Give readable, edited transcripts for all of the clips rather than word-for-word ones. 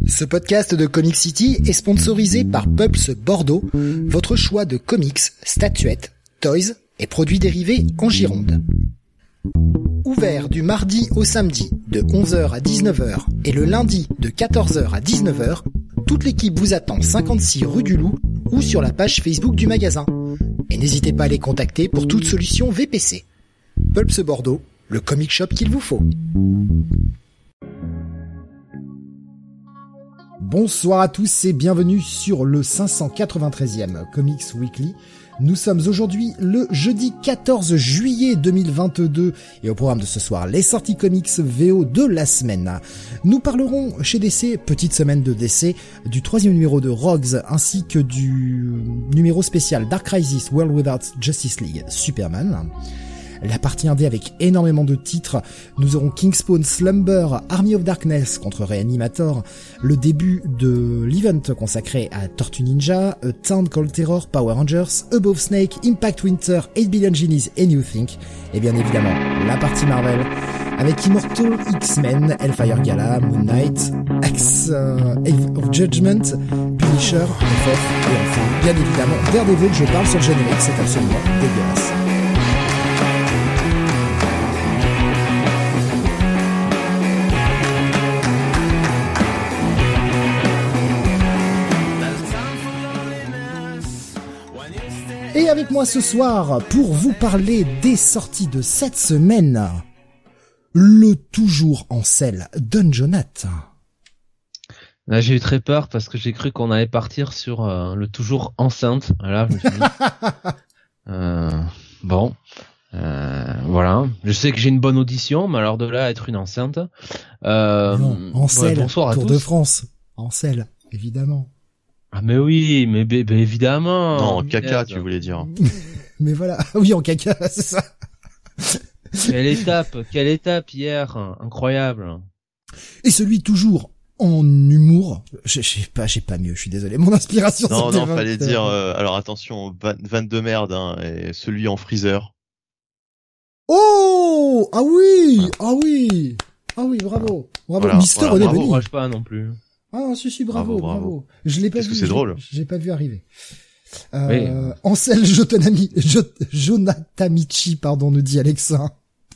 Ce podcast de Comic City est sponsorisé par Pulps Bordeaux, votre choix de comics, statuettes, toys et produits dérivés en Gironde. Ouvert du mardi au samedi de 11h à 19h et le lundi de 14h à 19h, toute l'équipe vous attend 56 rue du Loup ou sur la page Facebook du magasin. Et n'hésitez pas à les contacter pour toute solution VPC. Pulps Bordeaux, le comic shop qu'il vous faut. Bonsoir à tous et bienvenue sur le 593e Comics Weekly. Nous sommes aujourd'hui le jeudi 14 juillet 2022 et au programme de ce soir, les sorties comics VO de la semaine. Nous parlerons chez DC, petite semaine de DC, du 3e numéro de Rogues ainsi que du numéro spécial Dark Crisis World Without Justice League Superman. La partie indé avec énormément de titres, nous aurons Kingspawn Slumber, Army of Darkness contre Reanimator, le début de l'event consacré à Tortue Ninja, A Town Called Terror, Power Rangers, Above Snake, Impact Winter, 8 Billion Genies et New Think, et bien évidemment la partie Marvel avec Immortal X-Men, Hellfire Gala, Moon Knight, Axe of Judgment, Punisher, FF et enfin bien évidemment Daredevil. Je parle sur le générique, c'est absolument dégueulasse. Et avec moi ce soir, pour vous parler des sorties de cette semaine, le toujours en selle Dungeonat. Là, j'ai eu très peur parce que j'ai cru qu'on allait partir sur le toujours enceinte. Voilà, je me suis dit, bon, voilà. Je sais que j'ai une bonne audition, mais alors de là à être une enceinte. Non, en selle, bonsoir à Tour tous. de France, en selle, évidemment. Ah mais oui, mais évidemment. Non, en caca, tu voulais dire. Mais voilà, oui, en caca, c'est ça. Quelle étape hier, incroyable. Et celui toujours en humour, j'ai pas mieux, je suis désolé, mon inspiration. Non, c'était fallait dire, alors attention, vanne de merde, hein, et celui en freezer. Oh, ah oui, bravo, Voilà, Mister voilà, René bravo. Benny. Courage pas non plus. Ah, si, bravo. Bravo. Je l'ai pas Qu'est-ce vu. que c'est drôle. J'ai pas vu arriver. Oui. Ansel Jonatamichi, pardon, nous dit Alexa.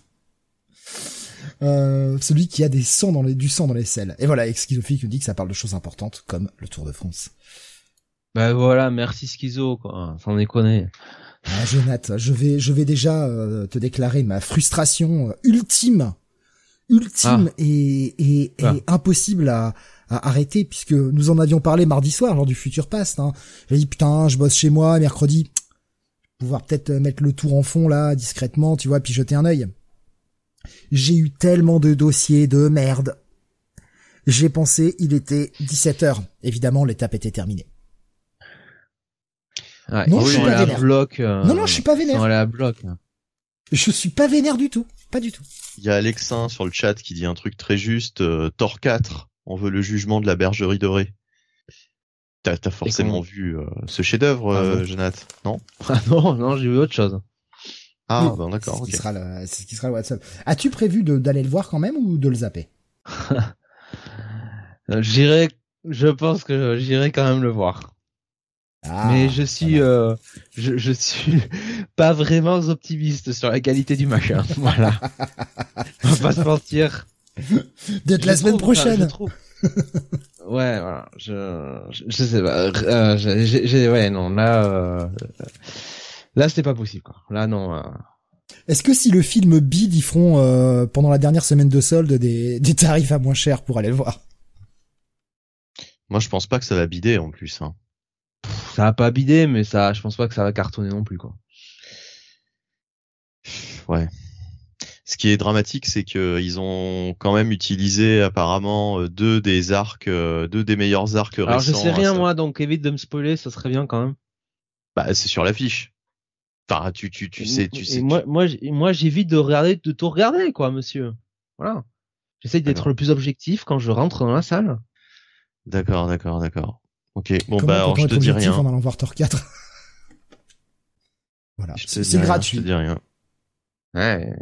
Celui qui a du sang dans les selles. Et voilà, Schizophique nous dit que ça parle de choses importantes, comme le Tour de France. Bah voilà, merci Schizo, quoi. Sans déconner. Ah, Jonathan, je vais déjà te déclarer ma frustration ultime et impossible à arrêter, puisque nous en avions parlé mardi soir lors du Futur Past. Hein. J'ai dit putain, je bosse chez moi mercredi, pouvoir peut-être mettre le tour en fond là discrètement, tu vois, puis jeter un œil. J'ai eu tellement de dossiers de merde. J'ai pensé il était 17h. Évidemment, l'étape était terminée. Ouais, Non, ils je suis sont pas allés à vénère. bloc. Non, je suis pas Ils vénère. sont allés à bloc. Je suis pas vénère du tout. Pas du tout. Il y a Alexin sur le chat qui dit un truc très juste, Thor 4, on veut le jugement de la bergerie dorée. T'as forcément vu ce chef-d'œuvre, Bravo. Jonathan, non? Ah non, j'ai vu autre chose. Ah, Oui, ben d'accord, c'est ok. ce qui sera le WhatsApp. As-tu prévu d'aller le voir quand même ou de le zapper? Je pense que j'irai quand même le voir. Ah, Mais je suis pas vraiment optimiste sur la qualité du machin. Voilà. On va pas se mentir. Peut-être la semaine prochaine. Je trouve. Ouais, voilà. Je sais pas. Ouais, non. Là, c'était pas possible, quoi. Là, non. Est-ce que si le film bide, ils feront pendant la dernière semaine de solde des tarifs à moins cher pour aller le voir? Moi, je pense pas que ça va bider en plus, hein. Ça va pas bider, mais je pense pas que ça va cartonner non plus, quoi. Ouais. Ce qui est dramatique, c'est que ils ont quand même utilisé apparemment deux des meilleurs arcs récents. Alors, je sais rien, ça. moi, donc évite de me spoiler, ça serait bien quand même. Bah, c'est sur l'affiche. Enfin, tu sais. Et moi, j'évite de tout regarder, quoi, monsieur. Voilà. J'essaie d'être le plus objectif quand je rentre dans la salle. D'accord. Ok. Bon, Comment bah, alors, je peut-on te être dis objectif rien. en allant voir Thor 4? Voilà. Je te dis C'est rien, gratuit. Je te dis rien. Ouais.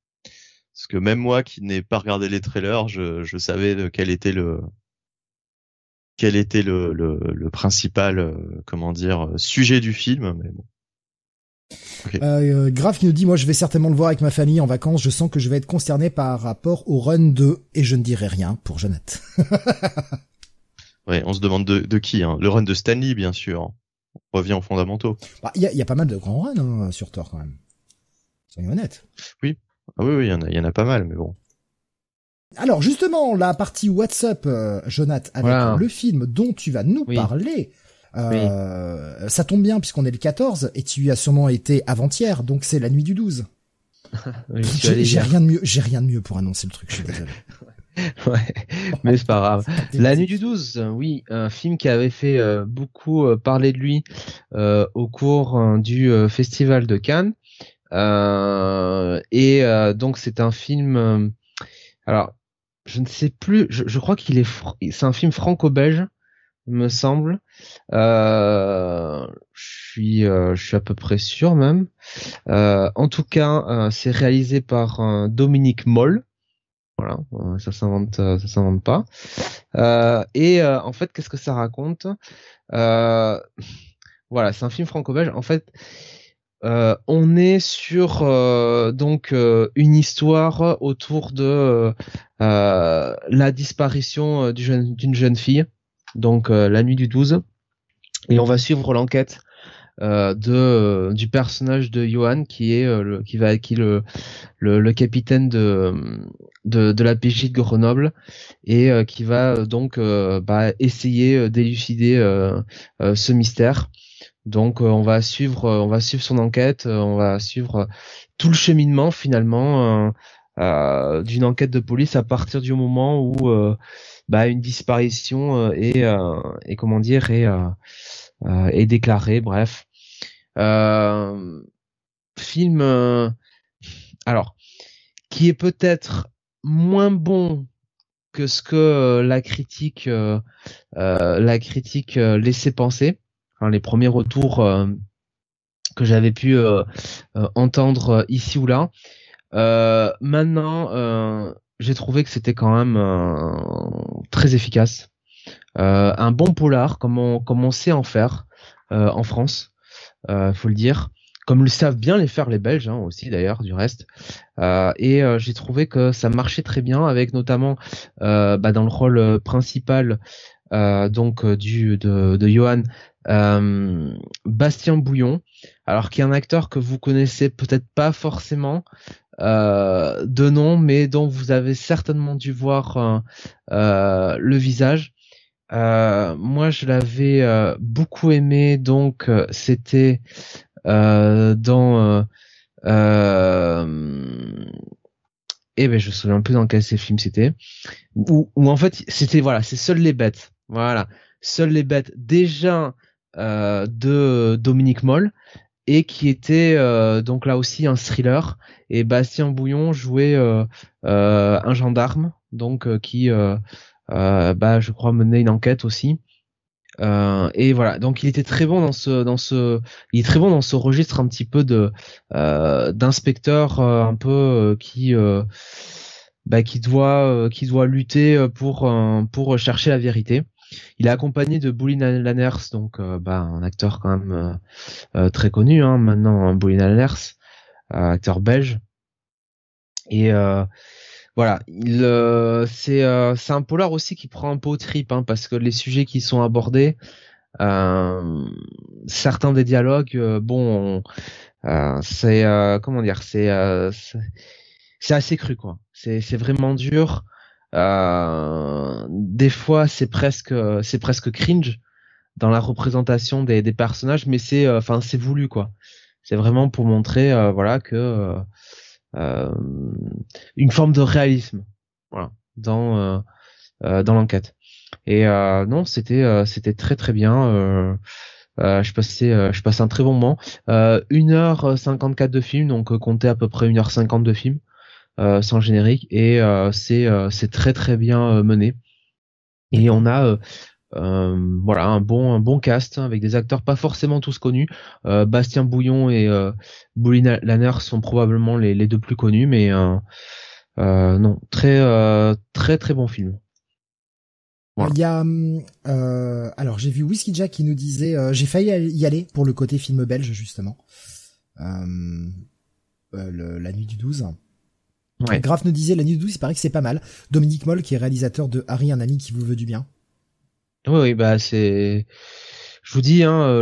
Parce que même moi qui n'ai pas regardé les trailers, je savais de quel était quel était le principal, sujet du film, mais bon. Okay. Graf qui nous dit, moi je vais certainement le voir avec ma famille en vacances, je sens que je vais être concerné par rapport au run 2 et je ne dirai rien pour Jonathan. Ouais, on se demande de qui, hein. Le run de Stanley, bien sûr. On revient aux fondamentaux. Bah, y a pas mal de grands runs, hein, sur Thor, quand même. Soyons honnêtes. Oui. Ah oui, il y en a pas mal, mais bon. Alors, justement, la partie WhatsApp, Jonathan, avec le film dont tu vas nous parler, ça tombe bien puisqu'on est le 14 et tu y as sûrement été avant-hier, donc c'est la nuit du 12. Oui, j'ai rien de mieux pour annoncer le truc, je suis désolé. Ouais, mais c'est pas grave. La nuit du 12, oui, un film qui avait fait beaucoup parler de lui au cours du festival de Cannes. Donc c'est un film. Alors, je ne sais plus. Je crois c'est un film franco-belge, il me semble. Je suis à peu près sûr même. En tout cas, c'est réalisé par Dominique Moll. Voilà, ça s'invente pas. En fait, qu'est-ce que ça raconte? Voilà, c'est un film franco-belge. En fait, on est sur une histoire autour de la disparition d'une jeune fille, donc la nuit du 12, et on va suivre l'enquête du personnage de Johan qui est le capitaine de la PJ de Grenoble et qui va donc essayer d'élucider ce mystère. Donc on va suivre son enquête, on va suivre tout le cheminement finalement d'une enquête de police à partir du moment où une disparition est déclarée. Bref, film alors qui est peut-être moins bon que ce que la critique laissait penser. Enfin, les premiers retours que j'avais pu entendre ici ou là. Maintenant, j'ai trouvé que c'était quand même très efficace. Un bon polar, comme on sait en faire en France, faut le dire. Comme le savent bien les faire les Belges aussi d'ailleurs du reste. J'ai trouvé que ça marchait très bien avec notamment dans le rôle principal de Johan, Bastien Bouillon, alors qui est un acteur que vous connaissez peut-être pas forcément de nom, mais dont vous avez certainement dû voir le visage. Moi je l'avais beaucoup aimé, donc c'était je me souviens plus dans quel ces films c'était, où en fait c'était c'est Seules les bêtes. Voilà, Seules les bêtes, déjà de Dominique Moll, et qui était donc là aussi un thriller, et Bastien Bouillon jouait un gendarme donc qui je crois menait une enquête aussi. Et voilà, donc il était très bon il est très bon dans ce registre un petit peu d'inspecteur un peu qui doit lutter pour chercher la vérité. Il est accompagné de Boulin Lanners, donc un acteur quand même très connu maintenant, Boulin Lanners, acteur belge. Et voilà, c'est un polar aussi qui prend un peu aux tripes, parce que les sujets qui sont abordés, certains des dialogues, c'est c'est assez cru, quoi. C'est vraiment dur. Des fois c'est presque cringe dans la représentation des personnages, mais c'est voulu, quoi. C'est vraiment pour montrer que une forme de réalisme, voilà, dans l'enquête. Non, c'était très très bien. Je passais un très bon moment. 1h54 de film, donc comptez à peu près 1h50 de film sans générique, et c'est très très bien mené. Et on a un bon cast avec des acteurs pas forcément tous connus. Bastien Bouillon et Boulin Lanners sont probablement les deux plus connus, mais non, très très très bon film. Voilà. Il y a, alors j'ai vu Whiskey Jack qui nous disait, j'ai failli y aller pour le côté film belge justement, la nuit du 12. Ouais. Graf nous disait la nuit du 12, il paraît que c'est pas mal. Dominique Moll qui est réalisateur de Harry, un ami qui vous veut du bien. Oui, bah c'est, je vous dis, hein,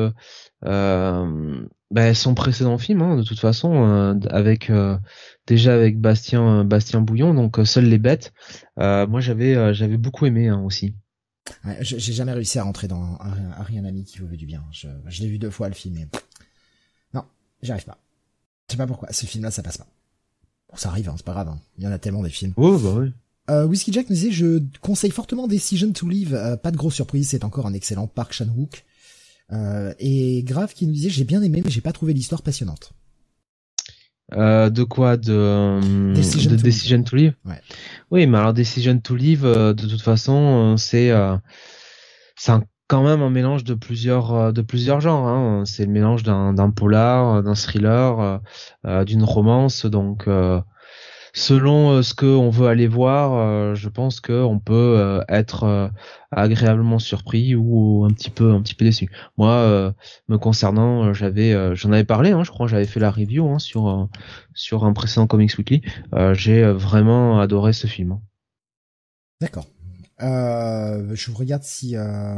son précédent film, hein, de toute façon, avec déjà avec Bastien Bouillon, donc Seules les bêtes. Moi, j'avais beaucoup aimé hein, aussi. Ouais, j'ai jamais réussi à rentrer dans Harry, un ami qui vous veut du bien. Je l'ai vu 2 fois le film, mais non, j'y arrive pas. Je sais pas pourquoi. Ce film-là, ça passe pas. Bon, ça arrive, hein, c'est pas grave. Hein. Il y en a tellement des films. Oh bah oui. Whiskey Jack nous disait, je conseille fortement Decision to Live. Pas de grosse surprise, c'est encore un excellent Park Chan-wook. Et Grave qui nous disait, j'ai bien aimé, mais j'ai pas trouvé l'histoire passionnante. De quoi Decision to Live. Ouais. Oui, mais alors Decision to Live, de toute façon, c'est quand même un mélange de plusieurs genres. Hein. C'est le mélange d'un polar, d'un thriller, d'une romance. Donc, selon ce que on veut aller voir, je pense que on peut être agréablement surpris ou un petit peu déçu. Moi, me concernant, j'en avais parlé, hein, je crois, j'avais fait la review hein, sur un précédent Comics Weekly. J'ai vraiment adoré ce film. Hein. D'accord. Je regarde s'il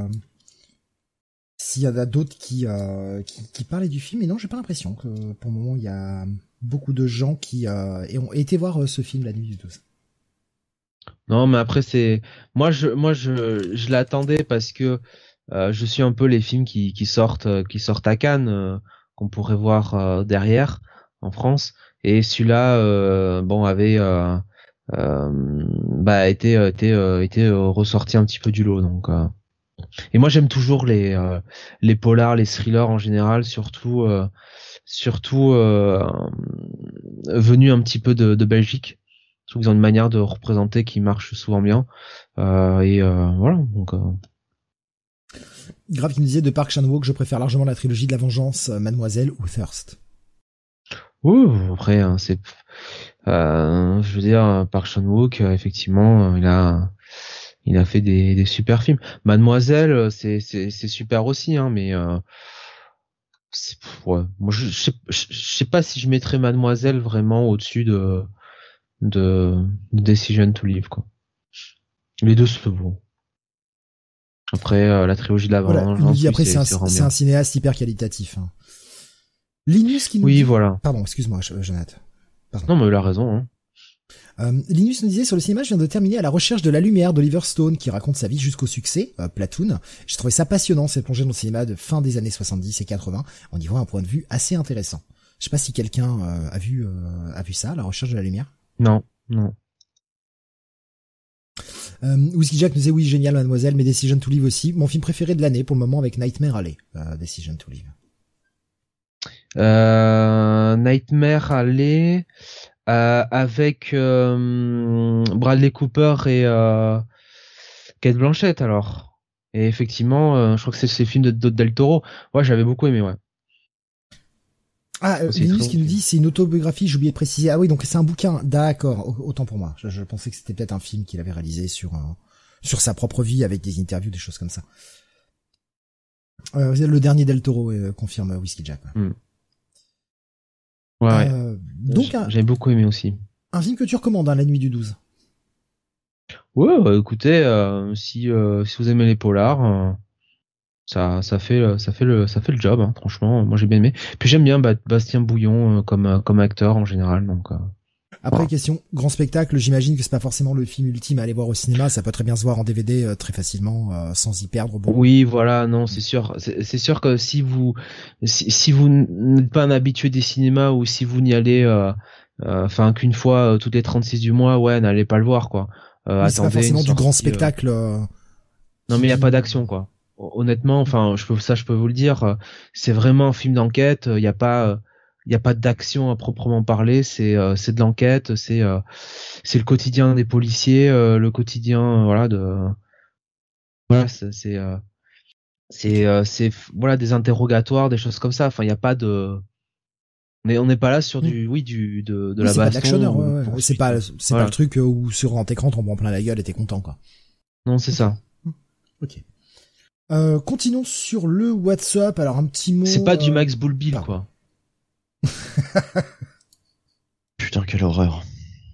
y en a d'autres qui parlaient du film, mais non, j'ai pas l'impression que pour le moment il y a beaucoup de gens qui ont été voir ce film la nuit du 12. Non, mais après moi je l'attendais parce que je suis un peu les films qui sortent à Cannes qu'on pourrait voir derrière en France et celui-là avait été ressorti un petit peu du lot donc et moi j'aime toujours les polars, les thrillers en général, surtout venus un petit peu de Belgique. Je trouve qu'ils ont une manière de représenter qui marche souvent bien. Voilà. Donc. Grave qui me disait de Park Chan-wook, je préfère largement la trilogie de la Vengeance, Mademoiselle ou Thirst. Après, hein, je veux dire, Park Chan-wook, effectivement, il a fait des super films. Mademoiselle, c'est super aussi, hein, mais ouais. Moi, je sais pas si je mettrais Mademoiselle vraiment au-dessus de Decision to Live, quoi. Les deux se vaut. Après, la trilogie de la Vengeance, voilà, il nous dit après c'est un cinéaste hyper qualitatif. Hein. Linus qui nous dit... voilà. Pardon, excuse-moi, Jonathan. Non, mais il a raison. Hein. Linus nous disait sur le cinéma, je viens de terminer À la recherche de la lumière d'Oliver Stone qui raconte sa vie jusqu'au succès, Platoon. J'ai trouvé ça passionnant, cette plongée dans le cinéma de fin des années 70 et 80. On y voit un point de vue assez intéressant. Je sais pas si quelqu'un a vu ça, La recherche de la lumière. Non. Whiskey Jack nous disait oui, génial Mademoiselle, mais Decision to Live aussi. Mon film préféré de l'année pour le moment avec Nightmare Alley, Decision to Live. Nightmare Alley avec Bradley Cooper et Kate Blanchett alors. Et effectivement, je crois que c'est ces films de Del Toro. Ouais, j'avais beaucoup aimé, ouais. Linus qui nous dit c'est une autobiographie, j'ai oublié de préciser. Ah oui, donc c'est un bouquin. D'accord, autant pour moi. Je pensais que c'était peut-être un film qu'il avait réalisé sur sa propre vie avec des interviews, des choses comme ça. Le dernier Del Toro, confirme Whiskey Jack. Ouais. Donc j'ai beaucoup aimé aussi. Un film que tu recommandes, La nuit du 12. Ouais, écoutez, si vous aimez les polars, ça fait le job, hein, franchement. Moi j'ai bien aimé. Puis j'aime bien Bastien Bouillon comme acteur en général, donc. Après voilà. Question grand spectacle, j'imagine que c'est pas forcément le film ultime à aller voir au cinéma, ça peut très bien se voir en DVD très facilement sans y perdre beaucoup. Oui, voilà, non, c'est sûr que si vous n'êtes pas un habitué des cinémas ou si vous n'y allez qu'une fois toutes les 36 du mois, ouais, n'allez pas le voir quoi. Oui, c'est pas forcément du grand spectacle. Non, mais il y a pas d'action quoi. Honnêtement, enfin, je peux vous le dire, c'est vraiment un film d'enquête, il y a pas d'action à proprement parler, c'est de l'enquête, c'est le quotidien des policiers, le quotidien c'est voilà des interrogatoires, des choses comme ça. Enfin, il y a pas de on n'est pas là sur de la baston. C'est pas de l'actionneur, ouais. C'est pas le truc où sur grand écran t'en prends plein la gueule et t'es content quoi. Non, c'est ça. Ok. Continuons sur le WhatsApp. Alors un petit mot. C'est pas du Max Bullbill, pardon. quoi. Putain, quelle horreur.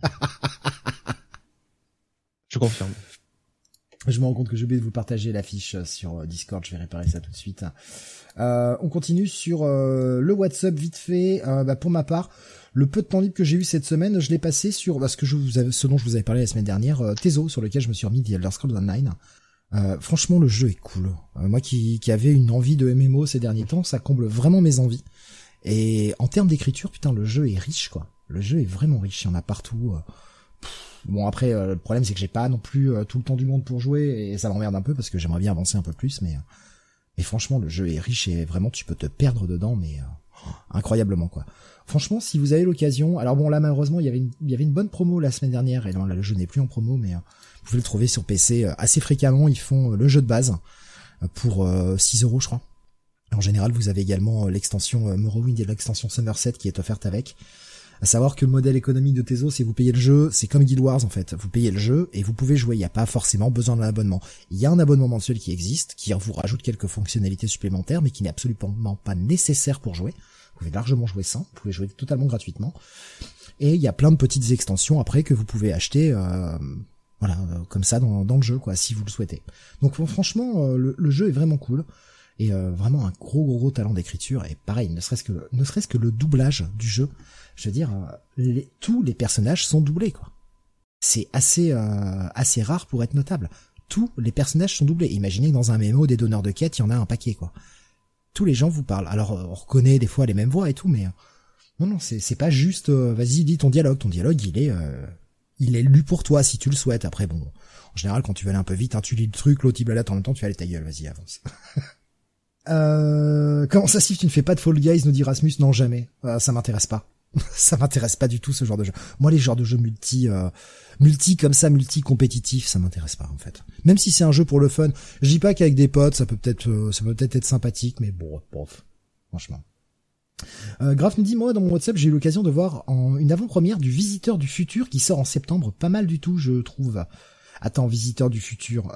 Je confirme. Je me rends compte que j'ai oublié de vous partager l'affiche sur Discord, je vais réparer ça tout de suite. On continue sur le WhatsApp vite fait. Pour ma part, le peu de temps libre que j'ai eu cette semaine, je l'ai passé sur ce dont je vous avais parlé la semaine dernière, Tezo, sur lequel je me suis remis The Elder Scrolls Online. Franchement, le jeu est cool. Moi qui avait une envie de MMO ces derniers temps, ça comble vraiment mes envies. Et en termes d'écriture, putain, le jeu est riche, quoi. Le jeu est vraiment riche, il y en a partout. Bon, après, le problème, c'est que j'ai pas non plus tout le temps du monde pour jouer, et ça m'emmerde un peu, parce que j'aimerais bien avancer un peu plus, mais franchement, le jeu est riche, et vraiment, tu peux te perdre dedans, mais incroyablement, quoi. Franchement, si vous avez l'occasion, alors bon, là, malheureusement, il y avait une bonne promo la semaine dernière, et là, le jeu n'est plus en promo, mais vous pouvez le trouver sur PC assez fréquemment. Ils font le jeu de base pour 6€, je crois. En général, vous avez également l'extension Morrowind et l'extension Somerset qui est offerte avec. À savoir que le modèle économique de Tezo, c'est vous payez le jeu, c'est comme Guild Wars en fait. Vous payez le jeu et vous pouvez jouer. Il n'y a pas forcément besoin d'un abonnement. Il y a un abonnement mensuel qui existe, qui vous rajoute quelques fonctionnalités supplémentaires, mais qui n'est absolument pas nécessaire pour jouer. Vous pouvez largement jouer sans. Vous pouvez jouer totalement gratuitement. Et il y a plein de petites extensions après que vous pouvez acheter, comme ça dans le jeu, quoi, si vous le souhaitez. Donc franchement, le jeu est vraiment cool. Et vraiment un gros talent d'écriture. Et pareil, ne serait-ce que le doublage du jeu. Je veux dire, tous les personnages sont doublés, quoi. C'est assez rare pour être notable. Tous les personnages sont doublés. Imaginez que dans un MMO des donneurs de quêtes, il y en a un paquet, quoi. Tous les gens vous parlent. Alors, on reconnaît des fois les mêmes voix et tout, mais non, c'est pas juste. Vas-y, dis ton dialogue. Ton dialogue, il est lu pour toi si tu le souhaites. Après, bon, en général, quand tu veux aller un peu vite, tu lis le truc, l'autre il blabate en même temps, tu vas aller ta gueule. Vas-y, avance. Comment ça, si tu ne fais pas de Fall Guys, nous dit Rasmus? Non, jamais. Ça m'intéresse pas. Ça m'intéresse pas du tout, ce genre de jeu. Moi, les genres de jeux multi comme ça, multi compétitifs, ça m'intéresse pas, en fait. Même si c'est un jeu pour le fun. Je dis pas qu'avec des potes, ça peut peut-être être sympathique, mais bon, bof. Franchement. Graf nous dit, moi, dans mon WhatsApp, j'ai eu l'occasion de voir une avant-première du Visiteur du Futur qui sort en septembre. Pas mal du tout, je trouve. Attends, Visiteur du Futur,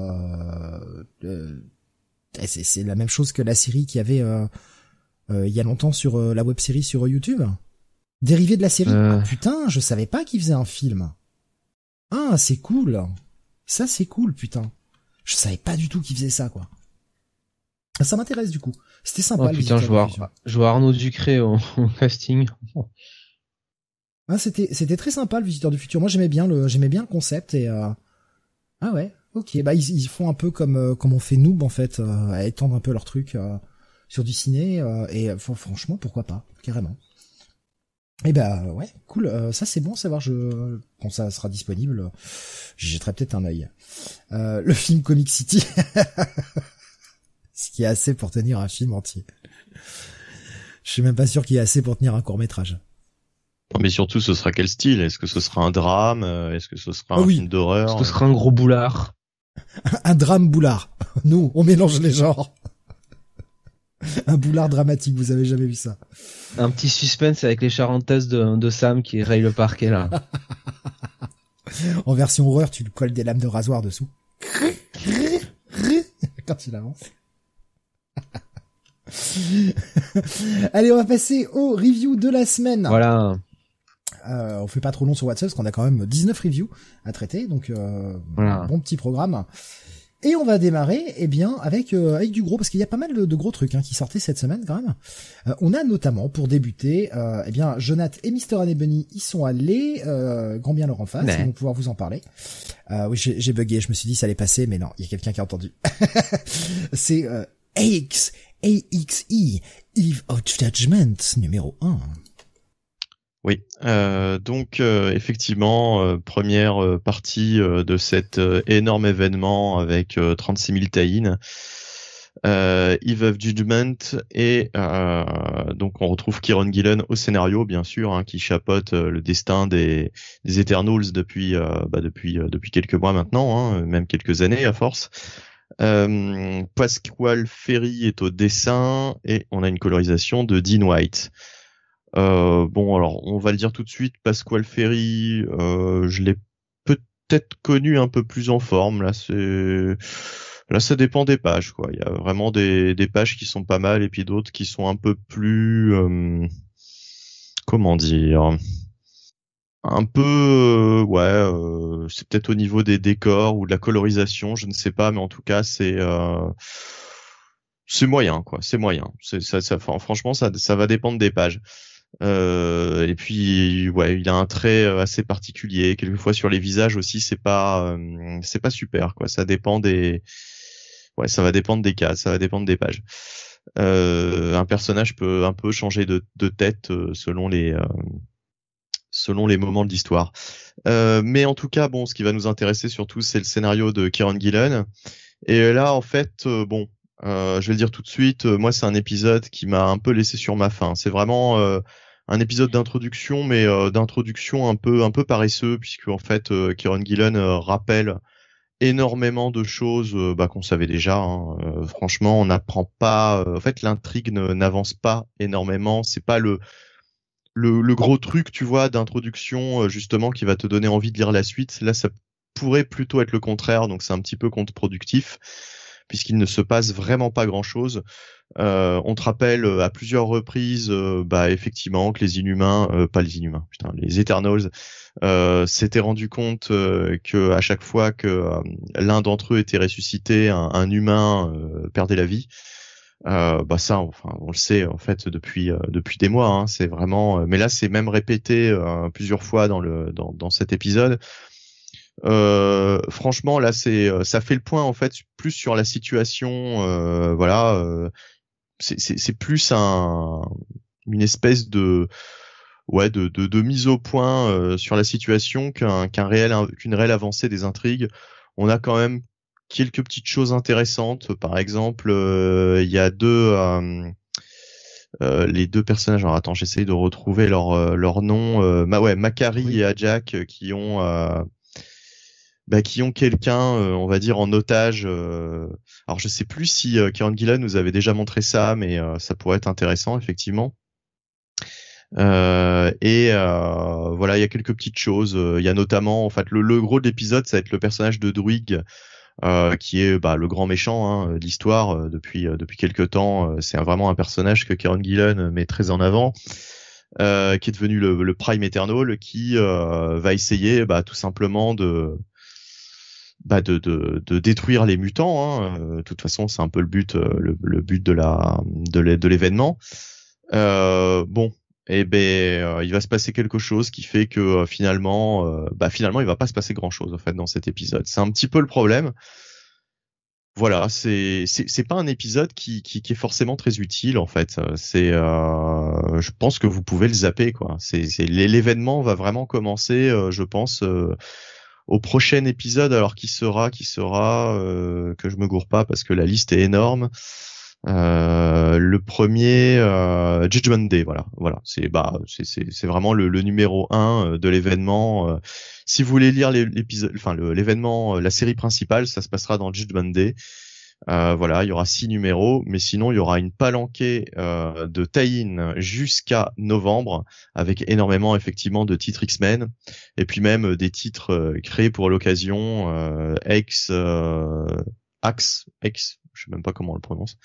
c'est la même chose que la série qu'il y avait il y a longtemps sur la web-série sur YouTube. Dérivé de la série. Ah, putain, je savais pas qu'il faisait un film. Ah, c'est cool. Ça, c'est cool, putain. Je savais pas du tout qu'il faisait ça, quoi. Ça m'intéresse, du coup. C'était sympa. Oh putain, je vois Arnaud Ducré au casting. Ah, c'était très sympa, le Visiteur du Futur. Moi, j'aimais bien le concept et ah ouais. Ok, bah ils font un peu comme on fait Noob en fait, à étendre un peu leur truc sur du ciné et franchement pourquoi pas, carrément. Et bah ouais, cool. Ça c'est bon à savoir. Quand ça sera disponible, j'y jetterai peut-être un œil. Le film Comic City, ce qui est assez pour tenir un film entier. Je suis même pas sûr qu'il y ait assez pour tenir un court-métrage. Mais surtout, ce sera quel style? Est-ce que ce sera un drame? Est-ce que ce sera un film d'horreur? Est-ce que ce sera un gros boulard? Un drame boulard. Nous, on mélange les genres. Un boulard dramatique, vous avez jamais vu ça. Un petit suspense avec les charentaises de Sam qui rayent le parquet, là. En version horreur, tu lui colles des lames de rasoir dessous. Quand il avance. Allez, on va passer au review de la semaine. Voilà. On fait pas trop long sur WhatsApp parce qu'on a quand même 19 reviews à traiter, donc voilà. Bon petit programme. Et on va démarrer, avec du gros, parce qu'il y a pas mal de gros trucs qui sortaient cette semaine quand même. On a notamment, pour débuter, Jonath et Mr. Honeybunny y sont allés, grand bien leur en face, ils vont pouvoir vous en parler. Oui, j'ai bugué, je me suis dit ça allait passer, mais non, il y a quelqu'un qui a entendu. C'est AXE, Eve of Judgment, numéro 1. Oui, donc effectivement, première partie de cet énorme événement avec 36 000 tie-in, Eve of Judgment, et donc on retrouve Kieron Gillen au scénario, bien sûr, qui chapeaute le destin des Eternals depuis quelques mois maintenant, même quelques années à force. Pasquale Ferry est au dessin et on a une colorisation de Dean White. Bon, alors on va le dire tout de suite, Pasquale Ferry, je l'ai peut-être connu un peu plus en forme. Là, ça dépend des pages, quoi. Il y a vraiment des pages qui sont pas mal et puis d'autres qui sont un peu plus, comment dire, un peu, c'est peut-être au niveau des décors ou de la colorisation, je ne sais pas, mais en tout cas, c'est moyen, quoi. C'est moyen. Franchement, ça va dépendre des pages. Et puis, ouais, il a un trait assez particulier. Quelquefois sur les visages aussi, c'est pas super, quoi. Ça va dépendre des cases, ça va dépendre des pages. Un personnage peut un peu changer de tête selon les moments de l'histoire. Mais en tout cas, bon, ce qui va nous intéresser surtout, c'est le scénario de Kieron Gillen. Et là, en fait, je vais le dire tout de suite, moi, c'est un épisode qui m'a un peu laissé sur ma faim. C'est vraiment un épisode d'introduction, mais d'introduction un peu paresseux, puisque en fait, Kieron Gillen rappelle énormément de choses qu'on savait déjà. Hein. Franchement, on n'apprend pas. En fait, l'intrigue n'avance pas énormément. C'est pas le gros truc, tu vois, d'introduction justement qui va te donner envie de lire la suite. Là, ça pourrait plutôt être le contraire, donc c'est un petit peu contre-productif puisqu'il ne se passe vraiment pas grand-chose. On te rappelle à plusieurs reprises, effectivement, que les Eternals s'étaient rendu compte que à chaque fois que l'un d'entre eux était ressuscité, un humain perdait la vie. Ça, enfin, on le sait en fait depuis des mois. Hein, c'est vraiment. Mais là, c'est même répété plusieurs fois dans cet épisode. Franchement, là, ça fait le point en fait plus sur la situation. C'est plus une espèce de mise au point sur la situation qu'une réelle avancée des intrigues. On a quand même quelques petites choses intéressantes. Par exemple, il y a les deux personnages. Alors attends, j'essaye de retrouver leur nom. Makari et Ajak qui ont quelqu'un, on va dire, en otage. Alors je sais plus si Kieron Gillen nous avait déjà montré ça, mais ça pourrait être intéressant effectivement. Voilà, il y a quelques petites choses. Il y a notamment, en fait, le gros de l'épisode, ça va être le personnage de Druig, qui est le grand méchant de l'histoire depuis quelques temps. C'est vraiment un personnage que Kieron Gillen met très en avant, qui est devenu le Prime Eternal, qui va essayer tout simplement de détruire les mutants. Hein. De toute façon, c'est un peu le but de l'événement. Il va se passer quelque chose qui fait que finalement, il va pas se passer grand chose en fait dans cet épisode. C'est un petit peu le problème. Voilà, c'est pas un épisode qui est forcément très utile en fait. Je pense que vous pouvez le zapper quoi. L'événement va vraiment commencer, je pense, au prochain épisode. Alors qui sera que je me gourre pas parce que la liste est énorme. Le premier Judgment Day, voilà, c'est vraiment le numéro 1 de l'événement. Si vous voulez lire l'événement, la série principale, ça se passera dans Judgment Day. Il y aura 6 numéros, mais sinon il y aura une palanquée de tie-in jusqu'à novembre avec énormément effectivement de titres X-Men et puis même des titres créés pour l'occasion, je sais même pas comment on le prononce,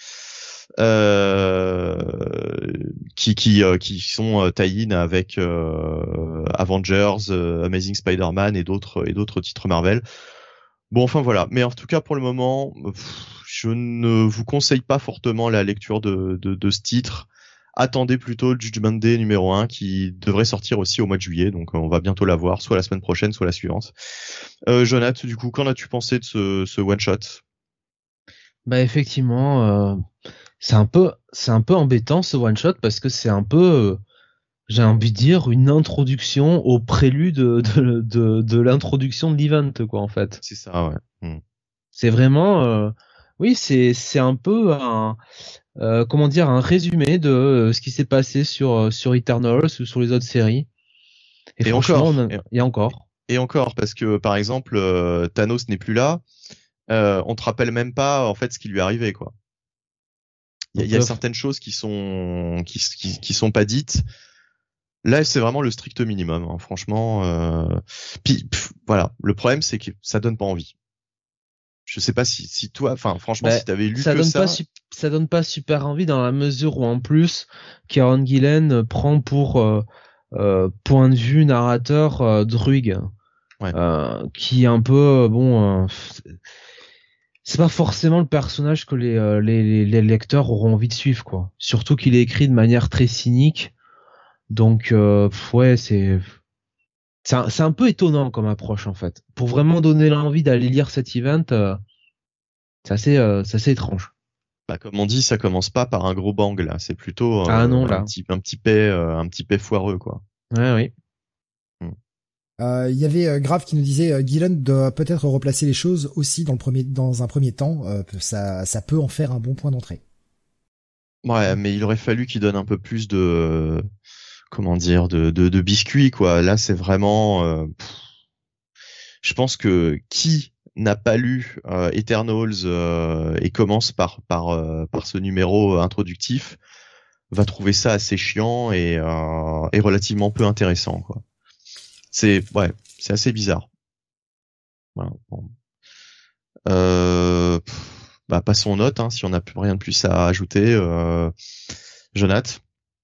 qui sont tie-in avec Avengers, Amazing Spider-Man et d'autres titres Marvel. Bon, enfin voilà. Mais en tout cas, pour le moment, je ne vous conseille pas fortement la lecture de ce titre. Attendez plutôt le Judgment Day numéro 1 qui devrait sortir aussi au mois de juillet. Donc on va bientôt l'avoir, soit la semaine prochaine, soit la suivante. Jonathan, du coup, qu'en as-tu pensé de ce one-shot ? Effectivement, c'est un peu embêtant ce one shot parce que c'est un peu, j'ai envie de dire, une introduction au prélude de l'introduction de l'event quoi en fait. C'est ça, ouais. C'est vraiment, oui, c'est un peu un résumé de ce qui s'est passé sur Eternals ou sur les autres séries. Et franchement, Et encore parce que par exemple, Thanos n'est plus là. On te rappelle même pas en fait ce qui lui est arrivé quoi. Il y a certaines choses qui sont pas dites. Là, c'est vraiment le strict minimum, hein, franchement. Puis, voilà. Le problème, c'est que ça donne pas envie. Je sais pas si toi, enfin, franchement, si t'avais lu ça que donne ça. Ça donne pas super envie dans la mesure où en plus, Kieron Gillen prend pour point de vue narrateur Druig, Ouais. qui est un peu c'est pas forcément le personnage que les lecteurs auront envie de suivre, quoi. Surtout qu'il est écrit de manière très cynique. Donc ouais, c'est un peu étonnant comme approche en fait. Pour vraiment donner l'envie d'aller lire cet event, c'est assez étrange. Bah, comme on dit, ça commence pas par un gros bang là. C'est plutôt Ah non là. un petit paix foireux, quoi. Ouais oui. Il y avait Grave qui nous disait Gillen doit peut-être replacer les choses aussi dans un premier temps. Ça peut en faire un bon point d'entrée. Ouais, mais il aurait fallu qu'il donne un peu plus de comment dire de biscuits, quoi. Là, c'est vraiment. Je pense que qui n'a pas lu Eternals et commence par ce numéro introductif va trouver ça assez chiant et relativement peu intéressant, quoi. C'est assez bizarre. Voilà. Bon. Bah passons aux notes, hein, si on n'a plus rien de plus à ajouter. Jonath.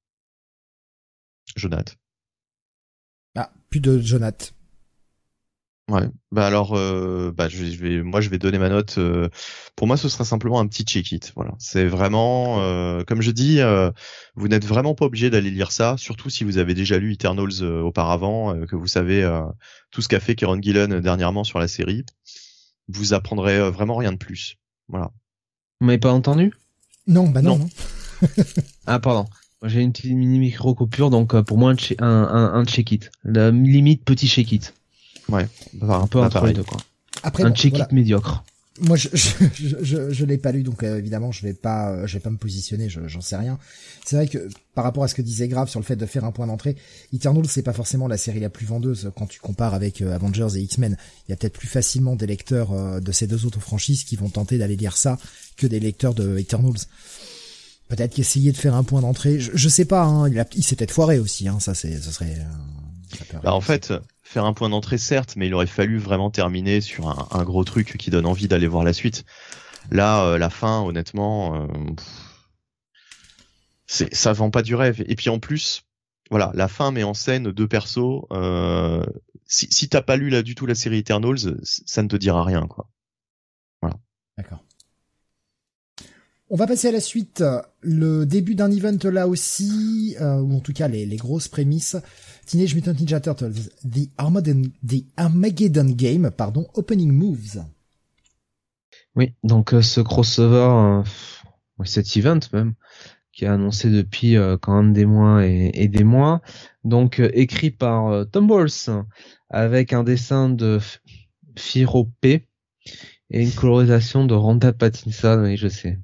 Ah, plus de Jonath. Ouais. Bah alors, je vais donner ma note. Pour moi, ce sera simplement un petit check-it. Voilà. C'est vraiment, comme je dis, vous n'êtes vraiment pas obligé d'aller lire ça, surtout si vous avez déjà lu Eternals auparavant, que vous savez tout ce qu'a fait Kieron Gillen dernièrement sur la série. Vous apprendrez vraiment rien de plus. Voilà. Vous m'avez pas entendu? Non, bah non. Ah pardon. J'ai une petite mini micro coupure, donc pour moi un check-it. La limite petit check-it. Ouais. Un peu entre les deux, quoi. Après, un check-it médiocre. Moi, je l'ai pas lu, donc évidemment, je vais pas me positionner, j'en sais rien. C'est vrai que par rapport à ce que disait Grave sur le fait de faire un point d'entrée, Eternals, c'est pas forcément la série la plus vendeuse quand tu compares avec Avengers et X-Men. Il y a peut-être plus facilement des lecteurs de ces deux autres franchises qui vont tenter d'aller lire ça que des lecteurs de Eternals. Peut-être qu'essayer de faire un point d'entrée, je sais pas, hein, il s'est peut-être foiré aussi, hein, ce serait. En fait, faire un point d'entrée certes, mais il aurait fallu vraiment terminer sur un gros truc qui donne envie d'aller voir la suite. Là, la fin, honnêtement, ça vend pas du rêve. Et puis en plus, voilà, la fin met en scène deux persos. Si t'as pas lu là du tout la série Eternals, ça ne te dira rien, quoi. Voilà. D'accord. On va passer à la suite. Le début d'un event là aussi, ou en tout cas les grosses prémices. Teenage Mutant Ninja Turtles, The Armageddon Game, Opening Moves. Oui, donc ce crossover, cet event même, qui est annoncé depuis quand même des mois et des mois. Donc écrit par Tom Waltz, avec un dessin de Firo P et une colorisation de Rhonda Pattinson, oui je sais.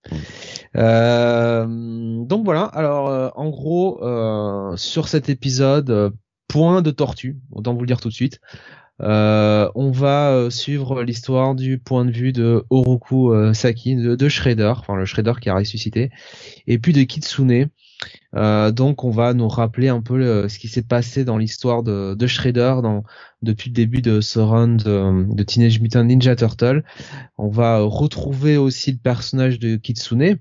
Donc voilà, alors en gros sur cet épisode, point de tortue, autant vous le dire tout de suite. On va suivre l'histoire du point de vue de Oroku Saki, de Shredder, enfin le Shredder qui a ressuscité, et puis de Kitsune. Donc on va nous rappeler un peu ce qui s'est passé dans l'histoire de Shredder depuis le début de ce run de Teenage Mutant Ninja Turtle. On va retrouver aussi le personnage de Kitsune,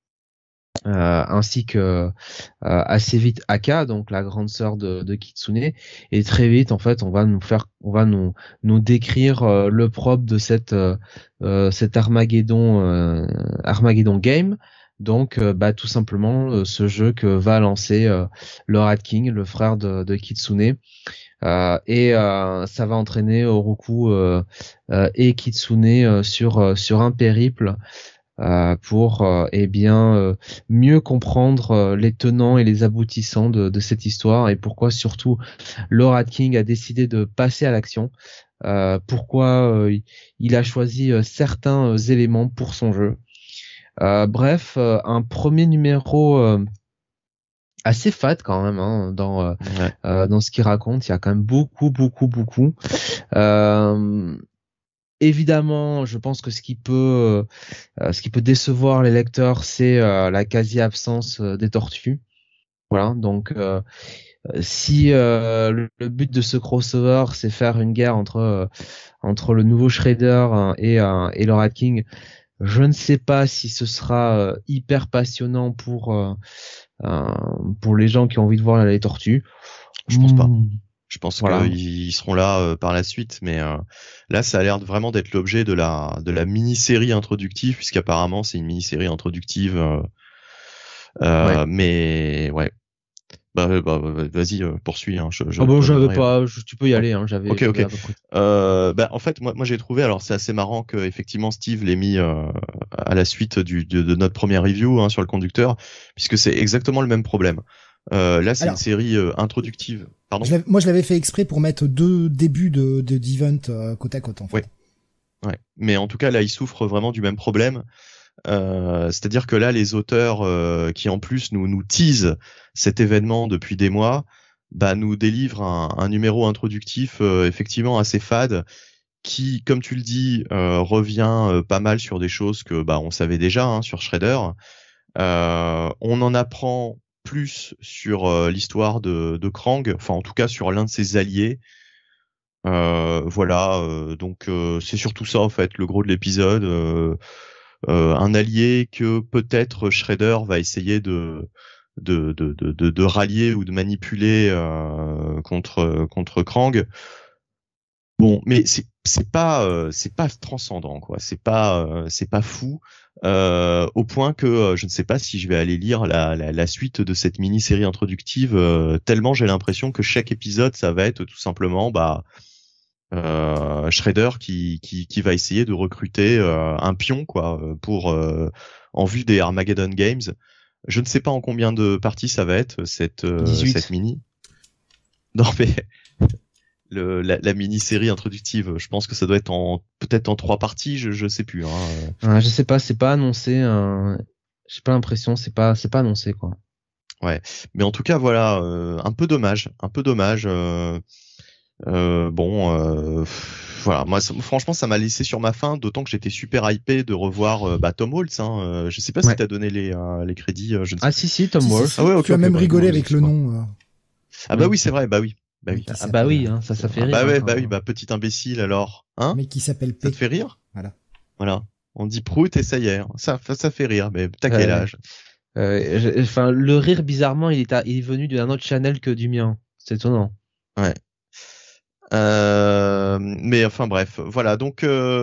ainsi que assez vite Aka, donc la grande sœur de Kitsune, et très vite en fait on va nous décrire le propre de cet Armageddon Game. Donc tout simplement ce jeu que va lancer le Rat King, le frère de Kitsune, et ça va entraîner Oroku et Kitsune sur un périple pour mieux comprendre les tenants et les aboutissants de cette histoire, et pourquoi surtout le Rat King a décidé de passer à l'action, pourquoi il a choisi certains éléments pour son jeu. Bref, un premier numéro assez fat quand même, hein, dans ce qu'il raconte. Il y a quand même beaucoup. Évidemment, je pense que ce qui peut décevoir les lecteurs, c'est la quasi-absence des tortues. Voilà, donc si le but de ce crossover c'est faire une guerre entre le nouveau Shredder et le Rat King, je ne sais pas si ce sera hyper passionnant pour les gens qui ont envie de voir les tortues. Je pense pas. Je pense Voilà. qu'ils seront là par la suite, mais là, ça a l'air vraiment d'être l'objet de la mini-série introductive, puisqu'apparemment c'est une mini-série introductive. Ouais. Mais ouais. Vas-y, poursuis. Hein, tu peux y aller. Hein, Ok. à peu près. En fait, moi j'ai trouvé. Alors c'est assez marrant que effectivement Steve l'ait mis à la suite de notre première review hein, sur le conducteur, puisque c'est exactement le même problème. Là, c'est une série introductive. Pardon. Moi, je l'avais fait exprès pour mettre 2 débuts d'event côte à côte, en fait. Ouais. Mais en tout cas, là, il souffre vraiment du même problème. C'est-à-dire que là, les auteurs qui en plus nous teasent cet événement depuis des mois, nous délivrent un numéro introductif effectivement assez fade, qui, comme tu le dis, revient pas mal sur des choses que on savait déjà hein, sur Shredder. On en apprend plus sur l'histoire de Krang, enfin en tout cas sur l'un de ses alliés. Donc c'est surtout ça en fait le gros de l'épisode. Un allié que peut-être Shredder va essayer de rallier ou de manipuler contre Krang. Bon, mais c'est pas transcendant quoi. C'est pas fou au point que je ne sais pas si je vais aller lire la suite de cette mini-série introductive tellement j'ai l'impression que chaque épisode ça va être tout simplement Shredder qui va essayer de recruter un pion quoi pour en vue des Armageddon Games. Je ne sais pas en combien de parties ça va être cette mini. Non mais la mini-série introductive, je pense que ça doit être peut-être en 3 parties, je sais plus. Hein. Je sais pas, c'est pas annoncé. J'ai pas l'impression, c'est pas annoncé quoi. Ouais, mais en tout cas voilà, un peu dommage. Voilà, moi franchement ça m'a laissé sur ma faim, d'autant que j'étais super hypé de revoir Tom Waltz. Hein. Je sais pas si t'as donné les crédits. Je ne sais. Ah si, Tom Waltz. Ah ouais, okay, tu as même rigolé avec le nom. Ah bah oui, c'est vrai, bah oui. Ah oui, hein, ça fait rire. Petit imbécile alors. Hein? Mais qui s'appelle P. Ça te fait rire? Voilà. On dit prout et ça y est. Ça fait rire, mais t'as quel âge? Le rire bizarrement, il est venu d'un autre channel que du mien. C'est étonnant. Ouais. Mais enfin bref, voilà. Donc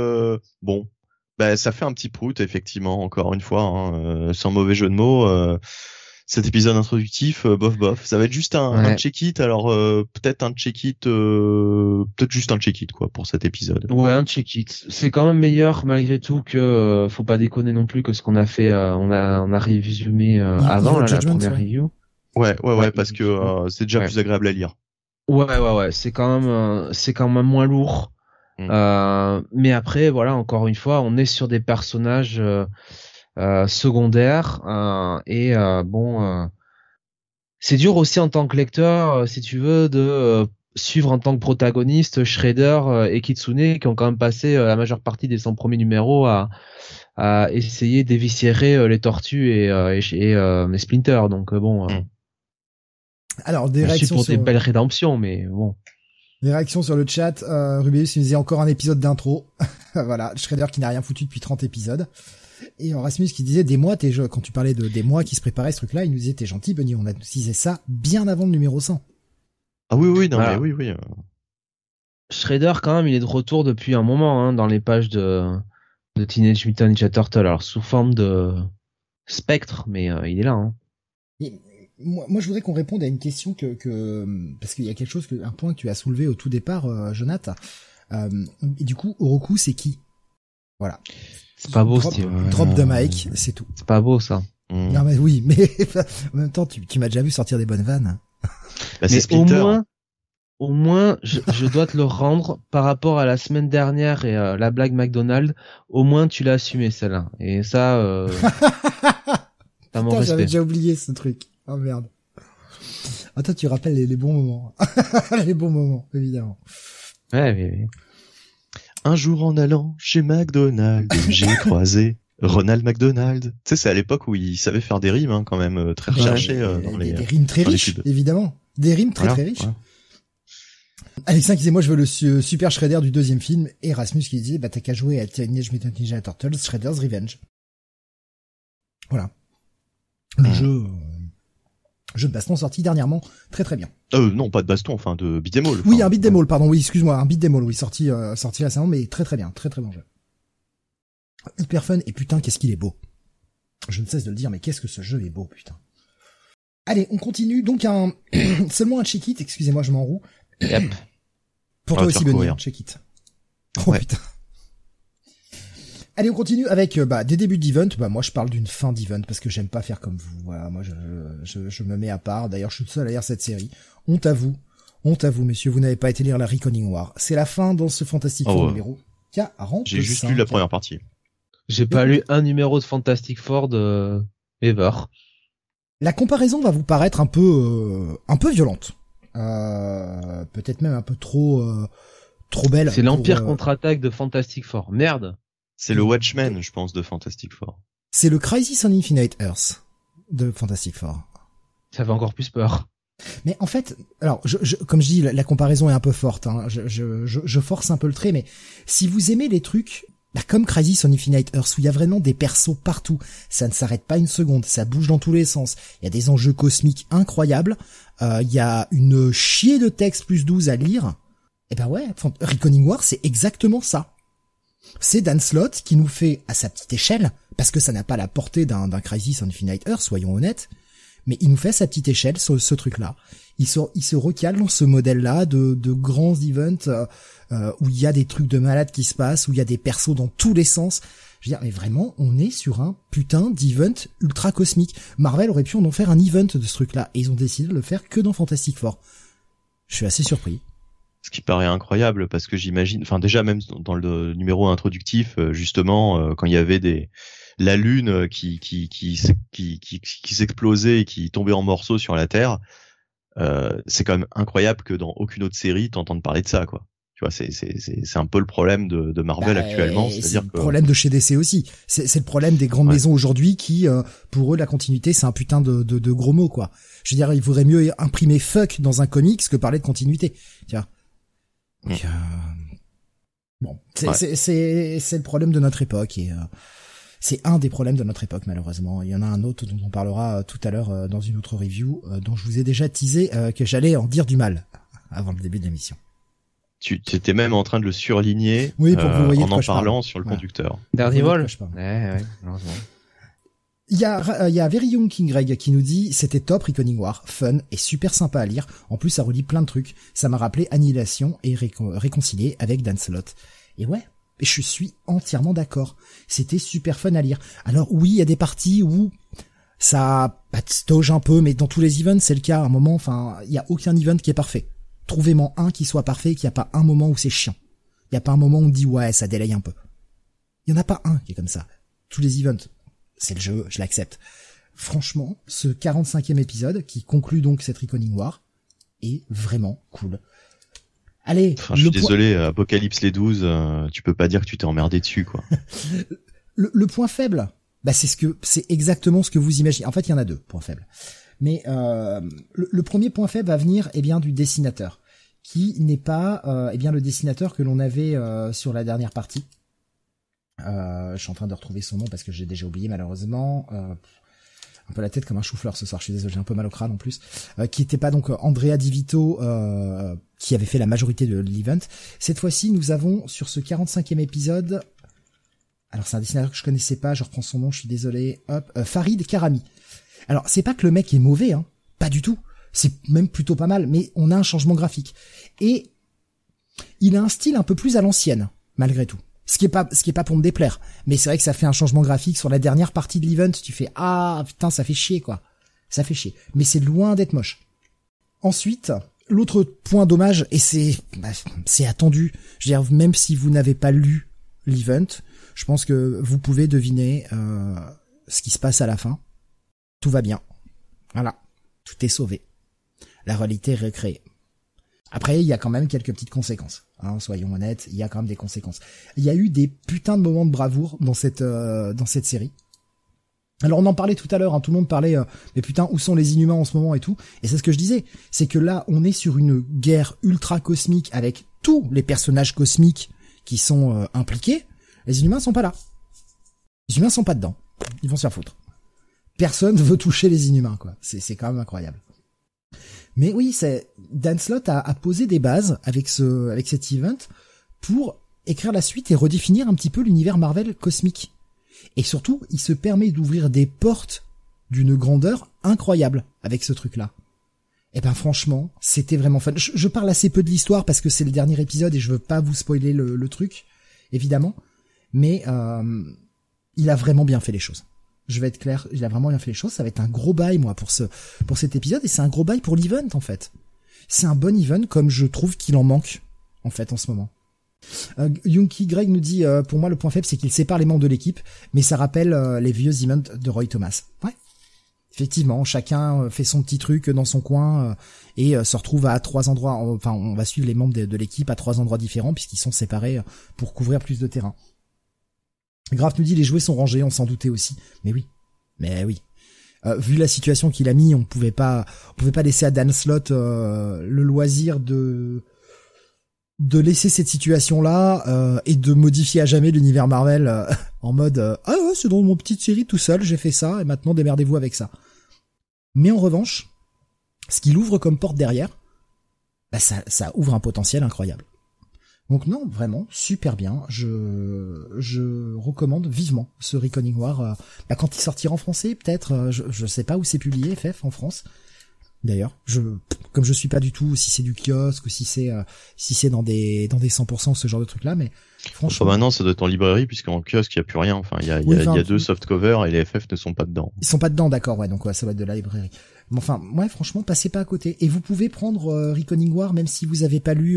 ça fait un petit prout effectivement encore une fois, hein, sans mauvais jeu de mots. Cet épisode introductif, bof. Ça va être juste un check-it. Alors peut-être un check-it, peut-être juste un check-it quoi pour cet épisode. Ouais, un check-it. C'est quand même meilleur malgré tout que faut pas déconner non plus que ce qu'on a fait. On a résumé avant la première review. Ouais, parce que c'est déjà plus agréable à lire. Ouais. C'est quand même moins lourd. Mais après, voilà, encore une fois, on est sur des personnages secondaires c'est dur aussi en tant que lecteur, si tu veux, de suivre en tant que protagoniste Shredder et Kitsune qui ont quand même passé la majeure partie des 100 premiers numéros à essayer d'éviscérer les tortues et Splinter. Donc Alors des réactions pour des belles rédemptions, mais bon. Des réactions sur le chat. Rubius il nous disait encore un épisode d'intro. Voilà, Shredder qui n'a rien foutu depuis 30 épisodes. Et Rasmus qui disait des mois, quand tu parlais des mois qui se préparaient ce truc-là, il nous disait t'es gentil Bunny, on a utilisé ça bien avant le numéro 100. Ah oui, non voilà. Mais oui. Shredder quand même, il est de retour depuis un moment hein, dans les pages de Teenage Mutant Ninja Turtle, alors sous forme de spectre, mais il est là. Hein. Et moi, je voudrais qu'on réponde à une question parce qu'il y a un point que tu as soulevé au tout départ, Jonathan. Et du coup, Oroku, c'est qui? Voilà. C'est pas beau, Steve. Drop de mic, c'est tout. C'est pas beau, ça. Non, mais oui, mais en même temps, tu m'as déjà vu sortir des bonnes vannes. Mais au moins, je dois te le rendre par rapport à la semaine dernière et la blague McDonald's. Au moins, tu l'as assumé, celle-là. Et ça, t'as mon respect. J'avais déjà oublié ce truc. Oh merde. Attends, tu rappelles les bons moments. Les bons moments, évidemment. Ouais. Un jour en allant chez McDonald's, j'ai croisé Ronald McDonald. Tu sais, c'est à l'époque où il savait faire des rimes, hein, quand même, très recherchées dans les... Des rimes très riches, évidemment. Des rimes très très riches. Ouais. Alexin qui disait moi je veux le super Shredder du deuxième film, et Rasmus qui disait bah t'as qu'à jouer à Teenage Mutant Ninja Turtles Shredder's Revenge. Voilà. Le jeu de baston sorti dernièrement, très très bien. Non, pas de baston, enfin de beat'em all. Oui, un beat'em all, pardon, oui, excuse-moi, un beat'em all, oui, sorti récemment, mais très très bien, très très bon jeu. Hyper fun, et putain, qu'est-ce qu'il est beau. Je ne cesse de le dire, mais qu'est-ce que ce jeu est beau, putain. Allez, on continue, donc seulement un check-it, excusez-moi, je m'enroue. Yep. Pour toi aussi, Benny, check-it. Oh putain. Allez, on continue avec des débuts d'event. Moi, je parle d'une fin d'event parce que j'aime pas faire comme vous. Voilà, moi, je me mets à part. D'ailleurs, je suis le seul à lire cette série. Honte à vous, messieurs, vous n'avez pas été lire la Reckoning War. C'est la fin dans ce Fantastic Four numéro 45. J'ai juste lu la première partie. J'ai pas lu un numéro de Fantastic Four de ever. La comparaison va vous paraître un peu violente. Peut-être même un peu trop belle. C'est l'Empire contre-attaque de Fantastic Four. Merde. C'est le Watchmen, je pense, de Fantastic Four. C'est le Crisis on Infinite Earths de Fantastic Four. Ça fait encore plus peur. Mais en fait, alors, comme je dis, la comparaison est un peu forte, hein. Je force un peu le trait, mais si vous aimez les trucs, comme Crisis on Infinite Earths, où il y a vraiment des persos partout, ça ne s'arrête pas une seconde, ça bouge dans tous les sens, il y a des enjeux cosmiques incroyables, il y a une chier de texte plus 12 à lire, et Reckoning War, c'est exactement ça. C'est Dan Slott qui nous fait à sa petite échelle, parce que ça n'a pas la portée d'un Crisis on Infinite Earths, soyons honnêtes, mais il nous fait à sa petite échelle ce truc-là. Il se recale dans ce modèle-là de grands events où il y a des trucs de malades qui se passent, où il y a des persos dans tous les sens. Je veux dire, mais vraiment, on est sur un putain d'event ultra cosmique. Marvel aurait pu en faire un event de ce truc-là, et ils ont décidé de le faire que dans Fantastic Four. Je suis assez surpris. Ce qui paraît incroyable, parce que j'imagine, enfin déjà même dans le numéro introductif, justement, quand il y avait la lune qui s'explosait et qui tombait en morceaux sur la Terre, c'est quand même incroyable que dans aucune autre série t'entendes parler de ça, quoi. Tu vois, c'est un peu le problème de Marvel actuellement, c'est-à-dire le problème de chez DC aussi. C'est le problème des grandes maisons aujourd'hui qui, pour eux, la continuité, c'est un putain de gros mot, quoi. Je veux dire, il vaudrait mieux imprimer fuck dans un comics que parler de continuité. Tiens. Donc, bon, c'est le problème de notre époque, et c'est un des problèmes de notre époque, malheureusement. Il y en a un autre dont on parlera tout à l'heure dans une autre review, dont je vous ai déjà teasé que j'allais en dire du mal avant le début de l'émission. Tu étais même en train de le surligner, oui, pour que vous voyez en parlant sur le conducteur. Dernier vol. Ouais, Il y a Very Young King Greg qui nous dit c'était top Reckoning War, fun et super sympa à lire. En plus, ça relie plein de trucs. Ça m'a rappelé Annihilation et réconcilié avec Dan Slott. Et ouais, je suis entièrement d'accord. C'était super fun à lire. Alors oui, il y a des parties où ça patauge un peu, mais dans tous les events, c'est le cas. À un moment, enfin, il y a aucun event qui est parfait. Trouvez-moi un qui soit parfait, qu'il n'y a pas un moment où c'est chiant. Il n'y a pas un moment où on dit ouais, ça délaye un peu. Il n'y en a pas un qui est comme ça. Tous les events, c'est le jeu, je l'accepte. Franchement, ce 45e épisode, qui conclut donc cette Reckoning War, est vraiment cool. Allez, enfin, je suis désolé, Apocalypse les 12, tu peux pas dire que tu t'es emmerdé dessus, quoi. le point faible, c'est exactement ce que vous imaginez. En fait, il y en a deux points faibles. Mais le premier point faible va venir du dessinateur, qui n'est pas le dessinateur que l'on avait sur la dernière partie. Je suis en train de retrouver son nom parce que j'ai déjà oublié malheureusement. Un peu la tête comme un chou-fleur ce soir, je suis désolé, j'ai un peu mal au crâne en plus. Qui était pas donc Andrea Di Vito, qui avait fait la majorité de l'event. Cette fois-ci, nous avons sur ce 45e épisode, alors c'est un dessinateur que je connaissais pas, je reprends son nom, je suis désolé, Farid Karami. Alors c'est pas que le mec est mauvais, hein, pas du tout. C'est même plutôt pas mal, mais on a un changement graphique. Et il a un style un peu plus à l'ancienne, malgré tout. Ce qui est pas pour me déplaire. Mais c'est vrai que ça fait un changement graphique sur la dernière partie de l'event. Tu fais, ah, putain, ça fait chier, quoi. Ça fait chier. Mais c'est loin d'être moche. Ensuite, l'autre point dommage, et c'est attendu. Je veux dire, même si vous n'avez pas lu l'event, je pense que vous pouvez deviner, ce qui se passe à la fin. Tout va bien. Voilà. Tout est sauvé. La réalité est recréée. Après, il y a quand même quelques petites conséquences. Hein, soyons honnêtes, il y a quand même des conséquences. Il y a eu des putains de moments de bravoure dans cette série. Alors on en parlait tout à l'heure, hein, tout le monde parlait mais putain où sont les Inhumains en ce moment et tout, et c'est ce que je disais, c'est que là on est sur une guerre ultra cosmique avec tous les personnages cosmiques qui sont impliqués. Les Inhumains sont pas là, les Inhumains sont pas dedans, ils vont se faire foutre. Personne veut toucher les Inhumains quoi, c'est quand même incroyable. Mais oui, Dan Slott a posé des bases avec cet event pour écrire la suite et redéfinir un petit peu l'univers Marvel cosmique. Et surtout, il se permet d'ouvrir des portes d'une grandeur incroyable avec ce truc-là. Et ben franchement, c'était vraiment fun. Je parle assez peu de l'histoire parce que c'est le dernier épisode et je veux pas vous spoiler le truc, évidemment. Mais il a vraiment bien fait les choses. Je vais être clair, il a vraiment bien fait les choses. Ça va être un gros bail, moi, pour cet épisode. Et c'est un gros bail pour l'event, en fait. C'est un bon event comme je trouve qu'il en manque, en fait, en ce moment. Yunki Greg nous dit pour moi le point faible c'est qu'il sépare les membres de l'équipe, mais ça rappelle les vieux events de Roy Thomas. Ouais, effectivement, chacun fait son petit truc dans son coin et se retrouve à 3 endroits. Enfin, on va suivre les membres de l'équipe à 3 endroits différents puisqu'ils sont séparés pour couvrir plus de terrain. Graf nous dit les jouets sont rangés, on s'en doutait aussi. Mais oui. Vu la situation qu'il a mis, on pouvait pas laisser à Dan Slott le loisir de laisser cette situation-là et de modifier à jamais l'univers Marvel en mode ah ouais, c'est dans mon petite série tout seul, j'ai fait ça et maintenant démerdez-vous avec ça. Mais en revanche, ce qu'il ouvre comme porte derrière, bah ça ouvre un potentiel incroyable. Donc non, vraiment super bien. Je recommande vivement ce Reckoning War. Quand il sortira en français, peut-être. Je sais pas où c'est publié FF en France. D'ailleurs, comme je suis pas du tout si c'est du kiosque ou si c'est dans des 100% ce genre de truc là, mais franchement. Enfin, maintenant, ça doit être en librairie puisqu'en kiosque il y a plus rien. Enfin, il y a 2 softcovers et les FF ne sont pas dedans. Ils sont pas dedans, d'accord, ouais, donc ouais, ça va être de la librairie. Mais enfin, ouais, franchement, passez pas à côté. Et vous pouvez prendre Reckoning War même si vous avez pas lu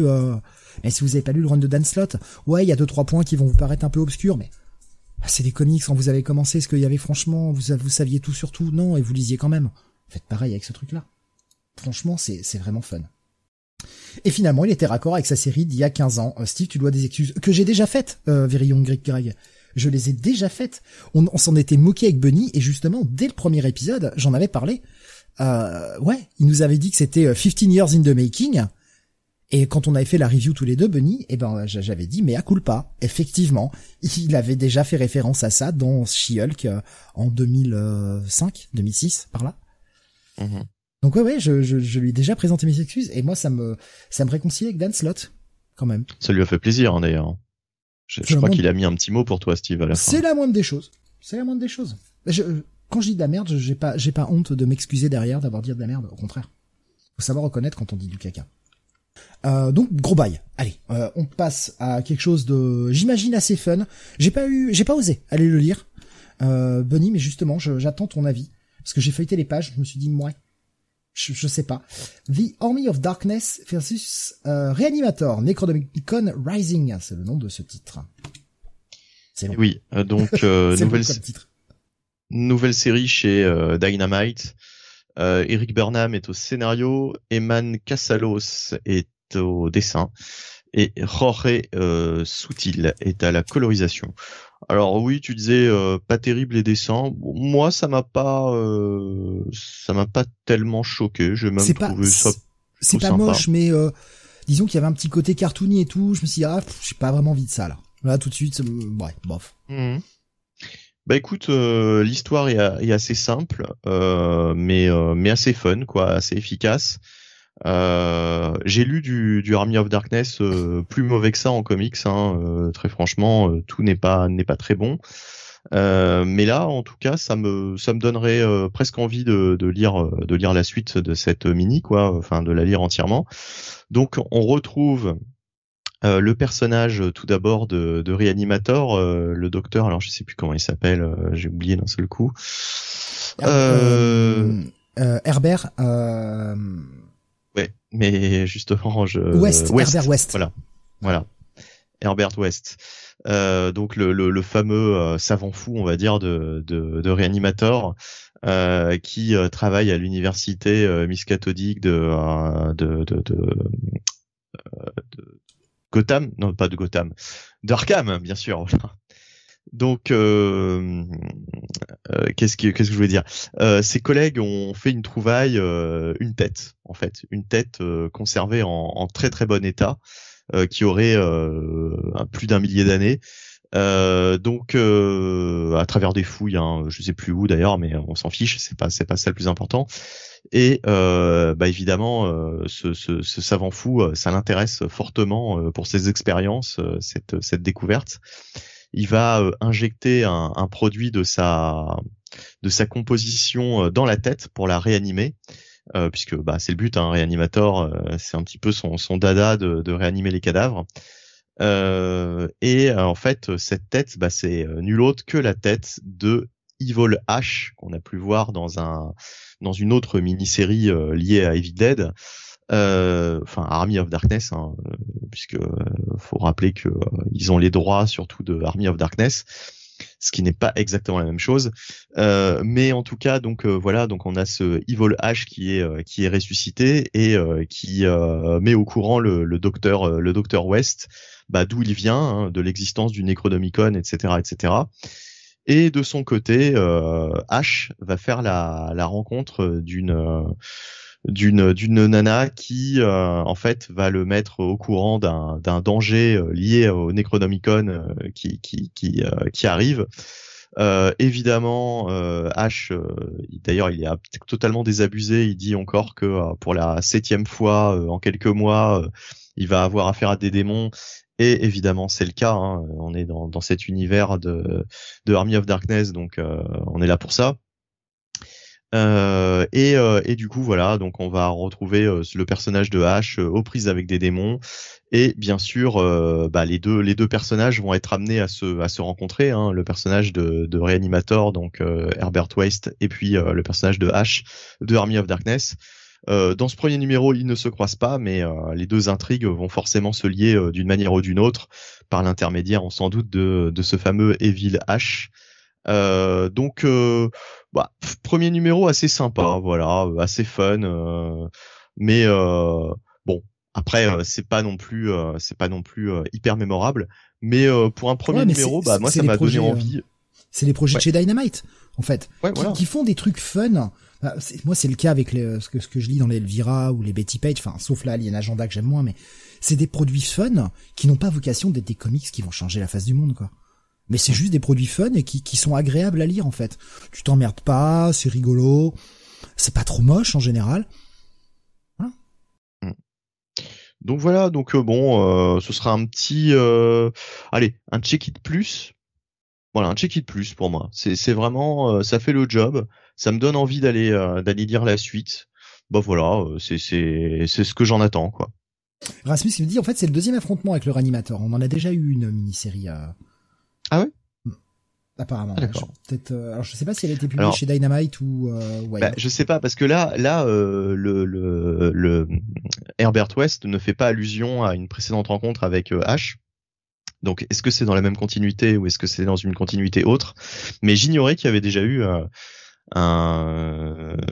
le run de Dan Slott. Ouais, il y a 2-3 points qui vont vous paraître un peu obscurs, mais c'est des comics quand vous avez commencé, ce qu'il y avait franchement, vous saviez tout sur tout, non, et vous lisiez quand même. Faites pareil avec ce truc-là. Franchement, c'est vraiment fun. Et finalement, il était raccord avec sa série d'il y a 15 ans. Steve, tu dois des excuses que j'ai déjà faites, Very Young Greg. Je les ai déjà faites. On s'en était moqué avec Bunny, et justement, dès le premier épisode, j'en avais parlé. Ouais, il nous avait dit que c'était 15 years in the making. Et quand on avait fait la review tous les deux, Bunny, j'avais dit, mais à culpa. Effectivement, il avait déjà fait référence à ça dans She-Hulk en 2005, 2006, par là. Mm-hmm. Donc ouais, je lui ai déjà présenté mes excuses et moi ça me réconcilie avec Dan Slott quand même. Ça lui a fait plaisir hein, d'ailleurs. Je crois qu'il a mis un petit mot pour toi, Steve, à la fin. C'est la moindre des choses. Quand je dis de la merde, j'ai pas honte de m'excuser derrière d'avoir dit de la merde. Au contraire, faut savoir reconnaître quand on dit du caca. Donc gros bail. Allez, on passe à quelque chose de, j'imagine, assez fun. J'ai pas osé aller le lire, Bunny, mais justement, j'attends ton avis parce que j'ai feuilleté les pages. Je me suis dit ouais. Je sais pas. The Army of Darkness versus Reanimator, Necronomicon Rising, c'est le nom de ce titre. C'est long. Oui, donc nouvelle série chez Dynamite. Eric Burnham est au scénario, Eman Casalos est au dessin et Jorge Sutil est à la colorisation. Alors oui, tu disais pas terrible les dessins. Bon, moi, ça m'a pas tellement choqué. J'ai même trouvé ça. C'est pas sympa. Moche, mais disons qu'il y avait un petit côté cartoony et tout. Je me suis dit j'ai pas vraiment envie de ça là. Là tout de suite, ouais, bof. Mmh. Bah écoute, l'histoire est assez simple, mais assez fun, quoi, assez efficace. J'ai lu du Army of Darkness plus mauvais que ça en comics, hein, très franchement, tout n'est pas très bon. Mais là, en tout cas, ça me donnerait presque envie de lire la suite de cette mini, quoi, enfin de la lire entièrement. Donc on retrouve le personnage tout d'abord de Reanimator, le docteur, alors je sais plus comment il s'appelle, j'ai oublié d'un seul coup. Herbert. Ouais, mais justement, West. Herbert West. Voilà. Herbert West. Donc le fameux savant fou, on va dire, de Reanimator, qui travaille à l'université Miskatonic de Gotham, non pas de Gotham, d'Arkham, bien sûr. Voilà. Donc, qu'est-ce que je voulais dire? Ses collègues ont fait une trouvaille, une tête, en fait, une tête conservée en très très bon état, qui aurait plus d'1 millier d'années. Donc, à travers des fouilles, hein, je sais plus où d'ailleurs, mais on s'en fiche, c'est pas ça le plus important. Et évidemment, ce savant fou, ça l'intéresse fortement pour ses expériences, cette découverte. Il va injecter un produit de sa composition dans la tête pour la réanimer, puisque c'est le but, un réanimateur, c'est un petit peu son dada de réanimer les cadavres. En fait, cette tête, c'est nul autre que la tête de Evil Ash, qu'on a pu voir dans une autre mini-série liée à Evil Dead, Army of Darkness, hein, puisque faut rappeler que ils ont les droits surtout de Army of Darkness, ce qui n'est pas exactement la même chose, mais en tout cas, donc on a ce Evil Ash qui est ressuscité et qui met au courant le docteur West, d'où il vient, hein, de l'existence du Necronomicon, etc., etc. Et de son côté, Ash va faire la rencontre d'une nana qui en fait va le mettre au courant d'un danger lié au Necronomicon qui arrive. Évidemment, Ash, d'ailleurs, il est totalement désabusé. Il dit encore que pour la 7e fois en quelques mois, il va avoir affaire à des démons. Et évidemment, c'est le cas, hein. On est dans cet univers de Army of Darkness, donc on est là pour ça. Et du coup, voilà, donc on va retrouver le personnage de Ash aux prises avec des démons. Et bien sûr, les deux personnages vont être amenés à se rencontrer, hein, le personnage de Reanimator, donc Herbert West, et puis le personnage de Ash de Army of Darkness. Dans ce premier numéro, ils ne se croisent pas, mais les deux intrigues vont forcément se lier d'une manière ou d'une autre par l'intermédiaire, sans doute, de ce fameux Evil Ash. Premier numéro assez sympa, voilà, assez fun, mais bon, après c'est pas non plus hyper mémorable, mais pour un premier numéro, moi ça m'a donné envie. C'est les projets de chez Dynamite, en fait, qui font des trucs fun. Moi, c'est le cas avec ce que je lis dans les Elvira ou les Betty Page, enfin, sauf là, Alien Agenda que j'aime moins, mais c'est des produits fun qui n'ont pas vocation d'être des comics qui vont changer la face du monde, quoi. Mais c'est juste des produits fun et qui sont agréables à lire, en fait. Tu t'emmerdes pas, c'est rigolo, c'est pas trop moche en général. Voilà. Donc voilà, ce sera un petit, un check-it plus. Voilà, un check-it plus pour moi. C'est vraiment, ça fait le job. Ça me donne envie d'aller lire la suite. Voilà, c'est ce que j'en attends, quoi. Rasmus, il me dit, en fait, c'est le deuxième affrontement avec le Reanimator. On en a déjà eu une mini-série. Ah ouais? Apparemment. D'accord. Peut-être. Alors, je sais pas si elle a été publiée chez Dynamite ou. Je sais pas, parce que là, le Herbert West ne fait pas allusion à une précédente rencontre avec Ash. Donc, est-ce que c'est dans la même continuité ou est-ce que c'est dans une continuité autre? Mais j'ignorais qu'il y avait déjà eu un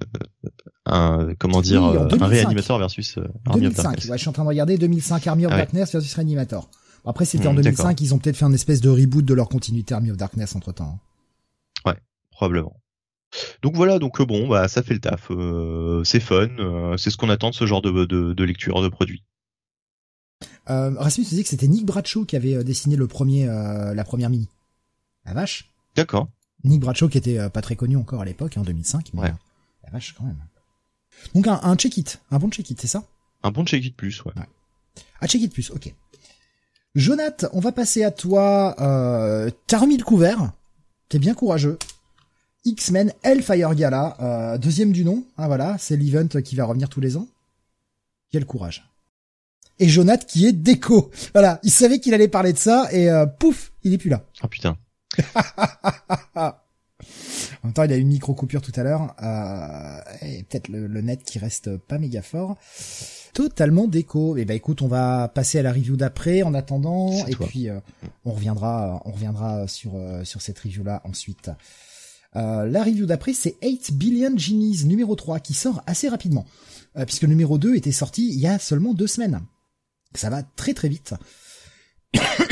Reanimator versus Army of Darkness. Ouais, je suis en train de regarder 2005 Army of Darkness versus Reanimator. Après, c'était en 2005, d'accord. Ils ont peut-être fait un espèce de reboot de leur continuité Army of Darkness entre-temps. Ouais, probablement. Donc voilà, ça fait le taf. C'est fun, c'est ce qu'on attend de ce genre de lecture de produit. Rasmus disait que c'était Nick Bradshaw qui avait dessiné la première mini. La vache. D'accord. Nick Bradshaw qui était pas très connu encore à l'époque, en 2005, mais la vache quand même. Donc un check-it, un bon check-it, c'est ça? Un bon check-it plus, ouais. Un check-it plus, ok. Jonath, on va passer à toi. T'as remis le couvert, t'es bien courageux. X-Men Hellfire Gala, deuxième du nom, voilà, c'est l'event qui va revenir tous les ans. Quel courage. Et Jonath qui est déco. Voilà, il savait qu'il allait parler de ça et pouf, il est plus là. Ah putain. En même temps, il a eu une micro-coupure tout à l'heure. Et peut-être le net qui reste pas méga fort. Totalement déco. Et écoute, on va passer à la review d'après en attendant. Et puis, on reviendra sur cette review-là ensuite. La review d'après, c'est 8 Billion Genies numéro 3 qui sort assez rapidement. Puisque le numéro 2 était sorti il y a seulement 2 semaines. Ça va très très vite.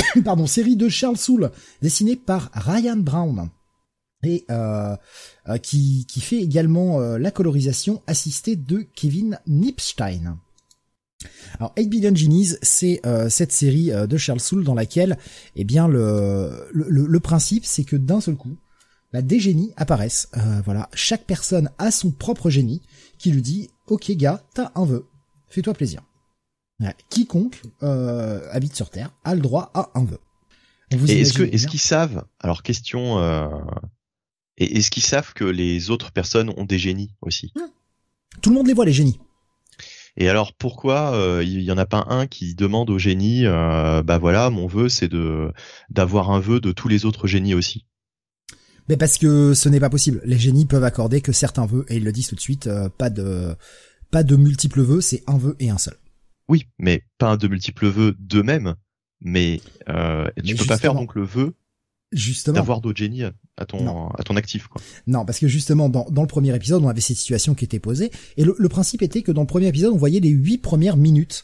pardon, série de Charles Soule, dessinée par Ryan Brown. Et qui fait également la colorisation assistée de Kevin Nipstein. Alors 8 Billion Genies, c'est cette série de Charles Soule dans laquelle, eh bien, le principe, c'est que d'un seul coup, des génies apparaissent. Voilà, chaque personne a son propre génie qui lui dit « Ok gars, t'as un vœu, fais-toi plaisir. » Quiconque habite sur Terre a le droit à un vœu. Et est-ce qu'ils savent, alors question, est-ce qu'ils savent que les autres personnes ont des génies aussi? Tout le monde les voit, les génies. Et alors pourquoi il y en a pas un qui demande au génie bah voilà, mon vœu c'est d'avoir un vœu de tous les autres génies aussi? Mais parce que ce n'est pas possible. Les génies peuvent accorder que certains vœux, et ils le disent tout de suite, pas de multiples vœux, c'est un vœu et un seul. Oui, mais pas un de multiples vœux d'eux-mêmes, mais tu peux pas faire donc le vœu d'avoir d'autres génies à ton actif, quoi. Non, parce que justement, dans le premier épisode, on avait cette situation qui était posée, et le principe était que dans le premier épisode, on voyait les 8 premières minutes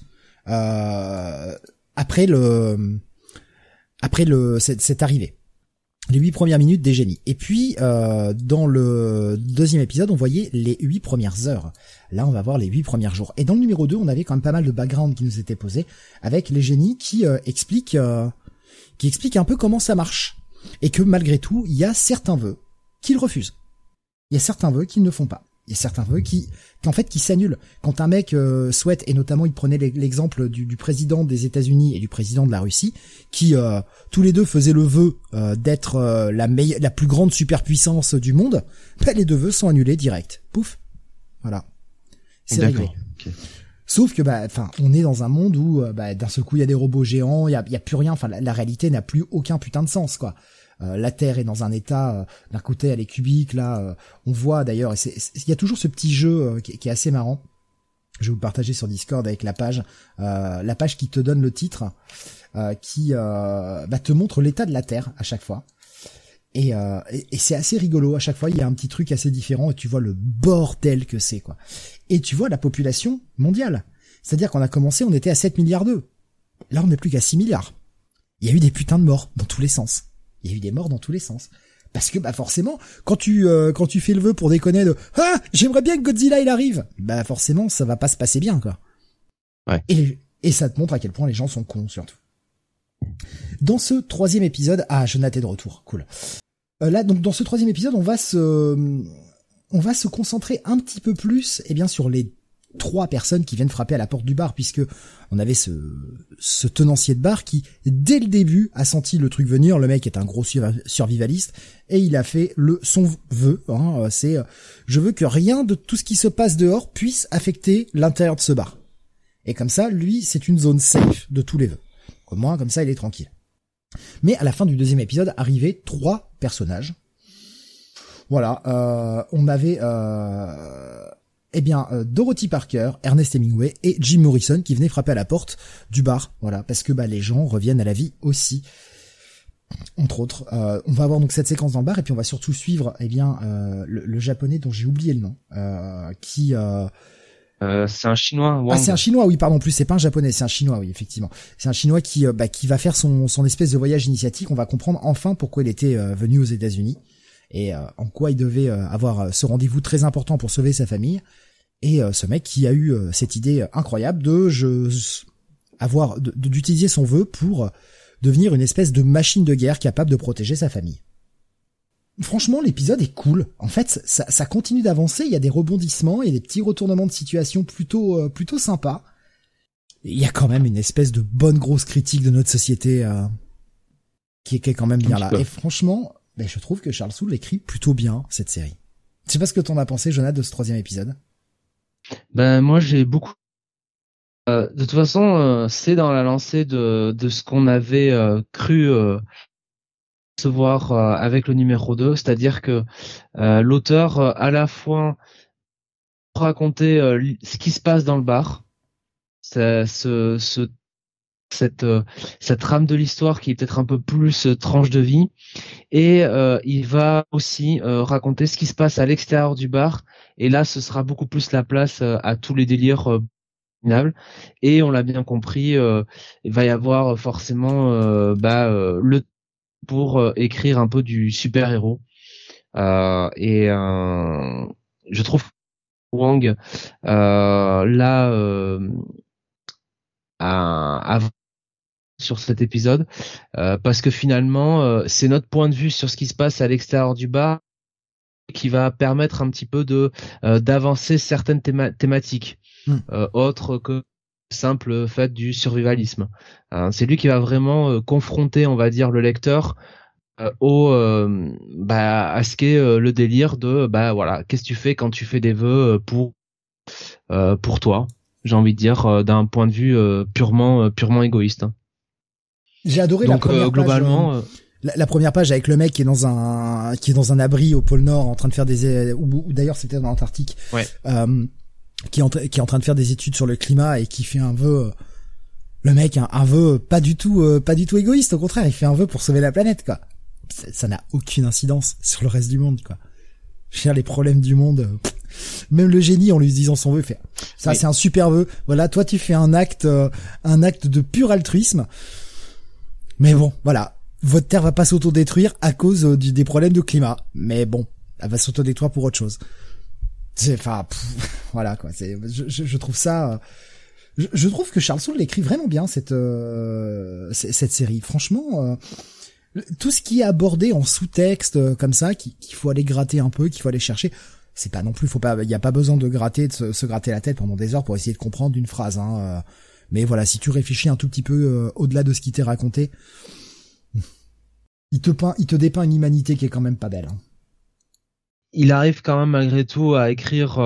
après cette arrivée. Les 8 premières minutes des génies. Et puis, dans le deuxième épisode, on voyait les 8 premières heures. Là, on va voir les 8 premiers jours. Et dans le numéro 2, on avait quand même pas mal de background qui nous était posé, avec les génies qui expliquent un peu comment ça marche. Et que malgré tout, il y a certains vœux qu'ils refusent. Il y a certains vœux qu'ils ne font pas. Il y a certains vœux qui s'annulent. Quand un mec souhaite, et notamment il prenait l'exemple du président des États-Unis et du président de la Russie, qui tous les deux faisaient le vœu d'être la plus grande superpuissance du monde, les deux vœux sont annulés direct. Pouf. Voilà. C'est réglé. Okay. Sauf que on est dans un monde où d'un seul coup il y a des robots géants, il y a plus rien, la réalité n'a plus aucun putain de sens, quoi. La Terre est dans un état, d'un côté elle est cubique, là on voit d'ailleurs, il y a toujours ce petit jeu qui est assez marrant. Je vais vous le partager sur Discord avec la page qui te donne le titre, qui te montre l'état de la Terre à chaque fois. Et c'est assez rigolo, à chaque fois il y a un petit truc assez différent et tu vois le bordel que c'est, quoi. Et tu vois la population mondiale. C'est-à-dire qu'on a commencé, on était à 7 milliards d'eux. Là on n'est plus qu'à 6 milliards. Il y a eu des putains de morts dans tous les sens. Il y a eu des morts dans tous les sens. Parce que forcément, quand tu fais le vœu pour déconner de « Ah, j'aimerais bien que Godzilla il arrive !» forcément ça va pas se passer bien, quoi. Ouais. Et ça te montre à quel point les gens sont cons, surtout. Dans ce troisième épisode, Jonathan est de retour, cool. Là, donc dans ce troisième épisode, on va se concentrer un petit peu plus, sur les 3 personnes qui viennent frapper à la porte du bar, puisque on avait ce tenancier de bar qui, dès le début, a senti le truc venir. Le mec est un gros survivaliste, et il a fait son vœu, c'est je veux que rien de tout ce qui se passe dehors puisse affecter l'intérieur de ce bar. Et comme ça, lui, c'est une zone safe de tous les vœux. Au moins, comme ça, il est tranquille. Mais à la fin du deuxième épisode, arrivaient 3 personnages. Voilà, on avait Dorothy Parker, Ernest Hemingway et Jim Morrison qui venaient frapper à la porte du bar. Voilà, parce que les gens reviennent à la vie aussi. Entre autres, on va avoir donc cette séquence dans le bar et puis on va surtout suivre le japonais dont j'ai oublié le nom, qui c'est un chinois. Wang. Ah, c'est un chinois, oui, pardon, plus c'est pas un japonais, c'est un chinois, oui, effectivement. C'est un chinois qui va faire son espèce de voyage initiatique. On va comprendre enfin pourquoi il était venu aux États-Unis et en quoi il devait avoir ce rendez-vous très important pour sauver sa famille. Et ce mec qui a eu cette idée incroyable d'utiliser son vœu pour devenir une espèce de machine de guerre capable de protéger sa famille. Franchement, l'épisode est cool. En fait, ça continue d'avancer, il y a des rebondissements, il y a des petits retournements de situation plutôt sympas. Il y a quand même une espèce de bonne grosse critique de notre société qui est quand même bien là. Et franchement, je trouve que Charles Soule écrit plutôt bien cette série. Je sais pas ce que t'en as pensé, Jonathan, de ce troisième épisode. Moi, j'ai beaucoup. De toute façon, c'est dans la lancée de ce qu'on avait cru se voir avec le numéro 2, c'est-à-dire que l'auteur à la fois raconter ce qui se passe dans le bar, cette trame de l'histoire qui est peut-être un peu plus tranche de vie, et il va aussi raconter ce qui se passe à l'extérieur du bar, et là ce sera beaucoup plus la place à tous les délires Et on l'a bien compris, il va y avoir forcément le pour écrire un peu du super-héros. Je trouve Wang a sur cet épisode parce que finalement c'est notre point de vue sur ce qui se passe à l'extérieur du bar qui va permettre un petit peu de d'avancer certaines thématiques autres que le simple fait du survivalisme. C'est lui qui va vraiment confronter, on va dire, le lecteur à ce qu'est le délire de voilà, qu'est-ce que tu fais quand tu fais des vœux pour toi, j'ai envie de dire, d'un point de vue purement égoïste. J'ai adoré donc globalement la première page avec le mec qui est dans un abri au pôle Nord en train de faire ou d'ailleurs c'était dans l'Antarctique. Ouais. Qui est en train de faire des études sur le climat et qui fait un vœu. Le mec un vœu pas du tout égoïste, au contraire, il fait un vœu pour sauver la planète, quoi. Ça n'a aucune incidence sur le reste du monde, quoi. Je veux dire, les problèmes du monde, même le génie en lui disant son vœu fait ça, oui. C'est un super vœu. Voilà, toi tu fais un acte de pur altruisme. Mais bon, voilà, votre terre va pas s'autodétruire à cause des problèmes de climat. Mais bon, elle va s'autodétruire pour autre chose. Voilà quoi. Je trouve ça. Je trouve que Charles Soule écrit vraiment bien cette série. Franchement, tout ce qui est abordé en sous-texte comme ça, qu'il faut aller gratter un peu, qu'il faut aller chercher. C'est pas non plus, il y a pas besoin de se gratter la tête pendant des heures pour essayer de comprendre une phrase. Mais voilà, si tu réfléchis un tout petit peu au-delà de ce qui t'est raconté, il te dépeint une humanité qui est quand même pas belle. Il arrive quand même malgré tout à écrire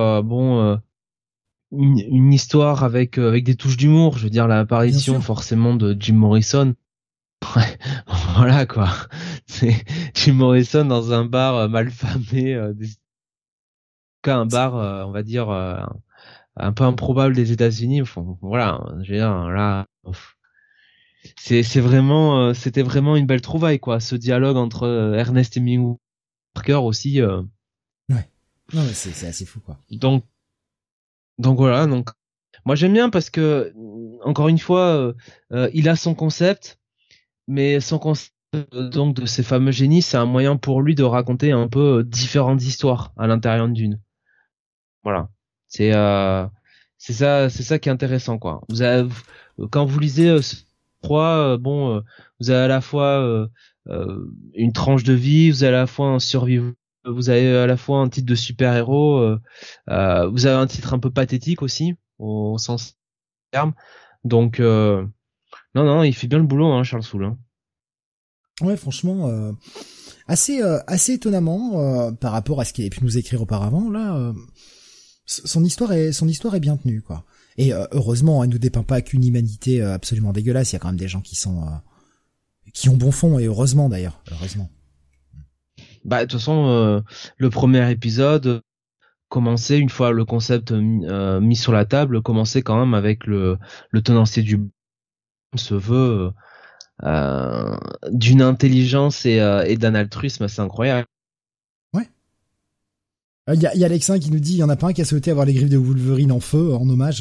une histoire avec des touches d'humour. Je veux dire, l'apparition forcément de Jim Morrison. Ouais, voilà quoi. C'est Jim Morrison dans un bar malfamé, un bar, on va dire, un peu improbable des États-Unis. Enfin, voilà, je veux dire, là, c'était vraiment une belle trouvaille quoi. Ce dialogue entre Ernest Hemingway et Parker aussi. Ouais. Non mais c'est assez fou quoi. Donc voilà, donc moi j'aime bien parce que encore une fois il a son concept, mais son concept donc de ces fameux génies, c'est un moyen pour lui de raconter un peu différentes histoires à l'intérieur d'une. Voilà. C'est ça qui est intéressant quoi. Quand vous lisez ce 3 vous avez à la fois une tranche de vie, vous avez à la fois un survivant. Vous avez à la fois un titre de super-héros, vous avez un titre un peu pathétique aussi, au sens terme. Donc, non, il fait bien le boulot, Charles Soule. Hein. Ouais, franchement, assez étonnamment par rapport à ce qu'il avait pu nous écrire auparavant. Là, son histoire est bien tenue, quoi. Et heureusement, elle nous dépeint pas qu'une humanité absolument dégueulasse. Il y a quand même des gens qui ont bon fond, et heureusement d'ailleurs, heureusement. De toute façon, le premier épisode commençait, une fois le concept mis sur la table, commençait quand même avec le tenancier du se veut d'une intelligence et d'un altruisme assez incroyable. Ouais. Il y a Alexin qui nous dit, il y en a pas un qui a souhaité avoir les griffes de Wolverine en feu en hommage.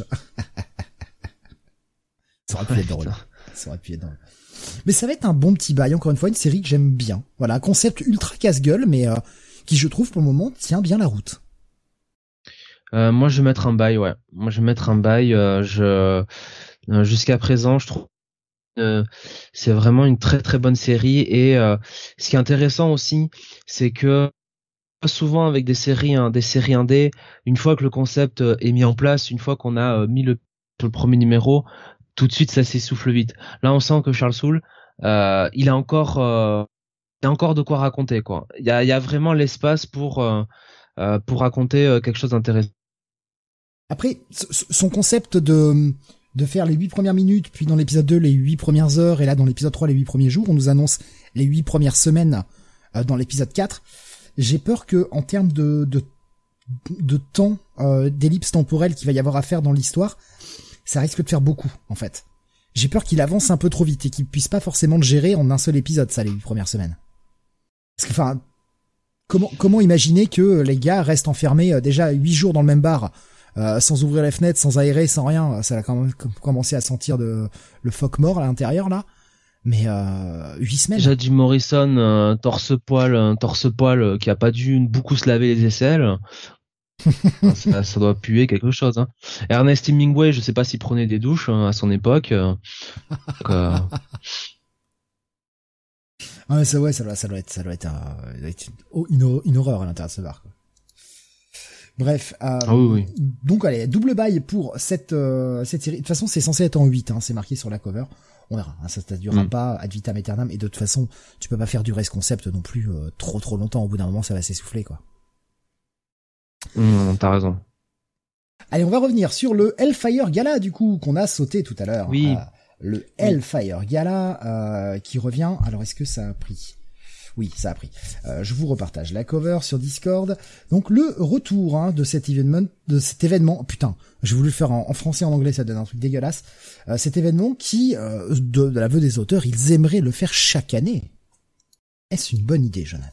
Ça aurait pu être drôle. Mais ça va être un bon petit bail, encore une fois, une série que j'aime bien. Voilà, un concept ultra casse-gueule, mais qui, je trouve, pour le moment, tient bien la route. Moi, je vais mettre un bail, ouais. Jusqu'à présent, je trouve c'est vraiment une très très bonne série. Et ce qui est intéressant aussi, c'est que souvent avec des séries indé, une fois que le concept est mis en place, une fois qu'on a mis le premier numéro, tout de suite ça s'essouffle vite. Là on sent que Charles Soule il a encore de quoi raconter quoi. Il y a vraiment l'espace pour raconter quelque chose d'intéressant. Après son concept de faire les 8 premières minutes, puis dans l'épisode 2 les 8 premières heures, et là dans l'épisode 3 les 8 premiers jours, on nous annonce les 8 premières semaines dans l'épisode 4. J'ai peur que en termes de temps, d'ellipse temporelle qu'il va y avoir à faire dans l'histoire, ça risque de faire beaucoup, en fait. J'ai peur qu'il avance un peu trop vite et qu'il puisse pas forcément le gérer en un seul épisode, ça, les 8 premières semaines. Parce que, enfin, comment imaginer que les gars restent enfermés déjà 8 jours dans le même bar, sans ouvrir les fenêtres, sans aérer, sans rien. Ça a quand même commencé à sentir le phoque mort à l'intérieur là. Mais 8 semaines. Déjà Jim Morrison, torse-poil qui a pas dû beaucoup se laver les aisselles. ça doit puer quelque chose. Hein. Ernest Hemingway, je sais pas s'il prenait des douches à son époque. Ah, ça doit être une horreur à l'intérieur de ce bar. Quoi. Bref, oui. Donc allez, double bail pour cette série. De toute façon, c'est censé être en 8, hein, c'est marqué sur la cover. On verra, hein, ça ne durera pas ad vitam aeternam, et de toute façon, tu peux pas faire durer ce concept non plus trop longtemps. Au bout d'un moment, ça va s'essouffler, quoi. T'as raison. Allez, on va revenir sur le Hellfire Gala, du coup, qu'on a sauté tout à l'heure. Oui. Le Hellfire Gala qui revient. Alors, est-ce que ça a pris ? Oui, ça a pris. Je vous repartage la cover sur Discord. Donc le retour de cet événement. Putain, j'ai voulu le faire en français et en anglais, ça donne un truc dégueulasse. Cet événement qui, de l'aveu des auteurs, ils aimeraient le faire chaque année. Est-ce une bonne idée, Jonathan ?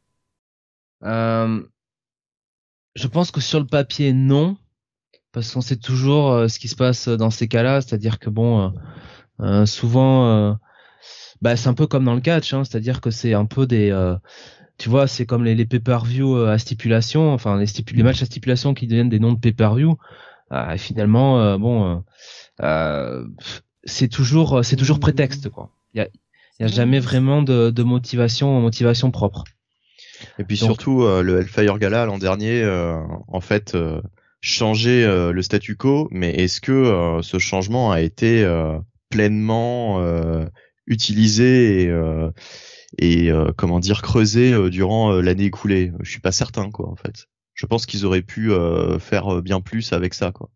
Je pense que sur le papier, non. Parce qu'on sait toujours ce qui se passe dans ces cas-là. C'est-à-dire que souvent... c'est un peu comme dans le catch, hein, c'est-à-dire que c'est un peu des, tu vois, c'est comme les pay-per-view à stipulation, enfin les matchs à stipulation qui deviennent des noms de pay-per-view. Finalement, c'est toujours prétexte, quoi. Il y a jamais vraiment de motivation propre. Et puis surtout le Hellfire Gala l'an dernier, en fait, changeait le statu quo, mais est-ce que ce changement a été pleinement utilisé et comment dire creusé durant l'année écoulée? Je suis pas certain, quoi, en fait. Je pense qu'ils auraient pu faire bien plus avec ça, quoi.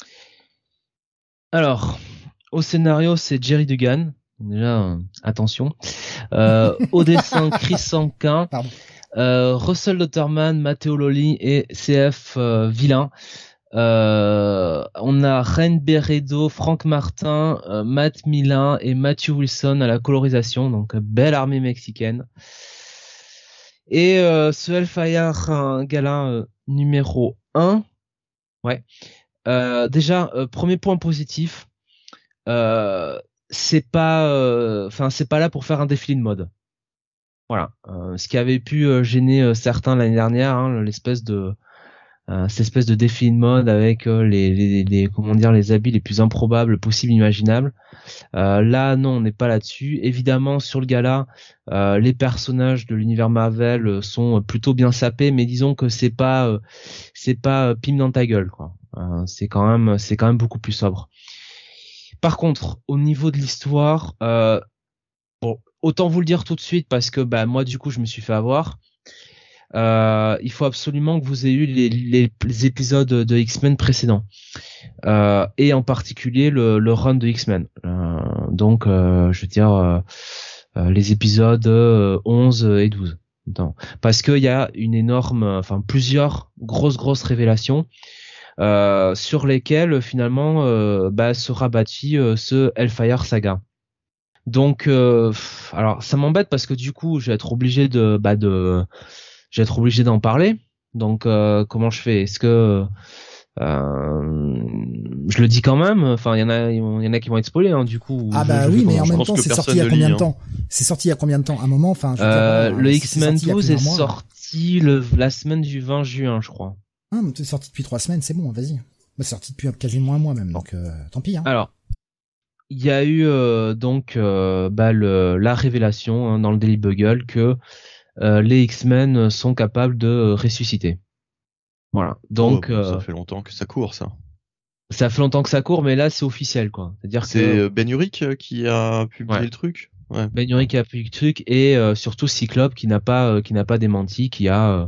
Alors, au scénario, c'est Jerry Dugan. Déjà, attention. Au dessin, Chris Sanquin. Russell Lotterman, Matteo Lolli et CF Villain. On a Ren Beredo, Frank Martin, Matt Milin et Matthew Wilson à la colorisation, donc belle armée mexicaine. Et ce Hellfire Gala numéro 1, ouais. Déjà, premier point positif, c'est pas là pour faire un défilé de mode. Voilà, ce qui avait pu gêner certains l'année dernière, hein, cette espèce de défilé de mode avec les habits les plus improbables possibles, imaginables. Là, non, on n'est pas là-dessus. Évidemment, sur le gala, les personnages de l'univers Marvel sont plutôt bien sapés, mais disons que c'est pas pime dans ta gueule, quoi. C'est quand même beaucoup plus sobre. Par contre, au niveau de l'histoire, autant vous le dire tout de suite parce que moi du coup je me suis fait avoir. Il faut absolument que vous ayez eu les épisodes de X-Men précédents et en particulier le run de X-Men. Donc je veux dire les épisodes 11 et 12. Non. Parce qu'il y a plusieurs grosses révélations sur lesquelles finalement se rabattit ce Hellfire Saga. Donc alors ça m'embête parce que du coup je vais être obligé d'en parler. Donc comment je fais? Est-ce que je le dis quand même? Enfin il y en a qui vont être spoilés, hein, du coup. Oui, mais en même temps c'est sorti il y a combien de temps? C'est sorti il y a combien de temps? Un moment, enfin le X-Men 12 est sorti la semaine du 20 juin, je crois. Ah, mais c'est sorti depuis 3 semaines, c'est bon, vas-y. C'est sorti depuis quasiment un mois même, donc tant pis, hein. Alors il y a eu la révélation dans le Daily Bugle que les X-Men sont capables de ressusciter. Voilà. Donc ça fait longtemps que ça court, ça. Ça fait longtemps que ça court, mais là c'est officiel, quoi. C'est-à-dire que Ben Urich qui a publié le truc. Ouais. Ben Urich qui a publié le truc et surtout Cyclope qui n'a pas démenti, qui a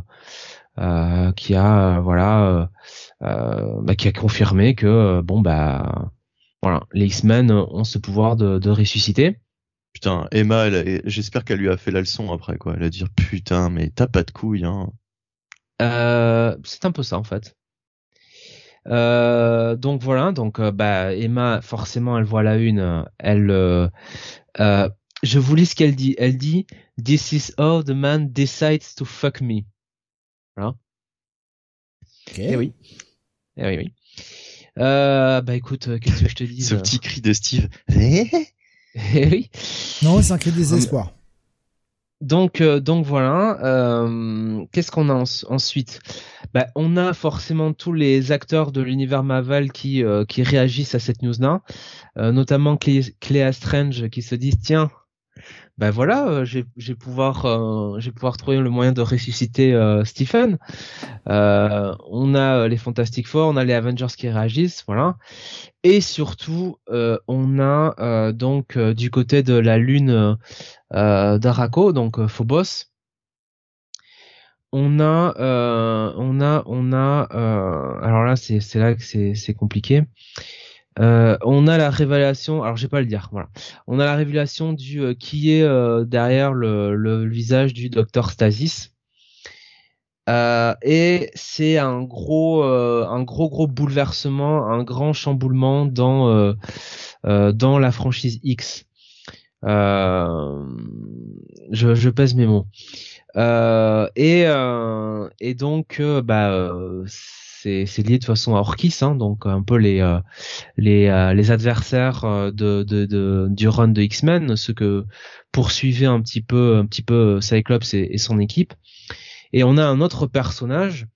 confirmé que voilà, les X-Men ont ce pouvoir de ressusciter. Putain, Emma, j'espère qu'elle lui a fait la leçon après, quoi. Elle a dit putain, mais t'as pas de couilles, hein. C'est un peu ça en fait. Donc voilà, Emma, forcément, elle voit la une. Je vous lis ce qu'elle dit. Elle dit "This is how the man decides to fuck me." Voilà. Okay. Et oui. Eh oui, oui. Bah écoute, qu'est-ce que je te dis? Ce petit cri de Steve. Eh oui. Non, c'est un cri de désespoir. Donc voilà. Qu'est-ce qu'on a ensuite? Bah, on a forcément tous les acteurs de l'univers Marvel qui réagissent à cette news-là, notamment Clea Strange qui se disent tiens. Ben voilà, je vais pouvoir trouver le moyen de ressusciter Stephen. On a les Fantastic Four, on a les Avengers qui réagissent, voilà. Et surtout, on a donc du côté de la lune d'Araco, donc Phobos. On a alors là c'est là que c'est compliqué. On a la révélation, alors je vais pas le dire, voilà. On a la révélation du qui est derrière le visage du docteur Stasis. Et c'est un gros bouleversement, un grand chamboulement dans la franchise X. Je pèse mes mots. Et donc c'est lié de façon à Orchis, hein, donc un peu les adversaires du run de X-Men, ceux que poursuivait un petit peu Cyclops et son équipe. Et on a un autre personnage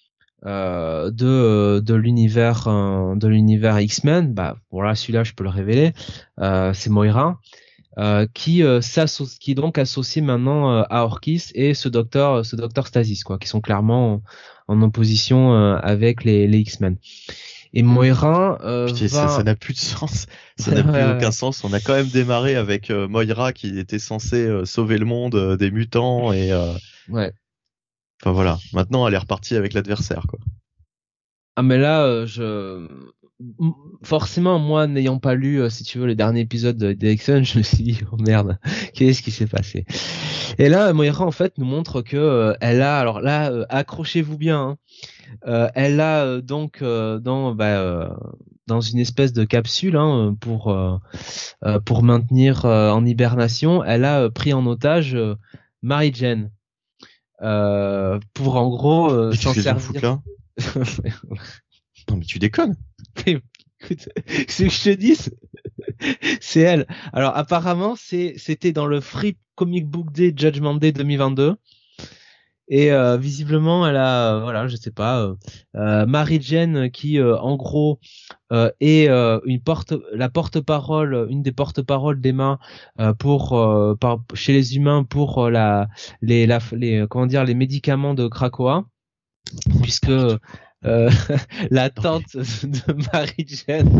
de l'univers X-Men. Bah voilà, celui-là je peux le révéler. C'est Moira. Qui est donc associé maintenant à Orchis et ce docteur Stasis, quoi, qui sont clairement en opposition avec les X-Men. Et Moira ça n'a plus de sens, ça n'a plus aucun sens. On a quand même démarré avec Moira qui était censée sauver le monde des mutants et ouais. Enfin voilà, maintenant elle est repartie avec l'adversaire, quoi. Ah mais là forcément, moi, n'ayant pas lu, si tu veux, les derniers épisodes des X-Men, je me suis dit, oh merde, qu'est-ce qui s'est passé? Et là, Moira, en fait, nous montre que elle a, alors là, accrochez-vous bien, hein, elle a donc dans une espèce de capsule, hein, pour maintenir en hibernation, elle a pris en otage Mary Jane, pour en gros s'en servir. Non mais tu déconnes. Écoute, ce que je te dis, c'est elle. Alors apparemment, c'était dans le Free Comic Book Day Judgment Day 2022. Et visiblement, elle a, voilà, je sais pas, Mary Jane qui, en gros, est la porte-parole, une des porte-paroles d'Emma chez les humains pour les médicaments de Krakoa, puisque la tante de Mary Jane.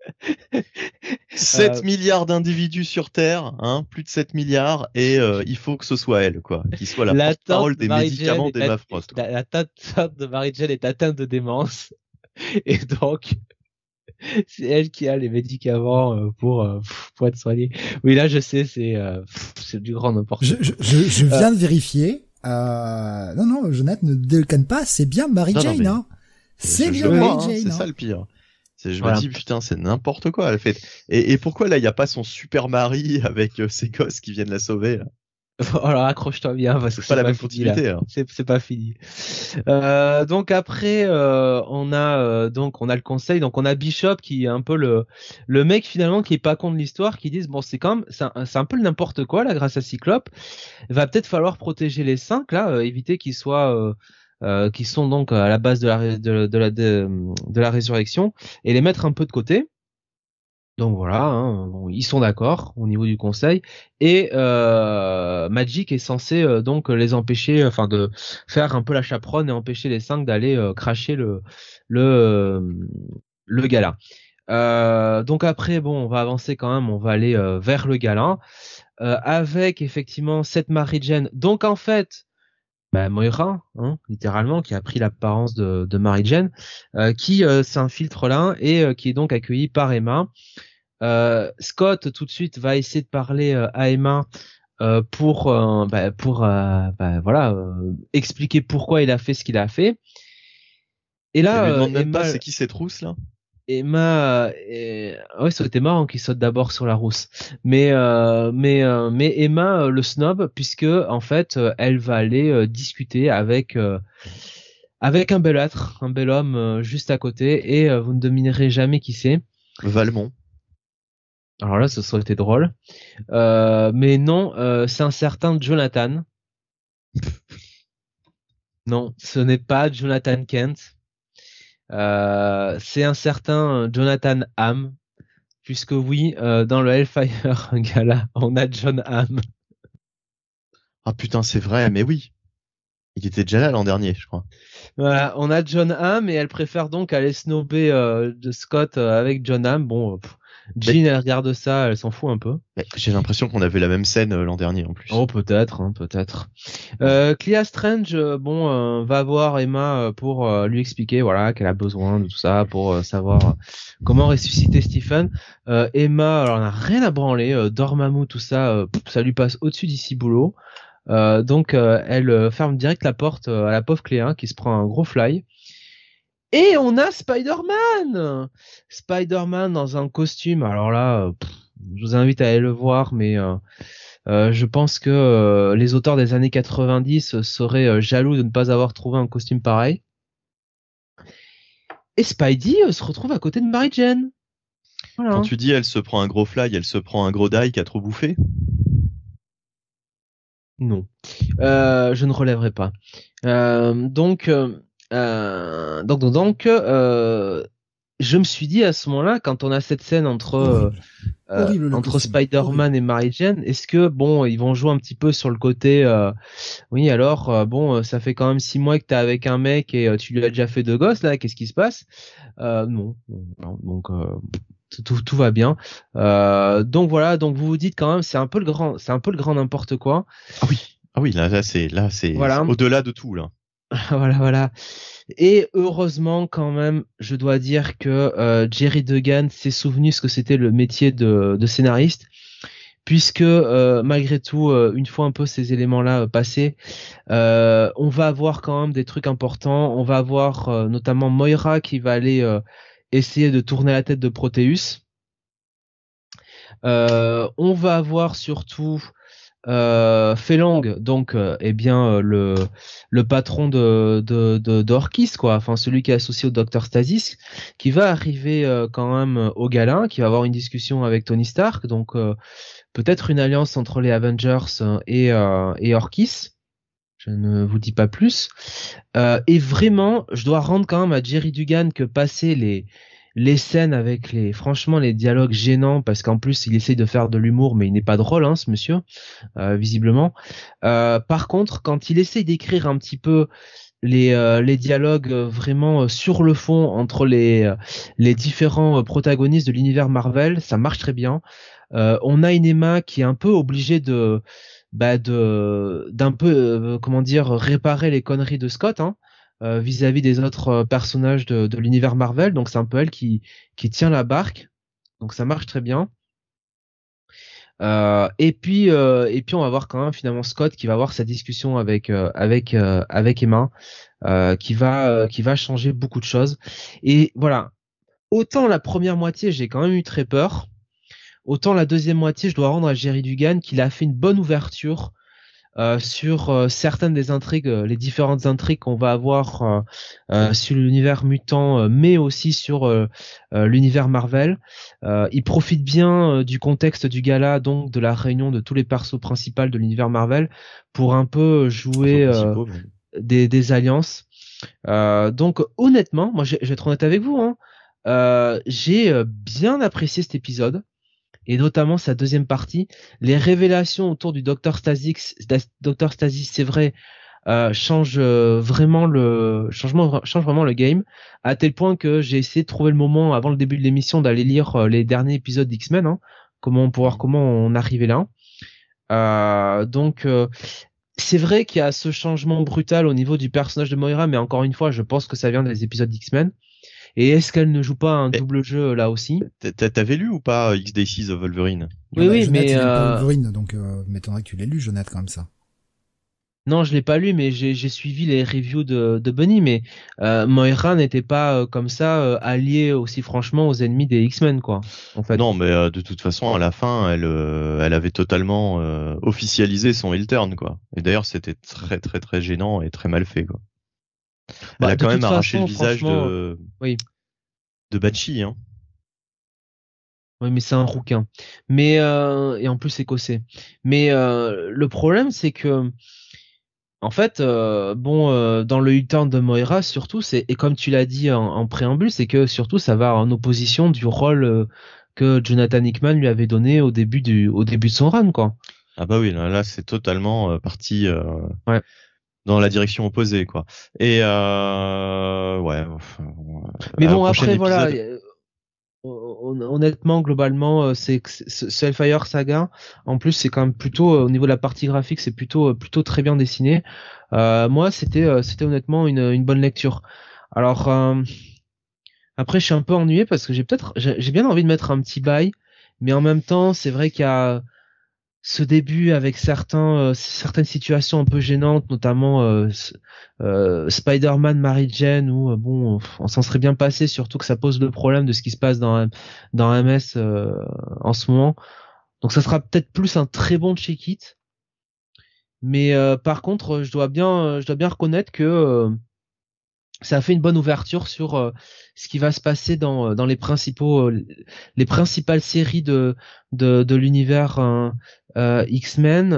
7 milliards d'individus sur Terre, hein, plus de 7 milliards, et il faut que ce soit elle, quoi, qui soit la porte-parole des médicaments d'Emma Frost. La tante de Mary Jane est atteinte de démence, et donc c'est elle qui a les médicaments pour être soignée. Oui, là je sais, c'est du grand n'importe quoi. Je viens de vérifier. Non, Jonathan, ne déconne pas, c'est bien Mary Jane, mais... hein. C'est bien Mary Jane. C'est ça le pire. Je me dis, putain, c'est n'importe quoi, elle fait. Et pourquoi là, il n'y a pas son super mari avec ses gosses qui viennent la sauver, là? Alors accroche-toi bien parce que c'est pas la même continuité. C'est pas fini. Donc après on a le conseil, donc on a Bishop qui est un peu le mec finalement qui est pas con de l'histoire, qui disent bon c'est un peu le n'importe quoi là grâce à Cyclope. Il va peut-être falloir protéger les 5 là, éviter qu'ils soient qui sont donc à la base de la résurrection et les mettre un peu de côté. Donc voilà, hein, bon, ils sont d'accord au niveau du conseil et Magic est censé donc les empêcher, enfin de faire un peu la chaperonne et empêcher les 5 d'aller cracher le gala. Donc après bon, on va avancer quand même, on va aller vers le gala avec effectivement cette Mary Jane. Donc en fait Moira, hein, littéralement, qui a pris l'apparence de Mary Jane, qui s'infiltre là et qui est donc accueilli par Emma. Scott tout de suite va essayer de parler à Emma pour expliquer pourquoi il a fait ce qu'il a fait. Et là, lui demande même pas c'est qui cette rousse là. Emma, ouais, ça aurait été marrant qu'il saute d'abord sur la rousse. Mais Emma le snob puisque en fait elle va aller discuter avec avec un bel être, un bel homme juste à côté, et vous ne devinerez jamais qui c'est. Valmont. Alors là, ce serait été drôle. Mais non, c'est un certain Jonathan. Non, ce n'est pas Jonathan Kent. C'est un certain Jonathan Hamm. Puisque oui, dans le Hellfire Gala, on a John Hamm. Ah putain, c'est vrai, mais oui. Il était déjà là l'an dernier, je crois. Voilà, on a John Hamm et elle préfère donc aller snobber de Scott avec John Hamm. Bon, Jean, elle regarde ça, elle s'en fout un peu. Mais j'ai l'impression qu'on avait la même scène l'an dernier en plus. Oh, peut-être, hein, peut-être. Clea Strange, va voir Emma pour lui expliquer, voilà, qu'elle a besoin de tout ça pour savoir comment ressusciter Stephen. Emma, alors, elle n'a rien à branler, Dormammu, tout ça, ça lui passe au-dessus d'ici boulot. Donc, elle ferme direct la porte à la pauvre Cléa qui se prend un gros fly. Et on a Spider-Man! Spider-Man dans un costume. Alors là, je vous invite à aller le voir, mais je pense que les auteurs des années 90 seraient jaloux de ne pas avoir trouvé un costume pareil. Et Spidey se retrouve à côté de Mary Jane. Voilà. Quand tu dis elle se prend un gros fly, elle se prend un gros die qui a trop bouffé? Non. Je ne relèverai pas. Donc, je me suis dit à ce moment-là, quand on a cette scène entre entre Spider-Man et Mary Jane, est-ce que bon, ils vont jouer un petit peu sur le côté oui, alors bon, ça fait quand même 6 mois que t'es avec un mec et tu lui as déjà fait 2 gosses là, qu'est-ce qui se passe? Non. Donc tout va bien. Donc voilà, donc vous vous dites quand même c'est un peu le grand n'importe quoi. Ah oui, là c'est voilà. Au-delà de tout là. Voilà. Et heureusement quand même, je dois dire que Jerry Duggan s'est souvenu ce que c'était le métier de scénariste, puisque malgré tout, une fois un peu ces éléments-là passés, on va avoir quand même des trucs importants. On va avoir notamment Moira qui va aller essayer de tourner la tête de Proteus. On va avoir surtout Felang, donc le patron d'Orkis, quoi, enfin celui qui est associé au Dr Stasis, qui va arriver quand même au gala, qui va avoir une discussion avec Tony Stark, donc peut-être une alliance entre les Avengers et Orkis. Je ne vous dis pas plus. Et vraiment, je dois rendre quand même à Jerry Duggan que passer les scènes avec franchement les dialogues gênants, parce qu'en plus il essaye de faire de l'humour, mais il n'est pas drôle, hein, ce monsieur, visiblement. Par contre, quand il essaye d'écrire un petit peu les dialogues vraiment sur le fond entre les différents protagonistes de l'univers Marvel, ça marche très bien. On a une Emma qui est un peu obligée d'un peu comment dire, réparer les conneries de Scott, hein, vis-à-vis des autres personnages de l'univers Marvel. Donc c'est un peu elle qui tient la barque. Donc ça marche très bien. Et puis on va voir quand même finalement Scott qui va avoir sa discussion avec Emma, qui va changer beaucoup de choses. Et voilà. Autant la première moitié, j'ai quand même eu très peur. Autant la deuxième moitié, je dois rendre à Jerry Duggan qu'il a fait une bonne ouverture sur certaines des intrigues, les différentes intrigues qu'on va avoir sur l'univers mutant, mais aussi sur l'univers Marvel. Il profite bien du contexte du gala, donc de la réunion de tous les persos principaux de l'univers Marvel, pour un peu jouer des alliances. Donc honnêtement, moi je vais être honnête avec vous, hein, j'ai bien apprécié cet épisode, et notamment sa deuxième partie. Les révélations autour du Dr Stasis, c'est vrai, change vraiment le game, à tel point que j'ai essayé de trouver le moment avant le début de l'émission d'aller lire les derniers épisodes d'X-Men, hein, comment on arrivait là. Donc c'est vrai qu'il y a ce changement brutal au niveau du personnage de Moira, mais encore une fois, je pense que ça vient des épisodes d'X-Men. Et est-ce qu'elle ne joue pas un double jeu là aussi? T'avais lu ou pas X-Days of Wolverine? Oui, Jonathan, mais il aime pas Wolverine, donc m'étonnerait que tu l'aies lu, Jonathan, quand même ça. Non, je l'ai pas lu, mais j'ai suivi les reviews de Bunny, mais Moira n'était pas comme ça alliée aussi franchement aux ennemis des X-Men, quoi. En fait. Non, mais de toute façon, à la fin, elle avait totalement officialisé son heel turn, quoi. Et d'ailleurs, c'était très très très gênant et très mal fait, quoi. Elle a de quand même toute arraché façon, le visage franchement, oui. de Bachi, hein. Oui, mais c'est un rouquin. Mais et en plus écossais. Mais le problème, c'est que en fait, dans le U-turn de Moira, surtout, et comme tu l'as dit en préambule, c'est que surtout ça va en opposition du rôle que Jonathan Hickman lui avait donné au début de son run, quoi. Ah bah oui, là c'est totalement parti Ouais. dans la direction opposée, quoi. Et ouais, Mais au bon, prochain après, voilà. épisode. Honnêtement, globalement, c'est que ce Hellfire Saga. En plus, c'est quand même plutôt au niveau de la partie graphique, c'est plutôt très bien dessiné. Moi, c'était honnêtement une bonne lecture. Alors après, je suis un peu ennuyé parce que j'ai bien envie de mettre un petit bail, mais en même temps, c'est vrai qu'il y a ce début avec certaines situations un peu gênantes, notamment Spider-Man Mary Jane, où bon, on s'en serait bien passé, surtout que ça pose le problème de ce qui se passe dans MS en ce moment. Donc ça sera peut-être plus un très bon check-it, mais par contre, je dois bien reconnaître que ça a fait une bonne ouverture sur ce qui va se passer dans les principales séries de l'univers X-Men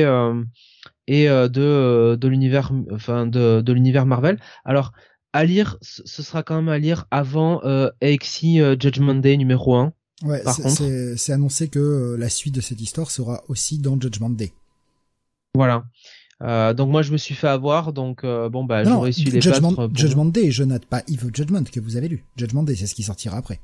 et de l'univers de l'univers Marvel. Alors à lire, ce sera quand même à lire avant AXI Judgment Day numéro 1. Ouais, Par contre, c'est annoncé que la suite de cette histoire sera aussi dans Judgment Day. voilà. Donc moi je me suis fait avoir, donc bon bah Non, j'aurais su les battre. Judgment Day, je note pas Evil Judgment que vous avez lu. Judgment Day, c'est ce qui sortira après.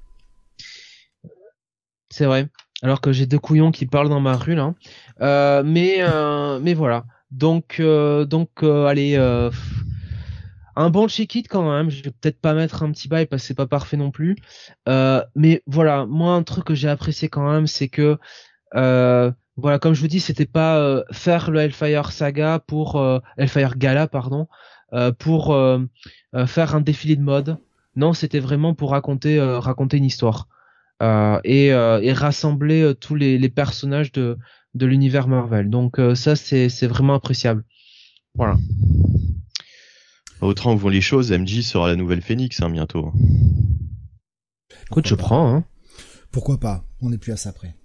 C'est vrai. Alors que j'ai deux couillons qui parlent dans ma rue là. Mais voilà. Donc allez, un bon check-it quand même. Je vais peut-être pas mettre un petit bail parce que c'est pas parfait non plus. Mais voilà, moi un truc que j'ai apprécié quand même, c'est que voilà, comme je vous dis, c'était pas faire le Hellfire Saga pour Hellfire Gala, pardon, pour faire un défilé de mode. Non, c'était vraiment pour raconter une histoire et rassembler tous les personnages de l'univers Marvel. Donc ça, c'est vraiment appréciable. Voilà. Autrement vont les choses, MJ sera la nouvelle Phoenix, hein, bientôt. Écoute, je prends. Hein. Pourquoi pas? On n'est plus à ça près.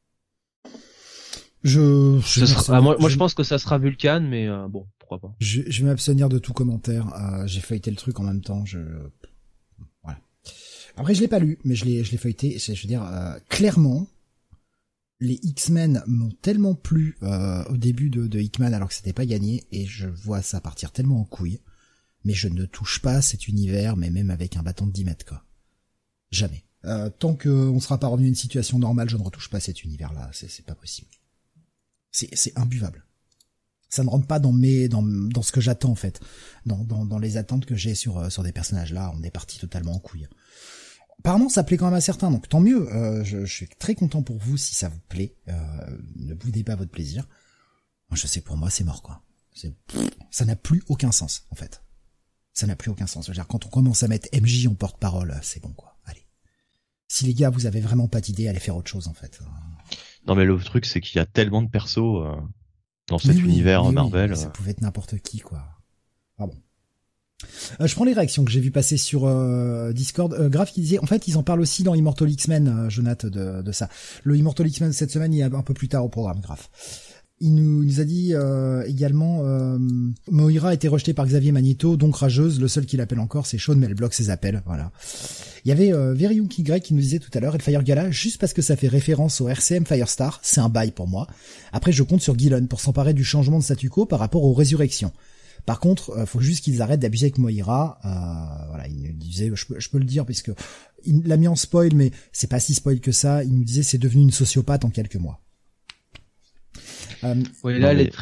Moi, je pense que ça sera Vulcan, mais bon, pourquoi pas. Je vais m'abstenir de tout commentaire. J'ai feuilleté le truc en même temps. Voilà. Après, je l'ai pas lu, mais je l'ai feuilleté. Je veux dire, clairement, les X-Men m'ont tellement plu au début de Hickman, alors que c'était pas gagné, et je vois ça partir tellement en couille. Mais je ne touche pas cet univers, mais même avec un bâton de 10 mètres, quoi. Jamais. Tant qu'on sera pas revenu à une situation normale, je ne retouche pas cet univers-là. C'est pas possible. C'est imbuvable. Ça ne rentre pas dans ce que j'attends, en fait. Dans les attentes que j'ai sur des personnages. Là, on est parti totalement en couille. Apparemment, ça plaît quand même à certains, donc tant mieux. Je suis très content pour vous si ça vous plaît. Ne boudez pas votre plaisir. Moi, je sais, pour moi, c'est mort, quoi. Ça n'a plus aucun sens, en fait. Ça n'a plus aucun sens. Je veux dire, quand on commence à mettre MJ en porte-parole, c'est bon, quoi. Allez. Si les gars, vous avez vraiment pas d'idée, allez faire autre chose, en fait. Non, mais le truc, c'est qu'il y a tellement de persos dans cet univers Marvel. Ça pouvait être n'importe qui, quoi. Ah bon. Je prends les réactions que j'ai vu passer sur Discord. Graf qui disait, en fait, ils en parlent aussi dans Immortal X-Men, Jonathan, de ça. Le Immortal X-Men cette semaine, il y a un peu plus tard au programme, Graf. Il nous a dit également, Moira a été rejetée par Xavier Magneto, donc rageuse. Le seul qui l'appelle encore, c'est Sean, mais elle bloque ses appels. Voilà. Il y avait Veriuk Y qui nous disait tout à l'heure, Hellfire Gala, juste parce que ça fait référence au RCM Firestar, c'est un bail pour moi. Après, je compte sur Gillen pour s'emparer du changement de statu quo par rapport aux résurrections. Par contre, faut juste qu'ils arrêtent d'abuser avec Moira. Voilà, il nous disait, je peux le dire parce que il l'a mis en spoil, mais c'est pas si spoil que ça. Il nous disait, c'est devenu une sociopathe en quelques mois. Oui, là, elle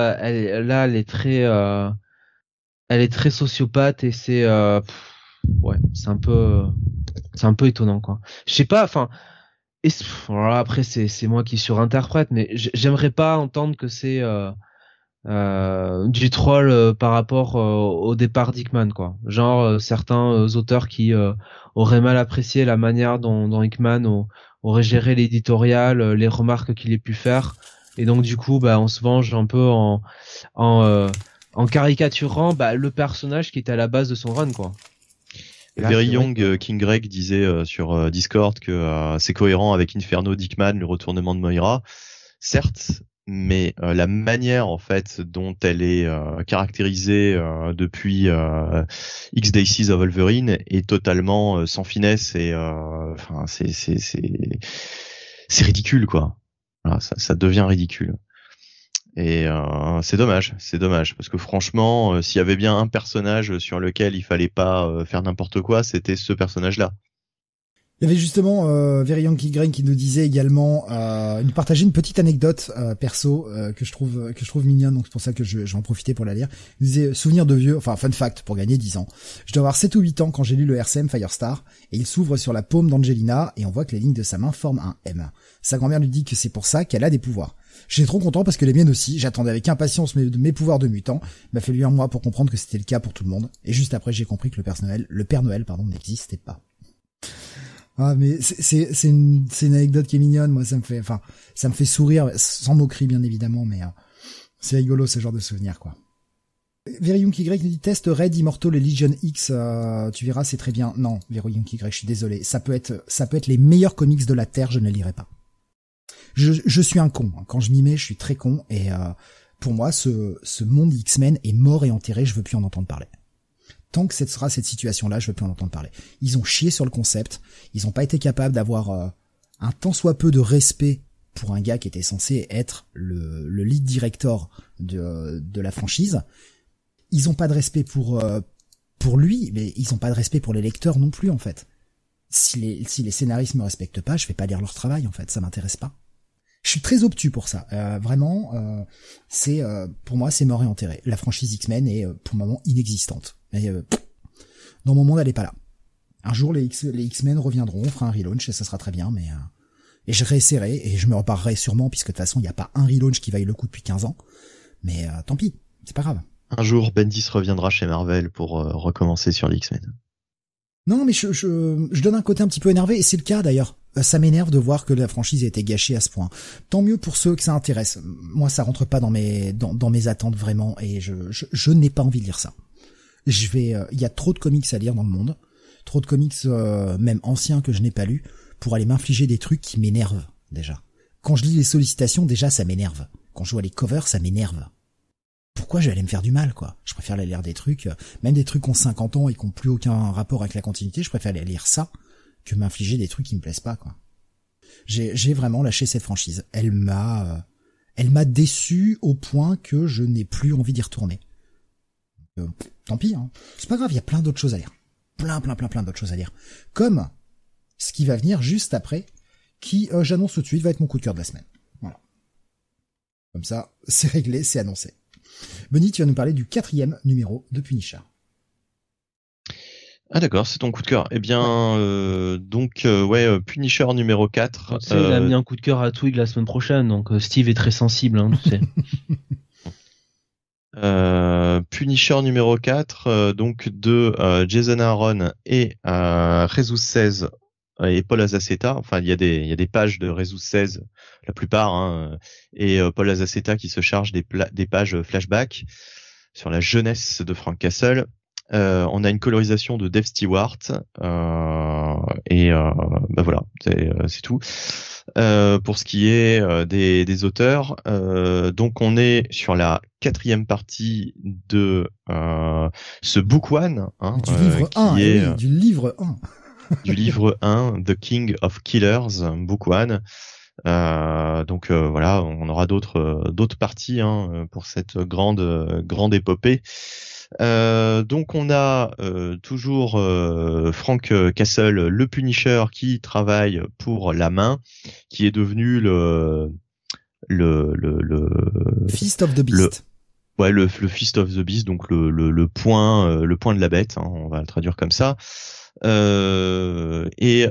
est très sociopathe et ouais, c'est un peu étonnant, quoi. Je sais pas, enfin, voilà, après c'est moi qui surinterprète, mais j'aimerais pas entendre que c'est du troll par rapport au départ d'Hickman, quoi. Genre certains auteurs qui auraient mal apprécié la manière dont Hickman aurait géré l'éditorial, les remarques qu'il ait pu faire. Et donc du coup, bah, on se venge un peu en en caricaturant le personnage qui était à la base de son run, quoi. Là, Very c'est vrai Young King Greg disait sur Discord que c'est cohérent avec Inferno, Dickman, le retournement de Moira. Certes, mais la manière en fait dont elle est caractérisée depuis X Days of Wolverine est totalement sans finesse et enfin c'est ridicule quoi. Voilà, ça devient ridicule. Et c'est dommage parce que franchement, s'il y avait bien un personnage sur lequel il fallait pas faire n'importe quoi, c'était ce personnage-là. Il y avait justement Very Young King Greg qui nous disait également nous partageait une petite anecdote perso que je trouve mignonne, donc c'est pour ça que je vais en profiter pour la lire. Il disait souvenir de vieux, enfin fun fact pour gagner 10 ans. Je dois avoir 7 ou 8 ans quand j'ai lu le RCM Firestar et il s'ouvre sur la paume d'Angelina et on voit que les lignes de sa main forment un M. Sa grand-mère lui dit que c'est pour ça qu'elle a des pouvoirs. J'étais trop content parce que les miennes aussi, j'attendais avec impatience mes pouvoirs de mutant. Il m'a fallu un mois pour comprendre que c'était le cas pour tout le monde et juste après j'ai compris que le Père Noël n'existait pas. Ah mais c'est une anecdote qui est mignonne, moi ça me fait sourire sans moquerie bien évidemment, mais c'est rigolo ce genre de souvenir quoi. Very Young Y nous dit test Red Immortal et Legion X, tu verras c'est très bien. Non, Very Young Y, je suis désolé, ça peut être les meilleurs comics de la Terre, je ne lirai pas. Je suis un con, quand je m'y mets, je suis très con et pour moi ce monde X-Men est mort et enterré, je veux plus en entendre parler. Tant que sera cette situation-là, je veux plus en entendre parler. Ils ont chié sur le concept, ils ont pas été capables d'avoir un tant soit peu de respect pour un gars qui était censé être le lead director de la franchise. Ils ont pas de respect pour lui, mais ils ont pas de respect pour les lecteurs non plus en fait. Si les scénaristes me respectent pas, je vais pas lire leur travail en fait, ça m'intéresse pas. Je suis très obtus pour ça. Vraiment, c'est pour moi c'est mort et enterré. La franchise X-Men est pour le moment inexistante. Et, dans mon monde, elle est pas là. Un jour, les X-Men reviendront, on fera un relaunch et ça sera très bien, mais et je réessayerai et je me reparerai sûrement puisque de toute façon, il n'y a pas un relaunch qui vaille le coup depuis 15 ans. Mais tant pis, c'est pas grave. Un jour, Bendis reviendra chez Marvel pour recommencer sur les X-Men. Non, mais je donne un côté un petit peu énervé et c'est le cas d'ailleurs. Ça m'énerve de voir que la franchise a été gâchée à ce point. Tant mieux pour ceux que ça intéresse. Moi, ça rentre pas dans mes attentes vraiment et je n'ai pas envie de lire ça. Il y a trop de comics à lire dans le monde, trop de comics même anciens que je n'ai pas lus pour aller m'infliger des trucs qui m'énervent déjà. Quand je lis les sollicitations, déjà ça m'énerve. Quand je vois les covers, ça m'énerve. Pourquoi je vais aller me faire du mal quoi? Je préfère aller lire des trucs, même des trucs qui ont 50 ans et qui ont plus aucun rapport avec la continuité, je préfère aller lire ça que m'infliger des trucs qui me plaisent pas quoi. J'ai vraiment lâché cette franchise. Elle m'a déçu au point que je n'ai plus envie d'y retourner. Tant pis, hein. C'est pas grave, il y a plein d'autres choses à lire. Plein d'autres choses à lire. Comme ce qui va venir juste après, qui, j'annonce tout de suite, va être mon coup de cœur de la semaine. Voilà. Comme ça, c'est réglé, c'est annoncé. Benny, tu vas nous parler du 4e numéro de Punisher. Ah d'accord, c'est ton coup de cœur. Eh bien, Punisher numéro 4. Tu sais, il a mis un coup de cœur à Twig la semaine prochaine, donc Steve est très sensible, hein, tu sais. Punisher numéro 4, donc de Jason Aaron et Jesus 16 et Paul Azaceta. Enfin, il y a des pages de Jesus 16, la plupart, hein, et Paul Azaceta qui se charge des pages flashback sur la jeunesse de Frank Castle. On a une colorisation de Dave Stewart et voilà, c'est tout. Pour ce qui est des auteurs, donc on est sur la 4e partie de ce book one, hein, du livre 1, du livre 1. Du livre 1, The King of Killers, book one. Voilà, on aura d'autres parties hein, pour cette grande épopée. Donc on a toujours Frank Castle, le Punisher, qui travaille pour la main, qui est devenu le Fist of the Beast. Le Fist of the Beast, donc le point de la bête, hein, on va le traduire comme ça. Qui est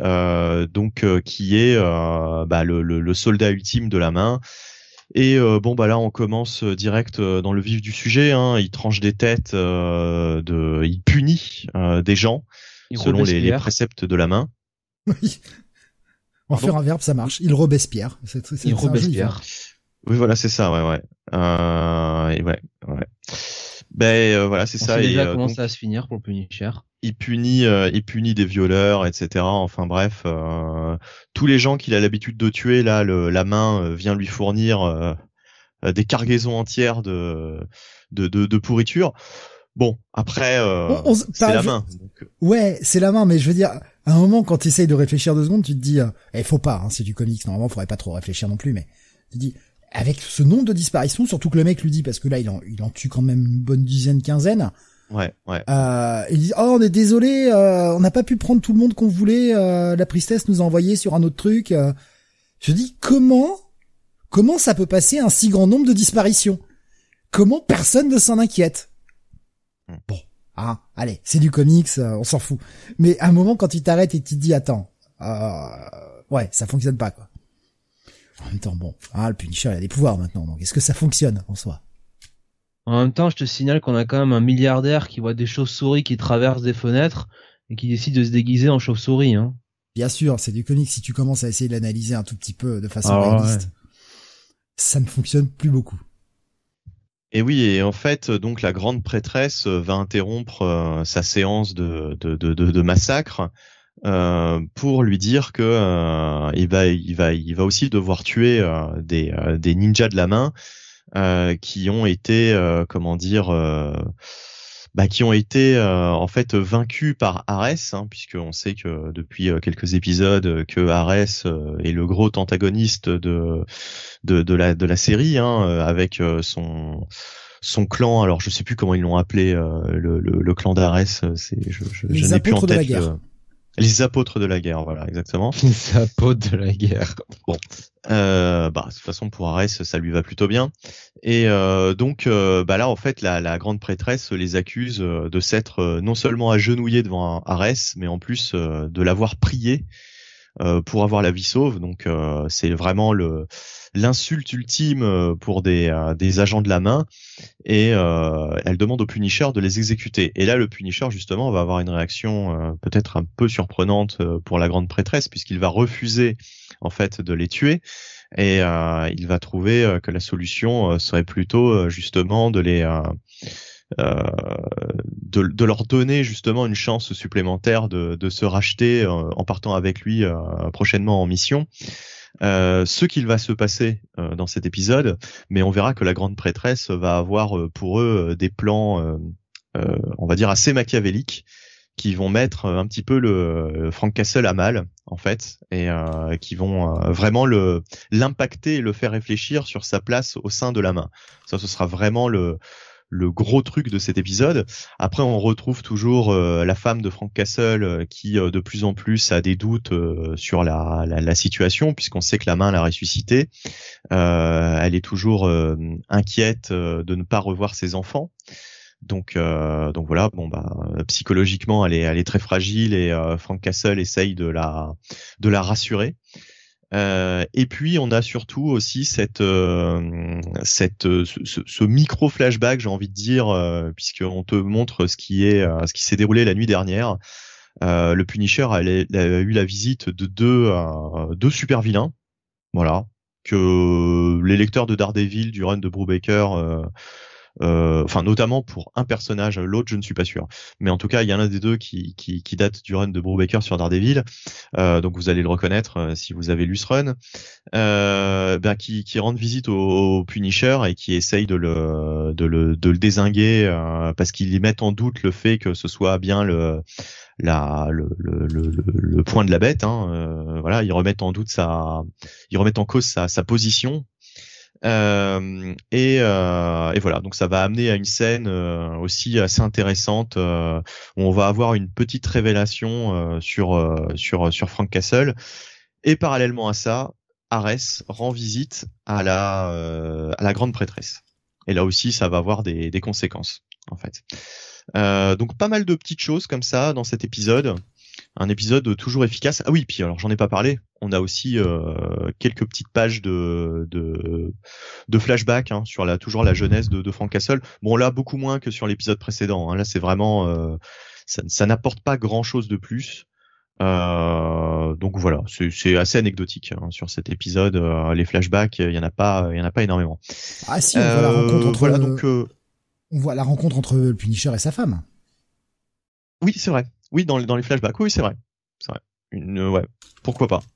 le soldat ultime de la main. Et là on commence direct dans le vif du sujet, hein. Il tranche des têtes, il punit des gens selon les préceptes de la main. Oui. En faire un verbe ça marche. Il Robespierre. Il Robespierre. Oui voilà c'est ça ouais. Voilà, c'est On ça. sait Et déjà comment donc, ça va se finir pour le Punisher. il punit des violeurs, etc. Enfin bref, tous les gens qu'il a l'habitude de tuer, là, la main vient lui fournir des cargaisons entières de pourriture. Bon, après, c'est la main. Donc, Ouais, c'est la main, mais je veux dire, à un moment, quand tu essayes de réfléchir 2 secondes, tu te dis, faut pas, hein, c'est du comics, normalement, faudrait pas trop réfléchir non plus, mais tu te dis, avec ce nombre de disparitions, surtout que le mec lui dit, parce que là, il en tue quand même une bonne dizaine, quinzaine. ouais. Il dit, oh, on est désolé, on n'a pas pu prendre tout le monde qu'on voulait, la priestesse nous a envoyé sur un autre truc. Je dis, comment ça peut passer un si grand nombre de disparitions? Comment personne ne s'en inquiète? Bon, hein, allez, c'est du comics, on s'en fout. Mais à un moment, quand tu t'arrêtes et que tu te dis, attends, ouais, ça fonctionne pas, quoi. En même temps, bon, le Punisher, il a des pouvoirs maintenant, donc est-ce que ça fonctionne en soi? En même temps, je te signale qu'on a quand même un milliardaire qui voit des chauves-souris qui traversent des fenêtres et qui décide de se déguiser en chauve-souris, hein. Bien sûr, c'est du comics, si tu commences à essayer de l'analyser un tout petit peu de façon réaliste, ça ne fonctionne plus beaucoup. Et oui, et en fait, donc la grande prêtresse va interrompre sa séance de massacre pour lui dire que il va aussi devoir tuer des ninjas de la main qui ont été qui ont été en fait vaincus par Arès, hein, puisqu'on sait que depuis quelques épisodes que Arès est le gros antagoniste de la série, hein, avec son clan. Alors je sais plus comment ils l'ont appelé, le clan d'Arès. Je n'ai plus en tête. De la guerre. Les apôtres de la guerre, voilà, exactement. Les apôtres de la guerre. Bon, de toute façon pour Arès, ça lui va plutôt bien. Et donc là, en fait, la grande prêtresse les accuse de s'être non seulement agenouillés devant Arès, mais en plus de l'avoir prié pour avoir la vie sauve. Donc c'est vraiment l'insulte ultime pour des agents de la main, et elle demande au Punisher de les exécuter. Et là, le Punisher justement va avoir une réaction peut-être un peu surprenante pour la grande prêtresse, puisqu'il va refuser en fait de les tuer, et il va trouver que la solution serait plutôt justement de les de leur donner justement une chance supplémentaire de se racheter en partant avec lui prochainement en mission. Ce qu'il va se passer dans cet épisode, mais on verra que la grande prêtresse va avoir pour eux des plans on va dire assez machiavéliques, qui vont mettre un petit peu le Frank Castle à mal en fait, et qui vont vraiment l'impacter et le faire réfléchir sur sa place au sein de la main. Ça, ce sera vraiment le gros truc de cet épisode. Après, on retrouve toujours la femme de Frank Castle qui de plus en plus a des doutes sur la situation, puisqu'on sait que la main l'a ressuscité. Elle est toujours inquiète de ne pas revoir ses enfants. Donc voilà, psychologiquement elle est très fragile, et Frank Castle essaye de la rassurer. Et puis on a surtout aussi ce micro flashback, j'ai envie de dire, puisqu'on te montre ce qui s'est déroulé la nuit dernière. Le Punisher a eu la visite de deux super vilains, voilà, que les lecteurs de Daredevil du run de Brubaker notamment pour un personnage, l'autre je ne suis pas sûr, mais en tout cas il y en a un des deux qui date du run de Brubaker sur Daredevil, donc vous allez le reconnaître si vous avez lu ce run, qui rend visite au Punisher et qui essaye de le dézinguer, parce qu'ils y mettent en doute le fait que ce soit bien le point de la bête, hein, voilà, ils remettent en cause sa position. Et voilà, donc ça va amener à une scène aussi assez intéressante, où on va avoir une petite révélation sur Frank Castle, et parallèlement à ça, Arès rend visite à la grande prêtresse, et là aussi ça va avoir des conséquences en fait. Donc pas mal de petites choses comme ça dans cet épisode. Un épisode toujours efficace. Ah oui, puis alors j'en ai pas parlé. On a aussi quelques petites pages de flashback, hein, sur toujours la jeunesse de Frank Castle. Bon, là beaucoup moins que sur l'épisode précédent, hein. Là c'est vraiment ça n'apporte pas grand chose de plus. Donc voilà, c'est assez anecdotique, hein, sur cet épisode. Les flashbacks, il y en a pas énormément. Ah si, on voit la rencontre entre On voit la rencontre entre le Punisher et sa femme. Oui, c'est vrai. Oui, dans les flashbacks. Oui, c'est vrai. C'est vrai. Ouais. Pourquoi pas.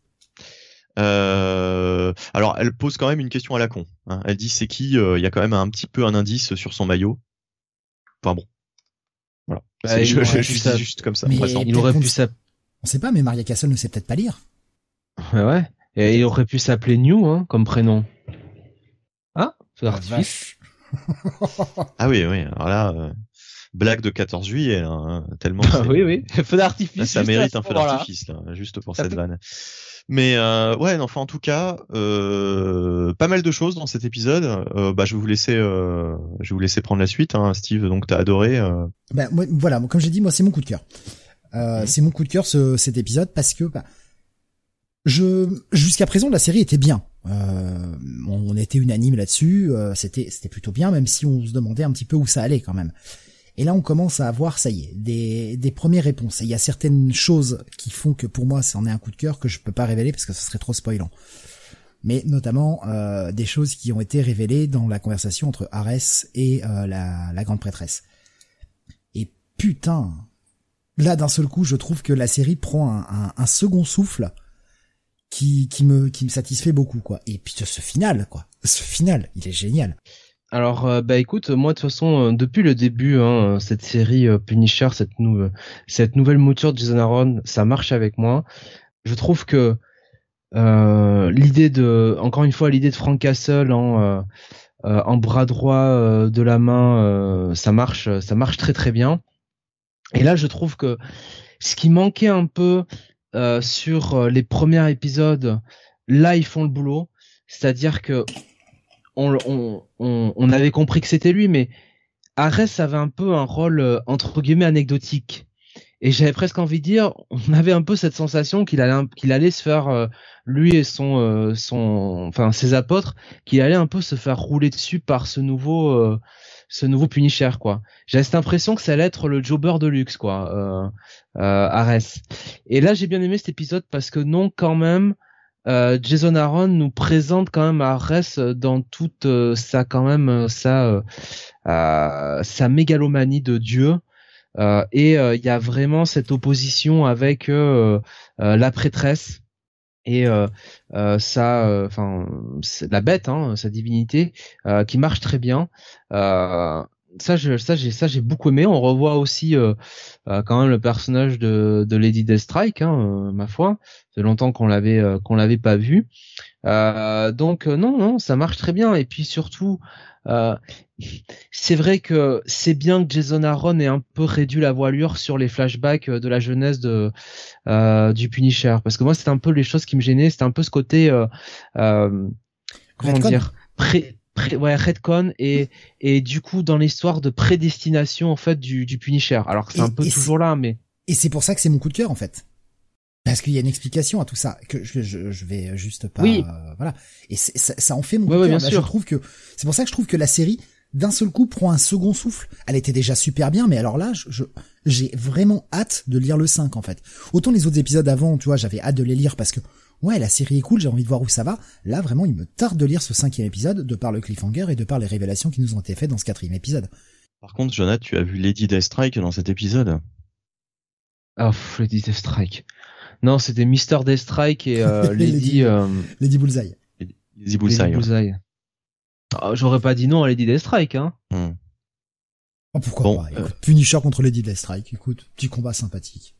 Alors, elle pose quand même une question à la con. Hein. Elle dit c'est qui. Il y a quand même un petit peu un indice sur son maillot. Enfin bon. Voilà. Bah, Je dis juste comme ça. Mais il aurait pu s'appeler. On sait pas, mais Maria Castle ne sait peut-être pas lire. Ouais. Et il aurait pu s'appeler New, hein, comme prénom. Ah, feu d'artifice. Ah oui. Alors là, blague de 14 juillet, hein, tellement. Oui. Feu d'artifice. Là, ça mérite un feu d'artifice, là, juste pour cette vanne. Mais ouais, enfin en tout cas, pas mal de choses dans cet épisode. Je vais vous laisser prendre la suite. Hein, Steve, donc t'as adoré. Moi, voilà, comme j'ai dit, moi c'est mon coup de cœur. C'est mon coup de cœur cet épisode parce que jusqu'à présent la série était bien. On était unanime là-dessus. C'était plutôt bien, même si on se demandait un petit peu où ça allait quand même. Et là, on commence à avoir, ça y est, des premières réponses. Et il y a certaines choses qui font que pour moi, c'en est un coup de cœur que je peux pas révéler parce que ce serait trop spoilant. Mais notamment des choses qui ont été révélées dans la conversation entre Arès et la grande prêtresse. Et putain, là d'un seul coup, je trouve que la série prend un second souffle qui me satisfait beaucoup, quoi. Et puis ce final, il est génial. Alors, écoute, moi de toute façon, depuis le début, hein, cette série Punisher, cette nouvelle mouture de Jason Aaron, ça marche avec moi. Je trouve que l'idée de Frank Castle en bras droit de la main, ça marche très très bien. Et là, je trouve que ce qui manquait un peu sur les premiers épisodes, là ils font le boulot, c'est-à-dire que on avait compris que c'était lui, mais Arès avait un peu un rôle entre guillemets anecdotique. Et j'avais presque envie de dire, on avait un peu cette sensation qu'il allait se faire lui et ses apôtres, qu'il allait un peu se faire rouler dessus par ce nouveau Punisher, quoi. J'avais cette impression que ça allait être le jobber de luxe, quoi, Arès. Et là, j'ai bien aimé cet épisode parce que non, quand même. Jason Aaron nous présente quand même Arès dans toute sa mégalomanie de Dieu, et il y a vraiment cette opposition avec la prêtresse et la bête, hein, sa divinité, qui marche très bien. Ça j'ai beaucoup aimé. On revoit aussi quand même le personnage de Lady Deathstrike, hein, ma foi. Ça fait longtemps qu'on l'avait pas vu. Donc non, ça marche très bien. Et puis surtout, c'est vrai que c'est bien que Jason Aaron ait un peu réduit la voilure sur les flashbacks de la jeunesse du Punisher, parce que moi c'était un peu les choses qui me gênaient. C'était un peu ce côté retcon et du coup dans l'histoire de prédestination en fait du Punisher. Alors c'est un peu toujours là, mais et c'est pour ça que c'est mon coup de cœur en fait. Parce qu'il y a une explication à tout ça que je vais juste pas voilà, et ça en fait mon coup de cœur. Là, je trouve que c'est pour ça que je trouve que la série d'un seul coup prend un second souffle. Elle était déjà super bien, mais alors là j'ai vraiment hâte de lire le 5 en fait. Autant les autres épisodes avant, tu vois, j'avais hâte de les lire parce que ouais, la série est cool, j'ai envie de voir où ça va. Là, vraiment, il me tarde de lire ce 5e épisode, de par le cliffhanger et de par les révélations qui nous ont été faites dans ce 4e épisode. Par contre, Jonathan, tu as vu Lady Deathstrike dans cet épisode? Lady Deathstrike. Non, c'était Mr. Deathstrike et Lady Bullseye. Lady Bullseye. Oh, j'aurais pas dit non à Lady Deathstrike, hein. Oh, pourquoi pas. Écoute, Punisher contre Lady Deathstrike. Écoute, petit combat sympathique.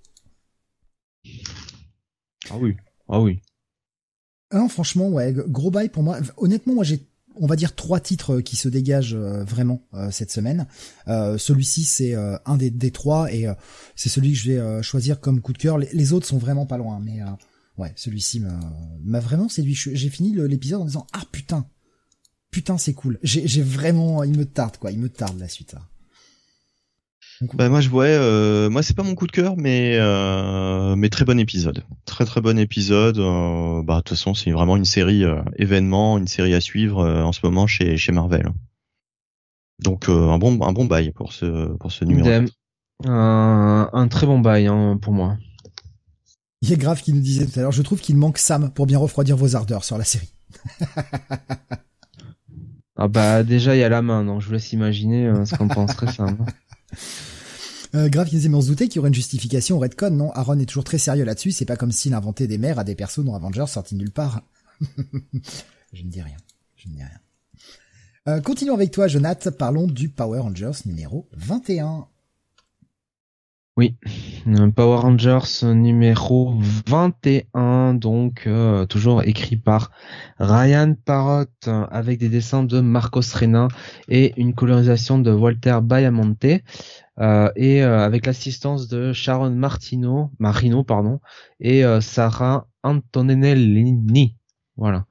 Ah oui. Non, franchement, ouais, gros bail pour moi. Honnêtement, moi j'ai, on va dire 3 titres qui se dégagent vraiment cette semaine. Celui-ci c'est un des 3 et c'est celui que je vais choisir comme coup de cœur. Les autres sont vraiment pas loin, mais ouais, celui-ci m'a vraiment séduit. J'ai fini l'épisode en disant ah putain c'est cool. J'ai vraiment, il me tarde la suite là. Donc, moi moi c'est pas mon coup de cœur, mais très bon épisode, très bon épisode. De toute façon c'est vraiment une série événement, une série à suivre en ce moment chez Marvel. Donc un bon bail pour ce numéro. Un très bon bail pour moi. Il y a Grave qui nous disait tout à l'heure, je trouve qu'il manque Sam pour bien refroidir vos ardeurs sur la série. Ah bah déjà il y a la main, donc je vous laisse imaginer ce qu'en penserait ça. Grave qui disait, mais on se doutait qu'il y aurait une justification au Redcon, non? Aaron est toujours très sérieux là-dessus, c'est pas comme s'il inventait des mères à des persos non Avengers sortis de nulle part. Je ne dis rien. Continuons avec toi, Jonath, parlons du Power Rangers numéro 21. Oui, Power Rangers numéro 21, donc toujours écrit par Ryan Parrott avec des dessins de Marcos Reina et une colorisation de Walter Baiamonte et avec l'assistance de Sharon Marino et Sarah Antonellini. Voilà.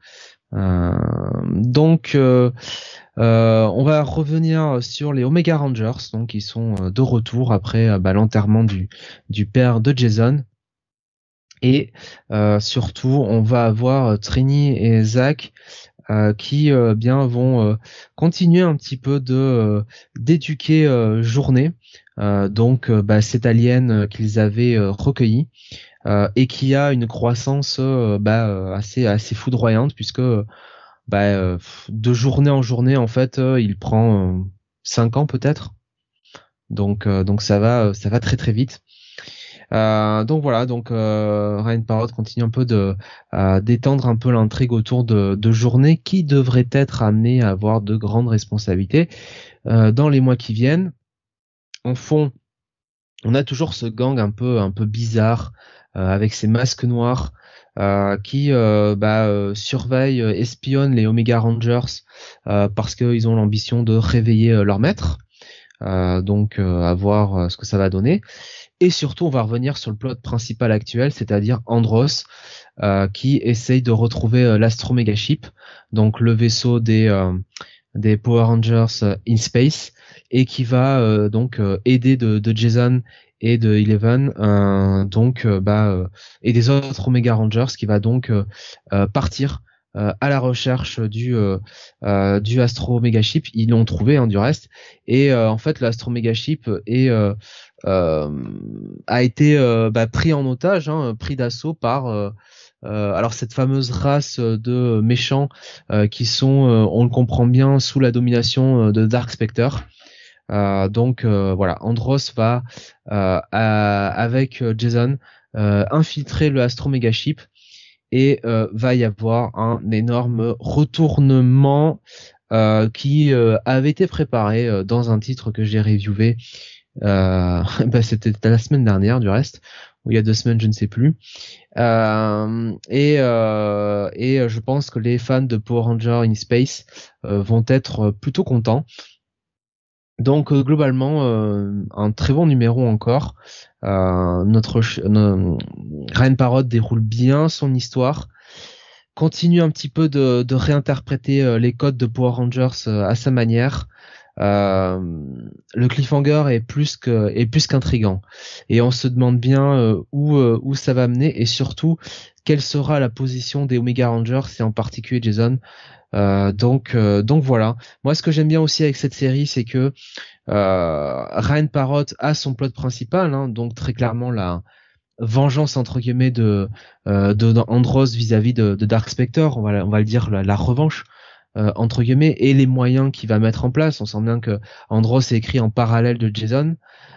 Donc on va revenir sur les Omega Rangers, donc ils sont de retour après l'enterrement du père de Jason. Et surtout, on va avoir Trini et Zach qui bien vont continuer un petit peu de d'éduquer Journée, donc cette alien qu'ils avaient recueillie et qui a une croissance assez foudroyante puisque de journée en journée en fait il prend 5 ans peut-être, donc ça va très très vite. Donc voilà, Ryan Parrott continue un peu de d'étendre un peu l'intrigue autour de Journée qui devrait être amené à avoir de grandes responsabilités dans les mois qui viennent. En fond, on a toujours ce gang un peu bizarre avec ses masques noirs qui surveillent, espionnent les Omega Rangers parce qu'ils ont l'ambition de réveiller leur maître. À voir ce que ça va donner. Et surtout, on va revenir sur le plot principal actuel, c'est-à-dire Andros, qui essaye de retrouver l'Astro Megaship, donc le vaisseau des Power Rangers in Space, et qui va aider de Jason et de Eleven, et des autres Omega Rangers, qui va donc partir à la recherche du Astro Megaship. Ils l'ont trouvé du reste, et en fait l'Astro Megaship a été pris en otage, pris d'assaut par alors cette fameuse race de méchants qui sont, on le comprend bien, sous la domination de Dark Spectre. Voilà, Andros va avec Jason infiltrer le Astro Megaship et va y avoir un énorme retournement qui avait été préparé dans un titre que j'ai reviewé. C'était la semaine dernière du reste, ou il y a 2 semaines, je ne sais plus. Je pense que les fans de Power Rangers in Space vont être plutôt contents. Donc globalement, un très bon numéro encore. Ryan Parrott déroule bien son histoire, continue un petit peu de réinterpréter les codes de Power Rangers à sa manière. Le cliffhanger est plus qu'intriguant, et on se demande bien où ça va mener, et surtout quelle sera la position des Omega Rangers et en particulier Jason. Donc voilà. Moi, ce que j'aime bien aussi avec cette série, c'est que Ryan Parrott a son plot principal, donc très clairement la vengeance entre guillemets de Andros vis-à-vis de Dark Spectre. On va le dire, la revanche. Entre guillemets, et les moyens qu'il va mettre en place. On sent bien que Andros est écrit en parallèle de Jason.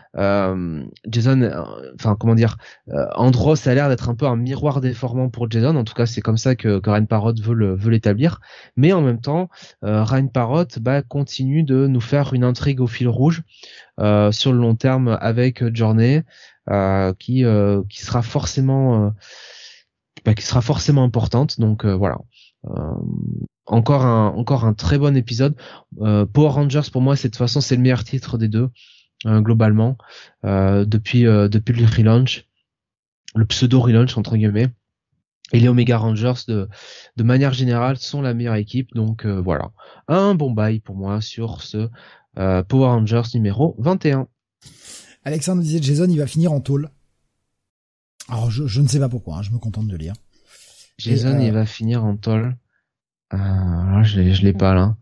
Andros a l'air d'être un peu un miroir déformant pour Jason. En tout cas, c'est comme ça que Ryan Parrott veut l'établir. Mais en même temps, Ryan Parrott continue de nous faire une intrigue au fil rouge sur le long terme avec Journey, qui sera forcément importante. Donc voilà. Encore un très bon épisode. Power Rangers, pour moi, de toute façon, c'est le meilleur titre des deux, globalement, depuis le relaunch, le pseudo relaunch entre guillemets. Et les Omega Rangers, de manière générale, sont la meilleure équipe. Donc voilà, un bon bail pour moi sur ce Power Rangers numéro 21. Alexandre disait Jason, il va finir en tôle. Alors je ne sais pas pourquoi, je me contente de lire. Jason, il va finir en tôle. Là, je l'ai pas là.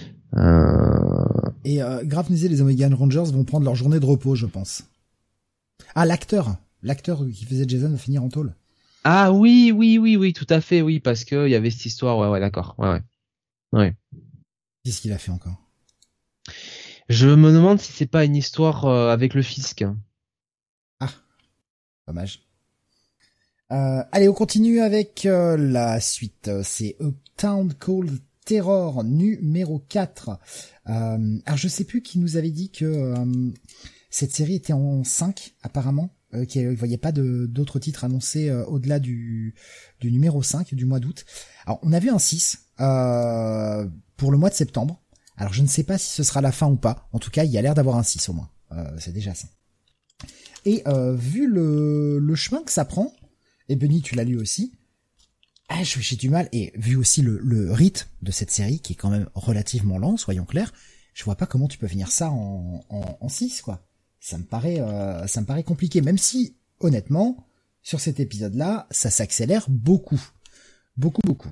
Et Graf nous disait les Omega Rangers vont prendre leur journée de repos, je pense. Ah, l'acteur qui faisait Jason va finir en tôle. Ah oui, tout à fait, oui, parce que il y avait cette histoire, ouais, d'accord, ouais. Qu'est-ce qu'il a fait encore? Je me demande si c'est pas une histoire avec le fisc. Ah, dommage. Allez, on continue avec la suite. C'est A Town Called Terror numéro 4. Alors je sais plus qui nous avait dit que cette série était en 5 apparemment, qu'il ne voyait pas d'autres titres annoncés au-delà du numéro 5 du mois d'août. Alors on a vu un 6 pour le mois de septembre. Alors je ne sais pas si ce sera la fin ou pas. En tout cas, il y a l'air d'avoir un 6 au moins. C'est déjà ça. Et vu le chemin que ça prend, et Benny, tu l'as lu aussi, j'ai du mal, et vu aussi le rythme de cette série, qui est quand même relativement lent, soyons clairs, je vois pas comment tu peux finir ça en 6, quoi. Ça me paraît compliqué, même si, honnêtement, sur cet épisode-là, ça s'accélère beaucoup. Beaucoup, beaucoup.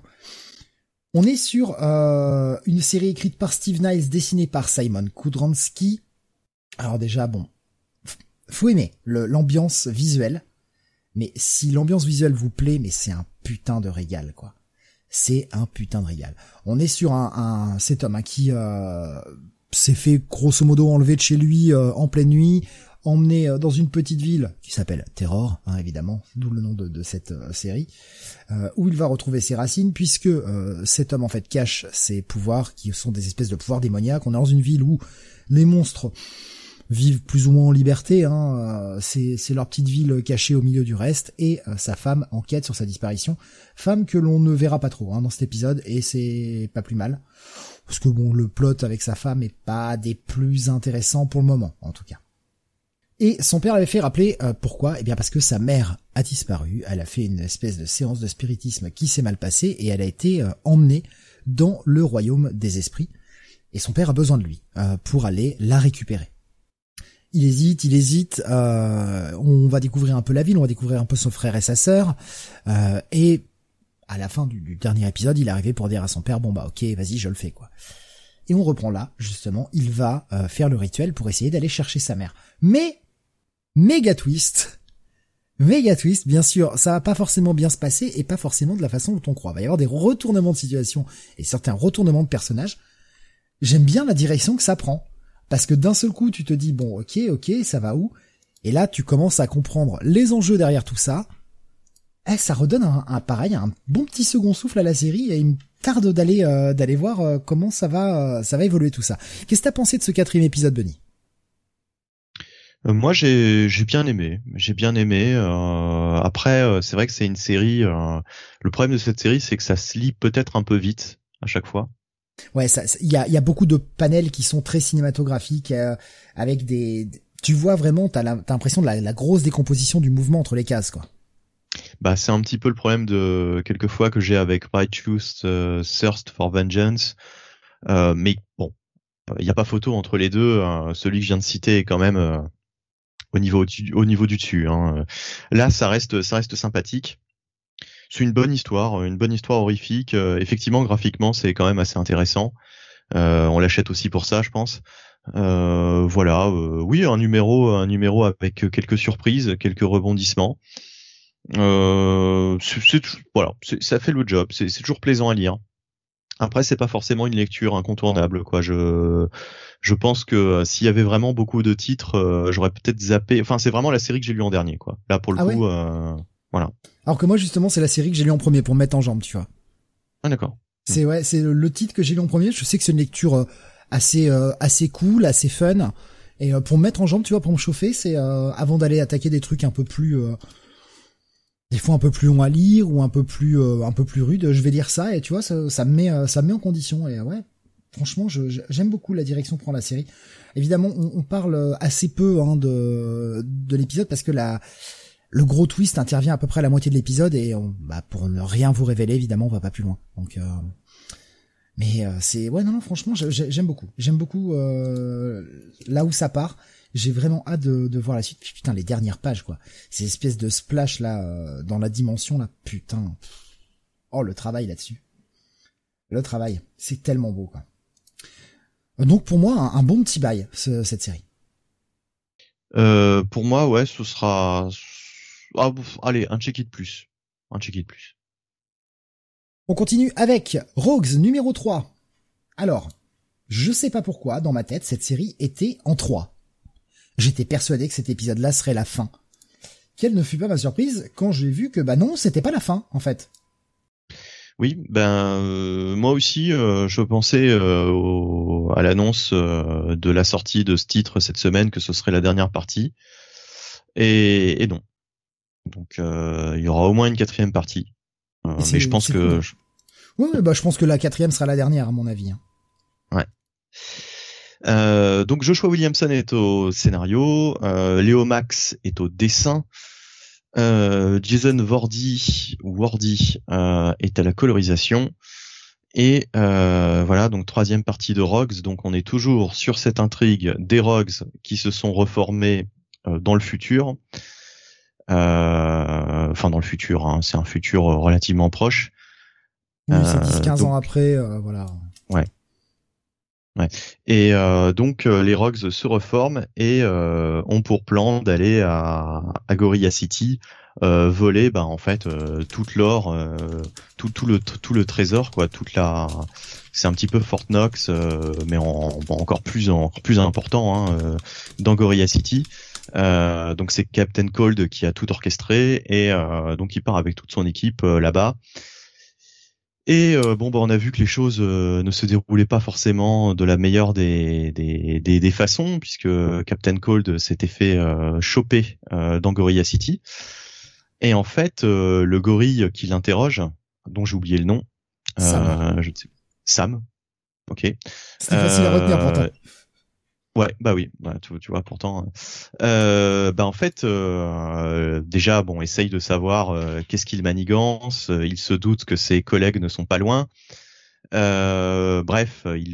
On est sur une série écrite par Steve Niles, dessinée par Simon Kudranski. Alors déjà, bon, faut aimer l'ambiance visuelle. Mais si l'ambiance visuelle vous plaît, mais c'est un putain de régal, quoi. C'est un putain de régal. On est sur cet homme qui s'est fait grosso modo enlever de chez lui en pleine nuit, emmené dans une petite ville qui s'appelle Terror, hein, évidemment, d'où le nom de cette série, où il va retrouver ses racines, puisque cet homme en fait cache ses pouvoirs, qui sont des espèces de pouvoirs démoniaques. On est dans une ville où les monstres vivent plus ou moins en liberté, hein. C'est leur petite ville cachée au milieu du reste, et sa femme enquête sur sa disparition, femme que l'on ne verra pas trop dans cet épisode, et c'est pas plus mal, parce que bon, le plot avec sa femme est pas des plus intéressants pour le moment, en tout cas. Et son père avait fait rappeler pourquoi, eh bien parce que sa mère a disparu, elle a fait une espèce de séance de spiritisme qui s'est mal passée, et elle a été emmenée dans le royaume des esprits, et son père a besoin de lui pour aller la récupérer. Il hésite, on va découvrir un peu la ville, on va découvrir un peu son frère et sa sœur, et à la fin du dernier épisode, il est arrivé pour dire à son père, bon bah ok, vas-y, je le fais, quoi. Et on reprend là, justement, il va faire le rituel pour essayer d'aller chercher sa mère. Mais, méga twist, bien sûr, ça va pas forcément bien se passer, et pas forcément de la façon dont on croit. Il va y avoir des retournements de situation, et certains retournements de personnages. J'aime bien la direction que ça prend. Parce que d'un seul coup, tu te dis, bon, ok, ça va où? Et là, tu commences à comprendre les enjeux derrière tout ça. Ça redonne un bon petit second souffle à la série, et il me tarde d'aller voir comment ça va évoluer tout ça. Qu'est-ce que t'as pensé de ce 4e épisode, Benny? Moi, j'ai bien aimé. Après, c'est vrai que c'est une série. Le problème de cette série, c'est que ça se lit peut-être un peu vite à chaque fois. Ouais, il y a beaucoup de panels qui sont très cinématographiques, avec tu vois vraiment, t'as l'impression de la grosse décomposition du mouvement entre les cases, quoi. Bah, c'est un petit peu le problème de quelquefois que j'ai avec Righteous Thirst for Vengeance, mais bon, il y a pas photo entre les deux. Celui que je viens de citer est quand même au niveau du dessus. Hein. Là, ça reste sympathique. C'est une bonne histoire horrifique. Effectivement, graphiquement, c'est quand même assez intéressant. On l'achète aussi pour ça, je pense. Voilà. Oui, un numéro avec quelques surprises, quelques rebondissements. Voilà, ça fait le job. C'est toujours plaisant à lire. Après, c'est pas forcément une lecture incontournable, quoi. Je pense que s'il y avait vraiment beaucoup de titres, j'aurais peut-être zappé. Enfin, c'est vraiment la série que j'ai lue en dernier, quoi. Là, pour le coup, ouais. Voilà. Alors que moi, justement, c'est la série que j'ai lue en premier pour me mettre en jambe, tu vois. Ah, d'accord. C'est le titre que j'ai lu en premier. Je sais que c'est une lecture assez cool, assez fun, et pour me mettre en jambe, tu vois, pour me chauffer, c'est avant d'aller attaquer des trucs un peu plus des fois un peu plus long à lire ou un peu plus rude, je vais lire ça, et tu vois, ça me met en condition. Et ouais, franchement, j'aime beaucoup la direction que prend la série. Évidemment, on parle assez peu de l'épisode, parce que le gros twist intervient à peu près à la moitié de l'épisode, et pour ne rien vous révéler, évidemment, on va pas plus loin. Donc mais c'est non, franchement, j'aime beaucoup là où ça part. J'ai vraiment hâte de voir la suite. Puis, putain, les dernières pages, quoi. Ces espèces de splash là dans la dimension là, putain. Oh, le travail là-dessus. Le travail, c'est tellement beau, quoi. Donc pour moi, un bon petit bail, cette série. Pour moi, ouais, ce sera. Allez, un check-it plus. On continue avec Rogues numéro 3. Alors, Je sais pas pourquoi, dans ma tête, cette série était en 3. J'étais persuadé que cet épisode-là serait la fin. Quelle ne fut pas ma surprise quand j'ai vu que non, c'était pas la fin, en fait. Oui, moi aussi, je pensais à l'annonce de la sortie de ce titre cette semaine que ce serait la dernière partie, et non. Donc il y aura au moins une 4e partie, mais je pense que... Cool. Ouais, je pense que la 4e sera la dernière à mon avis. Hein. Ouais. Donc Joshua Williamson est au scénario, Léo Max est au dessin. Jason Wardy est à la colorisation et voilà, donc 3e partie de Rogues. Donc on est toujours sur cette intrigue des Rogues qui se sont reformés dans le futur, enfin dans le futur, hein, c'est un futur relativement proche. Oui, c'est 10-15 ans après, voilà. Ouais. Et donc les Rogues se reforment et ont pour plan d'aller à Gorilla City, voler en fait toute l'or, tout le trésor, quoi, c'est un petit peu Fort Knox, mais encore plus important, hein, dans Gorilla City. Donc c'est Captain Cold qui a tout orchestré et donc il part avec toute son équipe là-bas. Et on a vu que les choses ne se déroulaient pas forcément de la meilleure des façons, puisque Captain Cold s'était fait choper dans Gorilla City. Et en fait, le gorille qui l'interroge, dont j'ai oublié le nom, Sam. Ok. C'était facile à retenir pourtant. Ouais, oui, tu vois, pourtant. En fait, déjà, essaye de savoir qu'est-ce qu'il manigance. Il se doute que ses collègues ne sont pas loin. Bref, il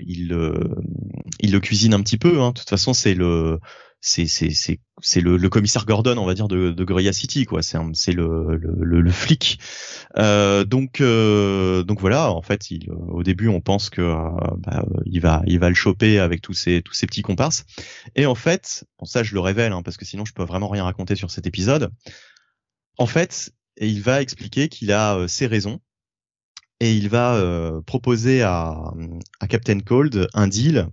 le cuisine un petit peu. Hein. De toute façon, c'est le commissaire Gordon, on va dire, de Gorilla City, quoi. C'est le flic. Donc voilà, en fait, au début, on pense que il va le choper avec tous ses petits comparses. Et en fait, ça je le révèle, hein, parce que sinon je peux vraiment rien raconter sur cet épisode. En fait, il va expliquer qu'il a ses raisons. Et il va proposer à Captain Cold un deal.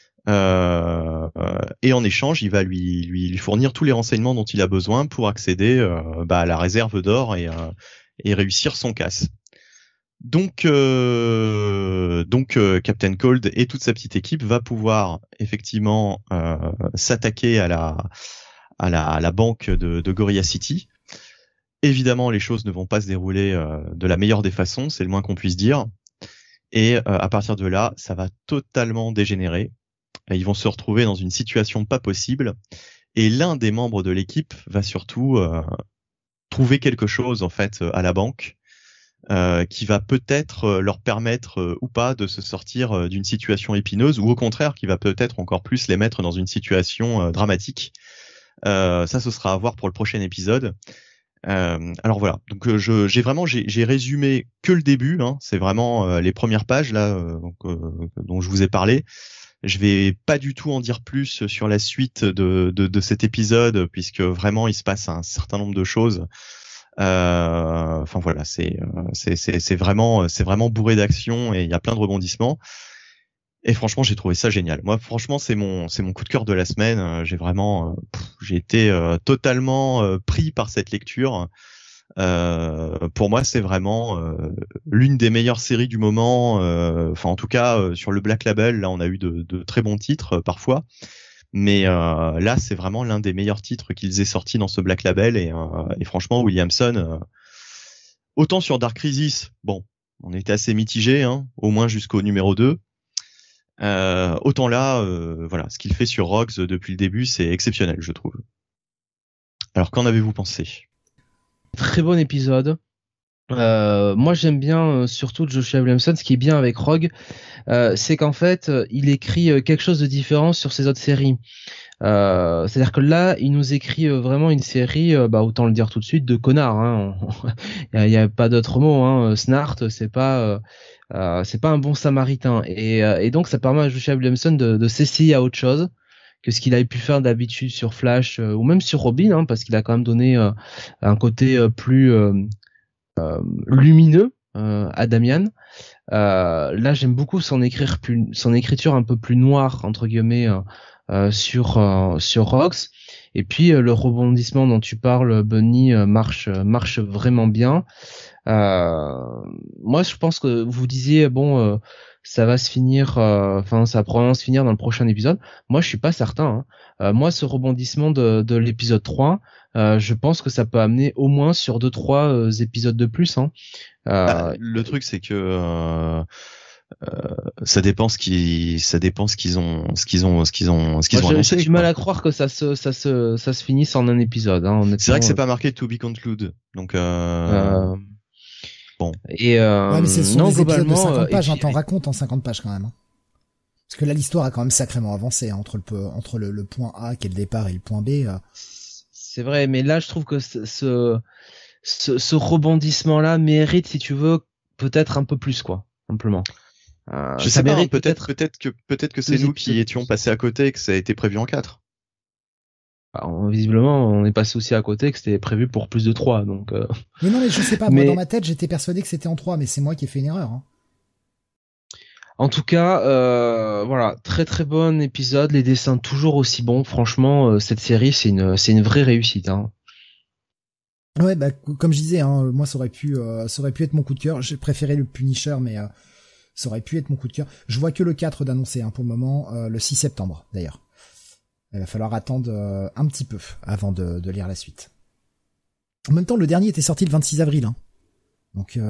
Et en échange, il va lui fournir tous les renseignements dont il a besoin pour accéder à la réserve d'or et réussir son casse. Donc Captain Cold et toute sa petite équipe va pouvoir effectivement s'attaquer à la banque de Gorilla City. Évidemment, les choses ne vont pas se dérouler de la meilleure des façons, c'est le moins qu'on puisse dire. Et à partir de là, ça va totalement dégénérer. Ils vont se retrouver dans une situation pas possible. Et l'un des membres de l'équipe va surtout trouver quelque chose en fait à la banque qui va peut-être leur permettre ou pas de se sortir d'une situation épineuse, ou au contraire qui va peut-être encore plus les mettre dans une situation dramatique. Ça, ce sera à voir pour le prochain épisode. Alors voilà, donc j'ai résumé que le début, hein, c'est vraiment les premières pages là dont je vous ai parlé. Je vais pas du tout en dire plus sur la suite de cet épisode, puisque vraiment il se passe un certain nombre de choses. Enfin voilà, c'est vraiment bourré d'action et il y a plein de rebondissements. Et franchement, j'ai trouvé ça génial. Moi, franchement, c'est mon coup de cœur de la semaine. J'ai été totalement pris par cette lecture. Pour moi, c'est vraiment l'une des meilleures séries du moment. Enfin, en tout cas, sur le Black Label, là, on a eu de très bons titres parfois. Mais là, c'est vraiment l'un des meilleurs titres qu'ils aient sortis dans ce Black Label. Et franchement, Williamson, autant sur Dark Crisis, on était assez mitigé, hein, au moins jusqu'au numéro 2. Autant là, voilà, ce qu'il fait sur Rogues depuis le début, c'est exceptionnel, je trouve. Alors, qu'en avez-vous pensé ? Très bon épisode. Moi, j'aime bien surtout Joshua Williamson. Ce qui est bien avec Rogue, c'est qu'en fait, il écrit quelque chose de différent sur ses autres séries. C'est-à-dire que là, il nous écrit vraiment une série, autant le dire tout de suite, de connards. Hein. Il y a pas d'autre mot. Hein. Snart, c'est pas un bon samaritain. Et donc, ça permet à Joshua Williamson de s'essayer à autre chose que ce qu'il avait pu faire d'habitude sur Flash ou même sur Robin, hein, parce qu'il a quand même donné un côté plus lumineux à Damian. Là, j'aime beaucoup son écriture un peu plus noire entre guillemets sur Rox. Et puis le rebondissement dont tu parles, Bunny, marche vraiment bien. Moi, je pense que vous disiez bon, ça va se finir, ça va probablement se finir dans le prochain épisode. Moi, je suis pas certain. Moi, ce rebondissement de l'épisode 3, je pense que ça peut amener au moins sur 2-3 épisodes de plus. Le truc, c'est que ça dépend ce qu'ils ont annoncé. J'ai du mal à croire que ça se finisse en un épisode. C'est vrai que c'est pas marqué to be concluded, donc. Bon. Et ouais, mais c'est non, des épisodes de globalement, 50 pages, t'en racontes en 50 pages quand même. Hein. Parce que là, l'histoire a quand même sacrément avancé entre le point A qui est le départ et le point B. C'est vrai, mais là, je trouve que ce rebondissement-là mérite, si tu veux, peut-être un peu plus, quoi, simplement. Je sais pas, peut-être que c'est nous qui étions passés à côté, que ça a été prévu en 4. Visiblement, on est passé aussi à côté, que c'était prévu pour plus de 3, donc. Mais non, mais je sais pas. Moi, dans ma tête, j'étais persuadé que c'était en 3, mais c'est moi qui ai fait une erreur. Hein. En tout cas, voilà, très très bon épisode, les dessins toujours aussi bons. Franchement, cette série, c'est une vraie réussite. Hein. Ouais, bah comme je disais, hein, moi ça aurait pu être mon coup de cœur. J'ai préféré le Punisher, mais ça aurait pu être mon coup de cœur. Je vois que le 4 d'annoncer pour le moment, le 6 septembre d'ailleurs. Il va falloir attendre un petit peu avant de lire la suite. En même temps, le dernier était sorti le 26 avril. Hein. Donc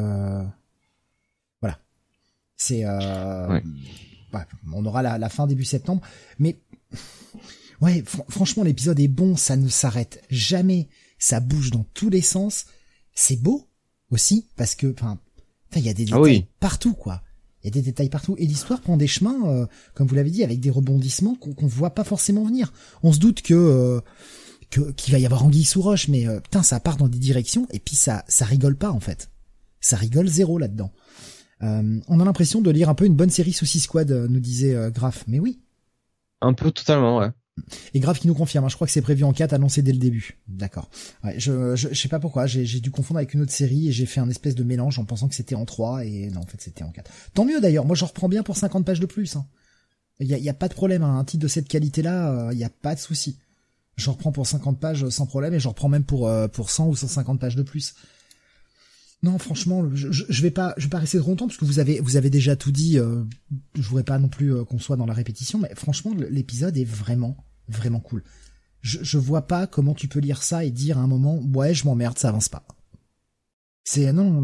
voilà. C'est ouais, on aura la fin début septembre. Mais ouais, franchement, l'épisode est bon, ça ne s'arrête jamais. Ça bouge dans tous les sens. C'est beau aussi, parce que il y a des détails partout, quoi. Il y a des détails partout. Et l'histoire prend des chemins, comme vous l'avez dit, avec des rebondissements qu'on voit pas forcément venir. On se doute qu'il va y avoir anguille sous roche, mais ça part dans des directions, et puis ça rigole pas, en fait. Ça rigole zéro là-dedans. On a l'impression de lire un peu une bonne série Suicide Squad, nous disait Graf. Mais oui. Un peu totalement, ouais. Et Graf qui nous confirme, hein, je crois que c'est prévu en 4, annoncé dès le début. D'accord. Ouais, je sais pas pourquoi, j'ai dû confondre avec une autre série et j'ai fait un espèce de mélange en pensant que c'était en 3 et non, en fait c'était en 4. Tant mieux d'ailleurs, moi je reprends bien pour 50 pages de plus. Hein. Y a pas de problème, hein. Un titre de cette qualité-là, y a pas de souci. Je reprends pour 50 pages sans problème et je reprends même pour 100 ou 150 pages de plus. Non, franchement, je vais pas rester trop longtemps parce que vous avez déjà tout dit. Je voudrais pas non plus qu'on soit dans la répétition, mais franchement, l'épisode est vraiment cool. Je vois pas comment tu peux lire ça et dire à un moment, ouais, je m'emmerde, ça avance pas. C'est non,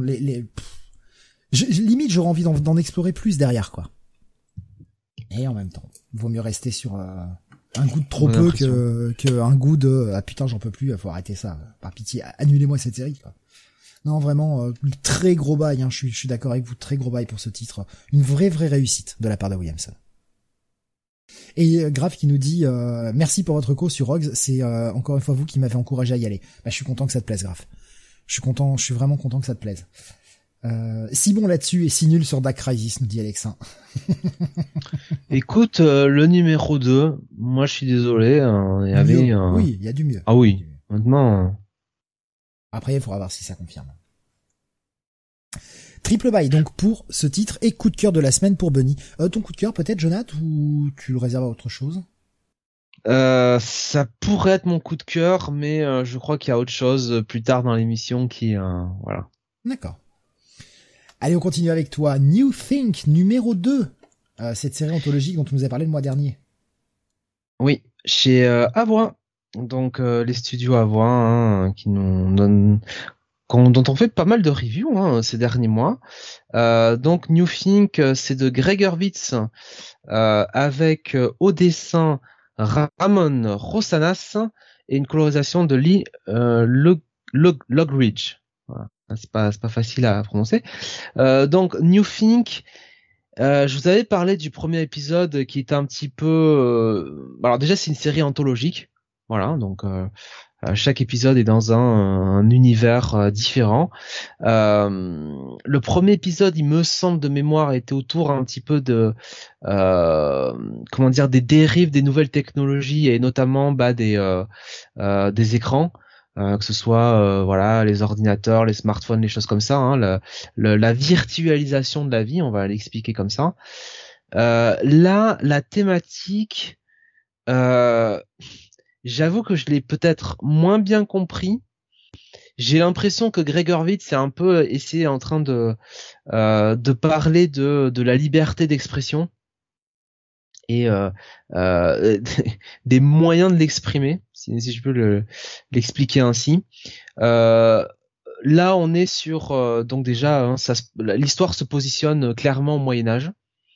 limite j'aurais envie d'en explorer plus derrière, quoi. Et en même temps, vaut mieux rester sur un goût de trop peu que un goût de ah putain j'en peux plus, faut arrêter ça. Par pitié, annulez-moi cette série, quoi. Non, vraiment, très gros bail, hein, je suis d'accord avec vous, très gros bail pour ce titre. Une vraie réussite de la part de Williamson. Et Graf qui nous dit merci pour votre co sur Rogues, c'est encore une fois vous qui m'avez encouragé à y aller. Bah, je suis content que ça te plaise, Graf. Je suis vraiment content que ça te plaise. Si bon là-dessus et si nul sur Dark Crisis, nous dit Alexin. Écoute, le numéro 2, moi je suis désolé, il y avait oui, il y a du mieux. Ah oui, maintenant après il faudra voir si ça confirme. Triple bail donc pour ce titre et coup de cœur de la semaine pour Bunny. Ton coup de cœur peut-être, Jonathan, ou tu le réserves à autre chose? Ça pourrait être mon coup de cœur, mais je crois qu'il y a autre chose plus tard dans l'émission qui voilà. D'accord. Allez, on continue avec toi. New Think numéro 2. Cette série anthologique dont tu nous as parlé le mois dernier. Oui, chez Avoine. Donc les studios Avoine qui nous donnent dont on fait pas mal de reviews ces derniers mois. Donc New Think, c'est de Greg Hurwitz avec au dessin Ramon Rosanas et une colorisation de Lee Logridge. Voilà. C'est pas facile à prononcer. Donc New Think, je vous avais parlé du premier épisode qui était un petit peu alors déjà c'est une série anthologique. Voilà, donc chaque épisode est dans un univers différent. Le premier épisode, il me semble de mémoire, était autour un petit peu de des dérives des nouvelles technologies et notamment des écrans. que ce soit voilà les ordinateurs, les smartphones, les choses comme ça, hein, la virtualisation de la vie, on va l'expliquer comme ça. Là, la thématique, j'avoue que je l'ai peut-être moins bien compris. J'ai l'impression que Gregorowitz est un peu essayé en train de parler de la liberté d'expression et des moyens de l'exprimer, si je peux l'expliquer ainsi. Là, on est sur donc déjà, hein, l'histoire se positionne clairement au Moyen Âge.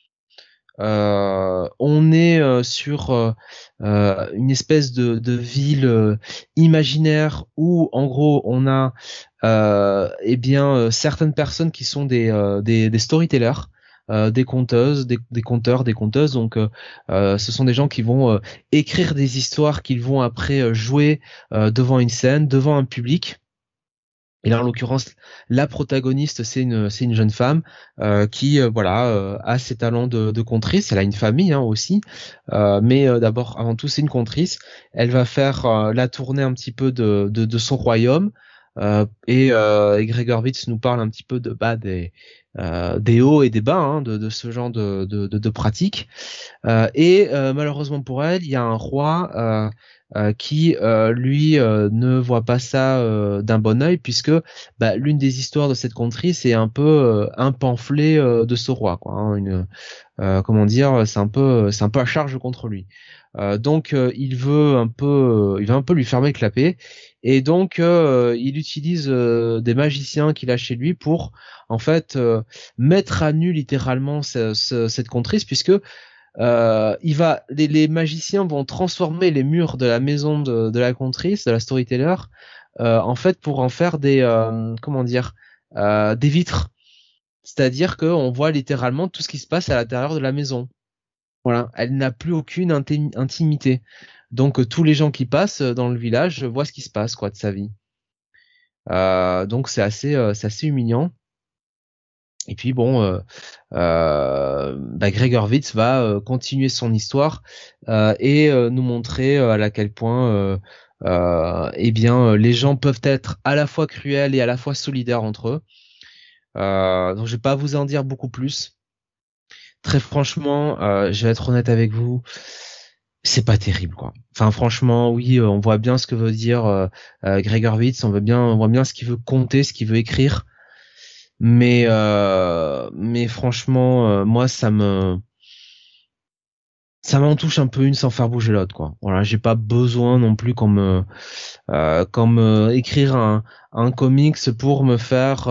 On est sur une espèce de ville imaginaire où, en gros, on a certaines personnes qui sont des storytellers. Des conteuses, des conteurs, des conteuses. Donc, ce sont des gens qui vont écrire des histoires qu'ils vont après jouer devant une scène, devant un public. Et là, en l'occurrence, la protagoniste, c'est une jeune femme qui, a ses talents de contrice. Elle a une famille aussi, mais d'abord, avant tout, c'est une contrice. Elle va faire la tournée un petit peu de son royaume. Et Gregorowitz nous parle un petit peu des hauts et des bas, hein, de ce genre de pratiques. Et malheureusement pour elle, il y a un roi qui lui ne voit pas ça d'un bon œil, puisque l'une des histoires de cette contrée, c'est un peu un pamphlet de ce roi, quoi, hein, comment dire, c'est un peu à charge contre lui. Donc il veut un peu lui fermer le clapet, et donc il utilise des magiciens qu'il a chez lui pour en fait mettre à nu littéralement cette contrice, puisque les magiciens vont transformer les murs de la maison de la contrice, de la storyteller, en fait pour en faire des des vitres. C'est-à-dire qu'on voit littéralement tout ce qui se passe à l'intérieur de la maison. Voilà, elle n'a plus aucune intimité. Donc tous les gens qui passent dans le village voient ce qui se passe, quoi, de sa vie. Donc c'est assez humiliant. Et puis bon, Gregorowitz va continuer son histoire et nous montrer à quel point les gens peuvent être à la fois cruels et à la fois solidaires entre eux. Donc je vais pas vous en dire beaucoup plus. Très franchement, je vais être honnête avec vous, c'est pas terrible, quoi. Enfin franchement, oui, on voit bien ce que veut dire Gregorowitz, on voit bien ce qu'il veut conter, ce qu'il veut écrire. Mais franchement, moi ça m'en touche un peu une sans faire bouger l'autre, quoi. Voilà, j'ai pas besoin non plus qu'on me écrire un comics pour me faire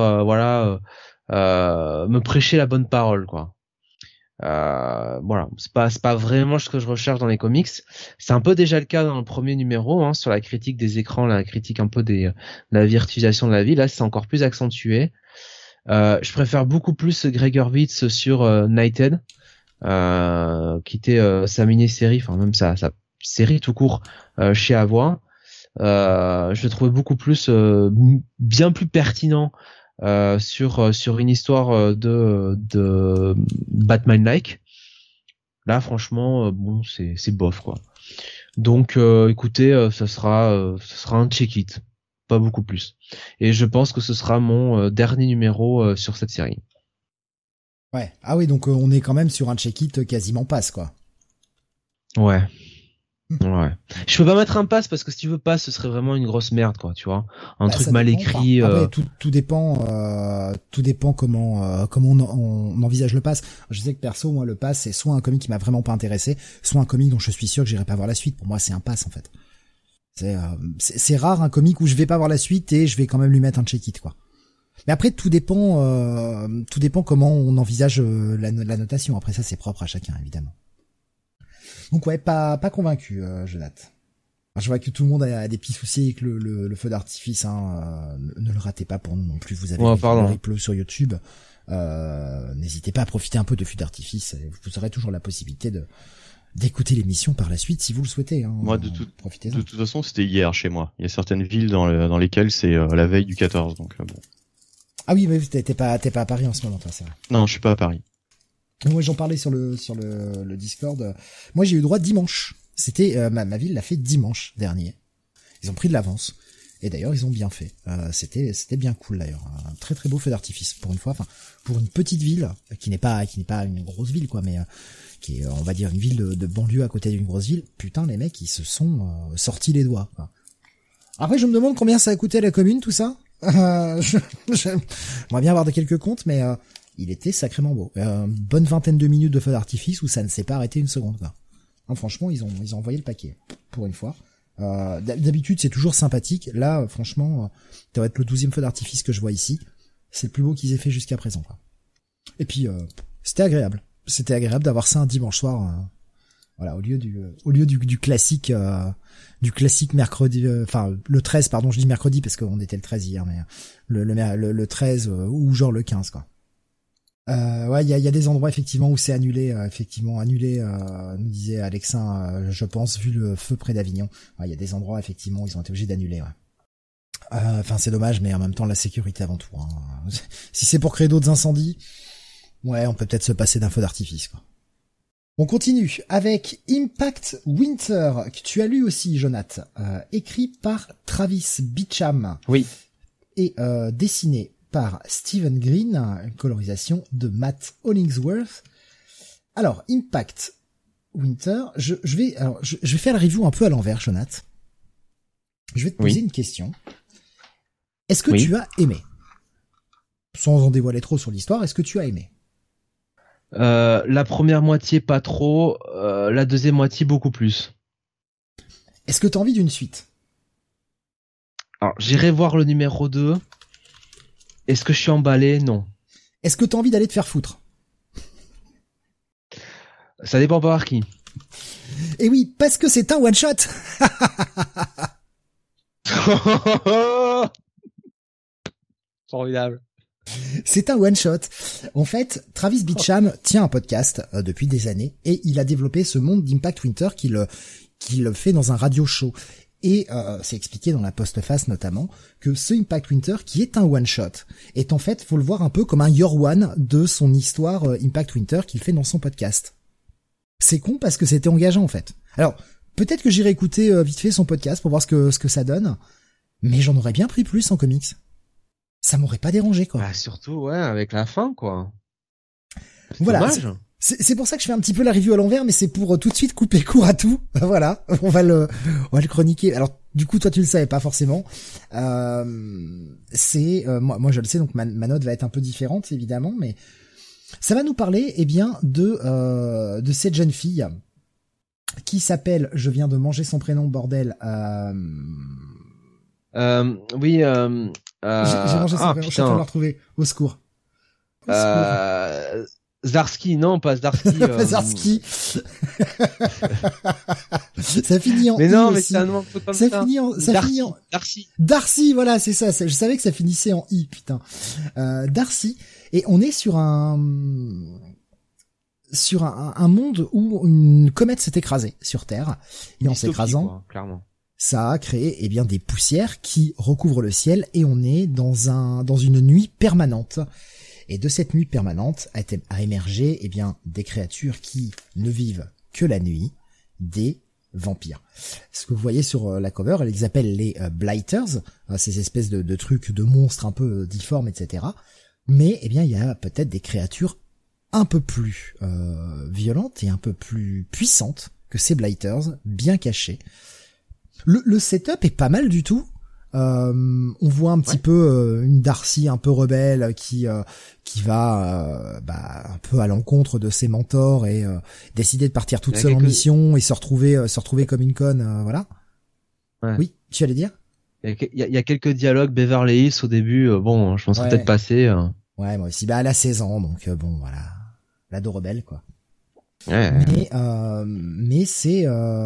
me prêcher la bonne parole, quoi. Voilà, c'est pas vraiment ce que je recherche dans les comics. C'est un peu déjà le cas dans le premier numéro, hein, sur la critique des écrans, la critique un peu de la virtualisation de la vie. Là, c'est encore plus accentué. Je préfère beaucoup plus Gregorowitz sur Knighthead, qui était sa mini-série, enfin même sa série tout court chez Avois. Je le trouvais beaucoup plus, bien plus pertinent sur une histoire de Batman-like. Là, franchement, bon, c'est bof, quoi. Donc, écoutez, ça sera un check-it, pas beaucoup plus. Et je pense que ce sera mon dernier numéro sur cette série. Ouais. Ah oui, donc on est quand même sur un check-it quasiment passe, quoi. Ouais. Ouais. Je peux pas mettre un pass parce que si tu veux pas, ce serait vraiment une grosse merde, quoi, tu vois. Un truc mal écrit. Après, tout dépend comment on envisage le pass. Je sais que perso, moi, le pass, c'est soit un comic qui m'a vraiment pas intéressé, soit un comic dont je suis sûr que j'irai pas voir la suite. Pour moi, c'est un pass, en fait. C'est rare un comic où je vais pas voir la suite et je vais quand même lui mettre un check-it, quoi. Mais après, tout dépend comment on envisage la notation. Après ça, c'est propre à chacun, évidemment. Donc ouais, pas convaincu, Jonathan. Alors, je vois que tout le monde a des petits soucis avec le feu d'artifice. Hein, ne le ratez pas pour nous non plus. Vous avez le replay sur YouTube. N'hésitez pas à profiter un peu de feu d'artifice. Vous aurez toujours la possibilité d'écouter l'émission par la suite si vous le souhaitez. Hein, moi, de toute façon, c'était hier chez moi. Il y a certaines villes dans lesquelles c'est la veille du 14. Donc bon. Ah oui, mais t'es pas à Paris en ce moment, toi, c'est vrai. Non, je suis pas à Paris. Moi, j'en parlais sur le Discord. Moi, j'ai eu droit dimanche. C'était ma ville l'a fait dimanche dernier. Ils ont pris de l'avance Et d'ailleurs, ils ont bien fait. C'était bien cool d'ailleurs. Un très très beau feu d'artifice pour une fois. Enfin, pour une petite ville qui n'est pas une grosse ville quoi, mais qui est, on va dire, une ville de banlieue à côté d'une grosse ville. Putain, les mecs, ils se sont sortis les doigts, quoi. Après, je me demande combien ça a coûté à la commune, tout ça. J'aimerais bien avoir quelques comptes, mais il était sacrément beau. Bonne vingtaine de minutes de feu d'artifice où ça ne s'est pas arrêté une seconde, quoi. Non, franchement, ils ont envoyé le paquet, pour une fois. D'habitude, c'est toujours sympathique. Là, franchement, ça va être le 12e feu d'artifice que je vois ici. C'est le plus beau qu'ils aient fait jusqu'à présent, quoi. Et puis, c'était agréable. C'était agréable d'avoir ça un dimanche soir, voilà, au lieu du classique mercredi, enfin le 13, pardon, je dis mercredi parce qu'on était le 13 hier, mais le 13 ou genre le 15 quoi. Ouais, il y a des endroits effectivement où c'est annulé, nous disait Alexin, je pense, vu le feu près d'Avignon. Ouais, il y a des endroits effectivement où ils ont été obligés d'annuler. Ouais. Enfin, c'est dommage, mais en même temps la sécurité avant tout. Hein. Si c'est pour créer d'autres incendies. Ouais, on peut peut-être se passer d'un feu d'artifice, quoi. On continue avec Impact Winter, que tu as lu aussi, Jonath, écrit par Travis Beacham. Oui. Et dessiné par Stephen Green, colorisation de Matt Hollingsworth. Alors, Impact Winter, je vais faire le review un peu à l'envers, Jonath. Je vais te poser une question. Est-ce que tu as aimé? Sans en dévoiler trop sur l'histoire, est-ce que tu as aimé? La première moitié pas trop, la deuxième moitié beaucoup plus. Est-ce que t'as envie d'une suite? Alors, j'irai voir le numéro 2. Est-ce que je suis emballé? Non. Est-ce que t'as envie d'aller te faire foutre? Ça dépend par qui. Et oui, parce que c'est un one-shot. Formidable. C'est un one-shot. En fait, Travis Beacham tient un podcast depuis des années et il a développé ce monde d'Impact Winter qu'il fait dans un radio show. Et c'est expliqué dans la postface notamment que ce Impact Winter, qui est un one-shot, est en fait, faut le voir un peu comme un year one de son histoire Impact Winter qu'il fait dans son podcast. C'est con parce que c'était engageant en fait. Alors, peut-être que j'irai écouter vite fait son podcast pour voir ce que ça donne, mais j'en aurais bien pris plus en comics. Ça m'aurait pas dérangé, quoi. Bah, surtout, ouais, avec la fin, quoi. Voilà. C'est pour ça que je fais un petit peu la review à l'envers, mais c'est pour tout de suite couper court à tout. Voilà. On va le chroniquer. Alors, du coup, toi, tu le savais pas forcément. Moi, je le sais, donc ma note va être un peu différente, évidemment, mais ça va nous parler, eh bien, de cette jeune fille qui s'appelle, je viens de manger son prénom, bordel, oui, j'ai mangé son prénom, je suis en train de le retrouver. Au secours. Zdarsky, non, pas Zdarsky. Zdarsky. Ça finit en mais I non, aussi. mais c'est un nom un peu comme ça. Ça finit en Darcy, voilà, c'est ça. Je savais que ça finissait en I, putain. Darcy. Et on est sur un monde où une comète s'est écrasée sur Terre. Et en s'écrasant, clairement, ça a créé, eh bien, des poussières qui recouvrent le ciel et on est dans une nuit permanente. Et de cette nuit permanente a émergé, eh bien, des créatures qui ne vivent que la nuit, des vampires. Ce que vous voyez sur la cover, elles appellent les Blighters, ces espèces de trucs, de monstres un peu difformes, etc. Mais, eh bien, il y a peut-être des créatures un peu plus violentes et un peu plus puissantes que ces Blighters, bien cachées. Le setup est pas mal du tout. On voit un petit peu une Darcy un peu rebelle qui va un peu à l'encontre de ses mentors et décider de partir toute seule en mission et se retrouver comme une conne, voilà. Ouais. Oui, tu allais dire? Il y a quelques dialogues Beverly Hills au début, bon, je m'en serais peut-être passé. Ouais, moi aussi. Bah, elle a 16 ans, donc bon, voilà, l'ado rebelle, quoi. Ouais. Mais c'est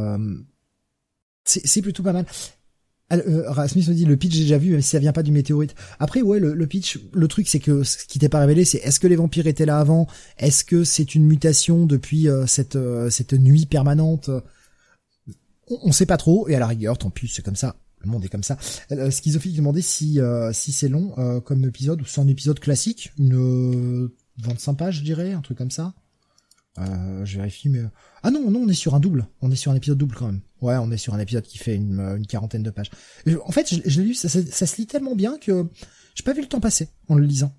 plutôt pas mal. Rasmus me dit le pitch j'ai déjà vu même si ça vient pas du météorite. Après ouais le pitch, le truc c'est que ce qui t'est pas révélé c'est est-ce que les vampires étaient là avant, est-ce que c'est une mutation depuis cette nuit permanente, on sait pas trop et à la rigueur tant pis c'est comme ça, le monde est comme ça. Schizophilique demandait si c'est long comme épisode ou c'est un épisode classique, une 25 pages je dirais, un truc comme ça. Je vérifie, mais ah non, on est sur un double. On est sur un épisode double quand même. Ouais, on est sur un épisode qui fait une quarantaine de pages. En fait, je l'ai lu, ça se lit tellement bien que j'ai pas vu le temps passer en le lisant.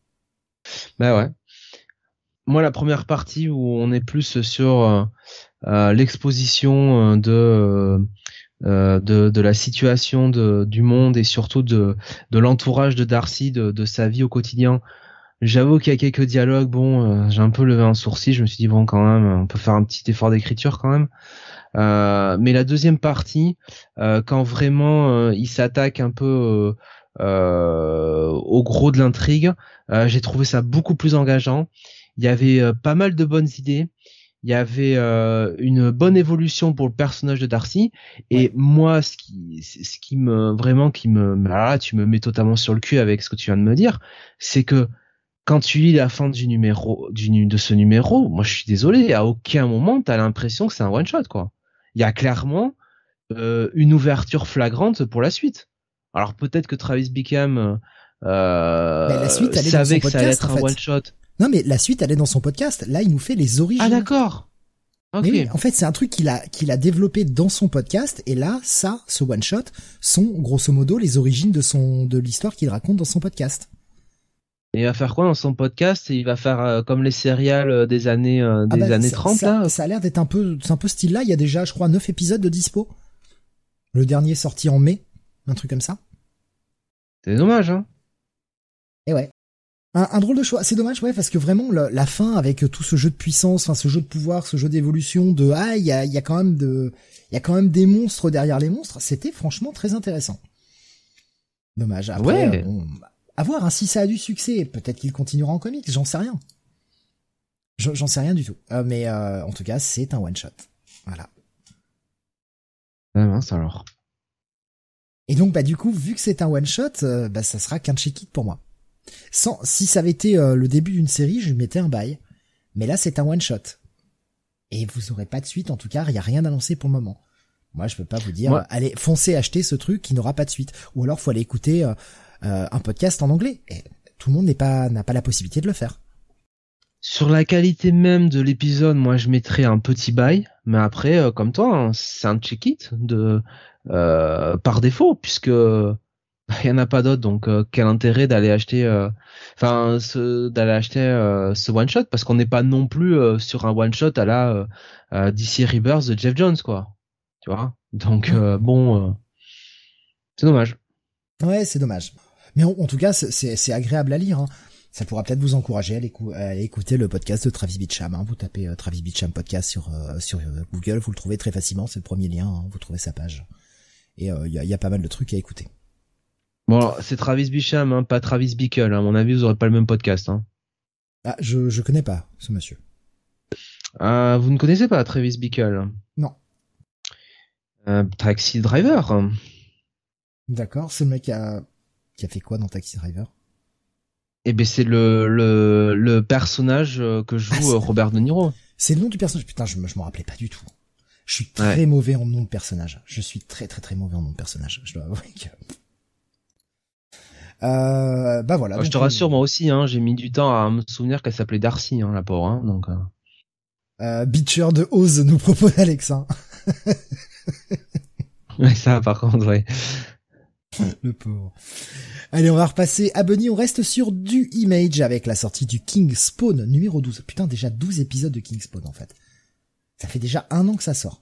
Bah ouais. Moi, la première partie où on est plus sur l'exposition de la situation du monde et surtout de l'entourage de Darcy, de sa vie au quotidien. J'avoue qu'il y a quelques dialogues, bon, j'ai un peu levé un sourcil, je me suis dit bon quand même, on peut faire un petit effort d'écriture quand même. Mais la deuxième partie, quand vraiment il s'attaque un peu au gros de l'intrigue, j'ai trouvé ça beaucoup plus engageant. Il y avait pas mal de bonnes idées. Il y avait une bonne évolution pour le personnage de Darcy. Et moi, ce qui me, là, tu me mets totalement sur le cul avec ce que tu viens de me dire, c'est que quand tu lis la fin de ce numéro, moi, je suis désolé, à aucun moment t'as l'impression que c'est un one shot, quoi. Il y a clairement une ouverture flagrante pour la suite. Alors peut-être que Travis Bickham la suite, savait que ça allait être un one shot. Non, mais la suite, elle est dans son podcast. Là, il nous fait les origines. Ah, d'accord. Ok. Mais oui, en fait, c'est un truc qu'il a développé dans son podcast. Et là, ce one shot sont, grosso modo, les origines de l'histoire qu'il raconte dans son podcast. Et il va faire quoi dans son podcast? Il va faire comme les serials des années 30, là? Ça a l'air d'être un peu style là. Il y a déjà, je crois, 9 épisodes de dispo. Le dernier est sorti en mai. Un truc comme ça. C'est dommage, hein. Et ouais. Un drôle de choix. C'est dommage, ouais, parce que vraiment, la fin avec tout ce jeu de puissance, enfin, ce jeu de pouvoir, ce jeu d'évolution il y a quand même des monstres derrière les monstres. C'était franchement très intéressant. Dommage. Après, à voir, hein, si ça a du succès, peut-être qu'il continuera en comics, j'en sais rien. J'en sais rien du tout. Mais en tout cas, c'est un one shot. Voilà. Ah mince alors. Et donc, du coup, vu que c'est un one shot, ça sera qu'un check-it pour moi. Si ça avait été le début d'une série, je lui mettais un bail. Mais là, c'est un one shot. Et vous aurez pas de suite, en tout cas, il y a rien annoncé pour le moment. Moi, je peux pas vous dire, allez, foncez acheter ce truc qui n'aura pas de suite. Ou alors, faut aller écouter un podcast en anglais. Et tout le monde n'a pas la possibilité de le faire. Sur la qualité même de l'épisode, moi, je mettrais un petit bail. Mais après, comme toi, hein, c'est un check-it par défaut, puisque il y en a pas d'autres, donc quel intérêt d'aller acheter ce one shot, parce qu'on n'est pas non plus sur un one shot à la DC Rebirth de Jeff Jones, quoi, tu vois. Donc c'est dommage. Ouais, c'est dommage. Mais en tout cas, c'est agréable à lire, hein. Ça pourra peut-être vous encourager à aller écouter le podcast de Travis Beacham, hein. Vous tapez Travis Beacham podcast sur Google, vous le trouvez très facilement, c'est le premier lien, hein. Vous trouvez sa page. Et il y a pas mal de trucs à écouter. Bon, c'est Travis Beacham, hein, pas Travis Bickle. À mon avis, vous aurez pas le même podcast. Hein. Ah, je connais pas ce monsieur. Vous ne connaissez pas Travis Bickle? Non. Taxi Driver. D'accord, c'est le mec qui a fait quoi dans Taxi Driver? Eh ben, c'est le personnage que joue Robert De Niro. C'est le nom du personnage. Putain, je m'en rappelais pas du tout. Je suis très mauvais en nom de personnage. Je suis très très très mauvais en nom de personnage. Je dois avouer que... voilà. Je te rassure, moi aussi, hein, j'ai mis du temps à me souvenir qu'elle s'appelait Darcy, hein, la pauvre, hein, donc. Beecher de Oz nous propose Alex, hein. Ouais, ça, par contre, ouais. Le pauvre. Allez, on va repasser à Bunny, on reste sur du Image avec la sortie du King Spawn numéro 12. Putain, déjà 12 épisodes de King Spawn, en fait. Ça fait déjà 1 an que ça sort.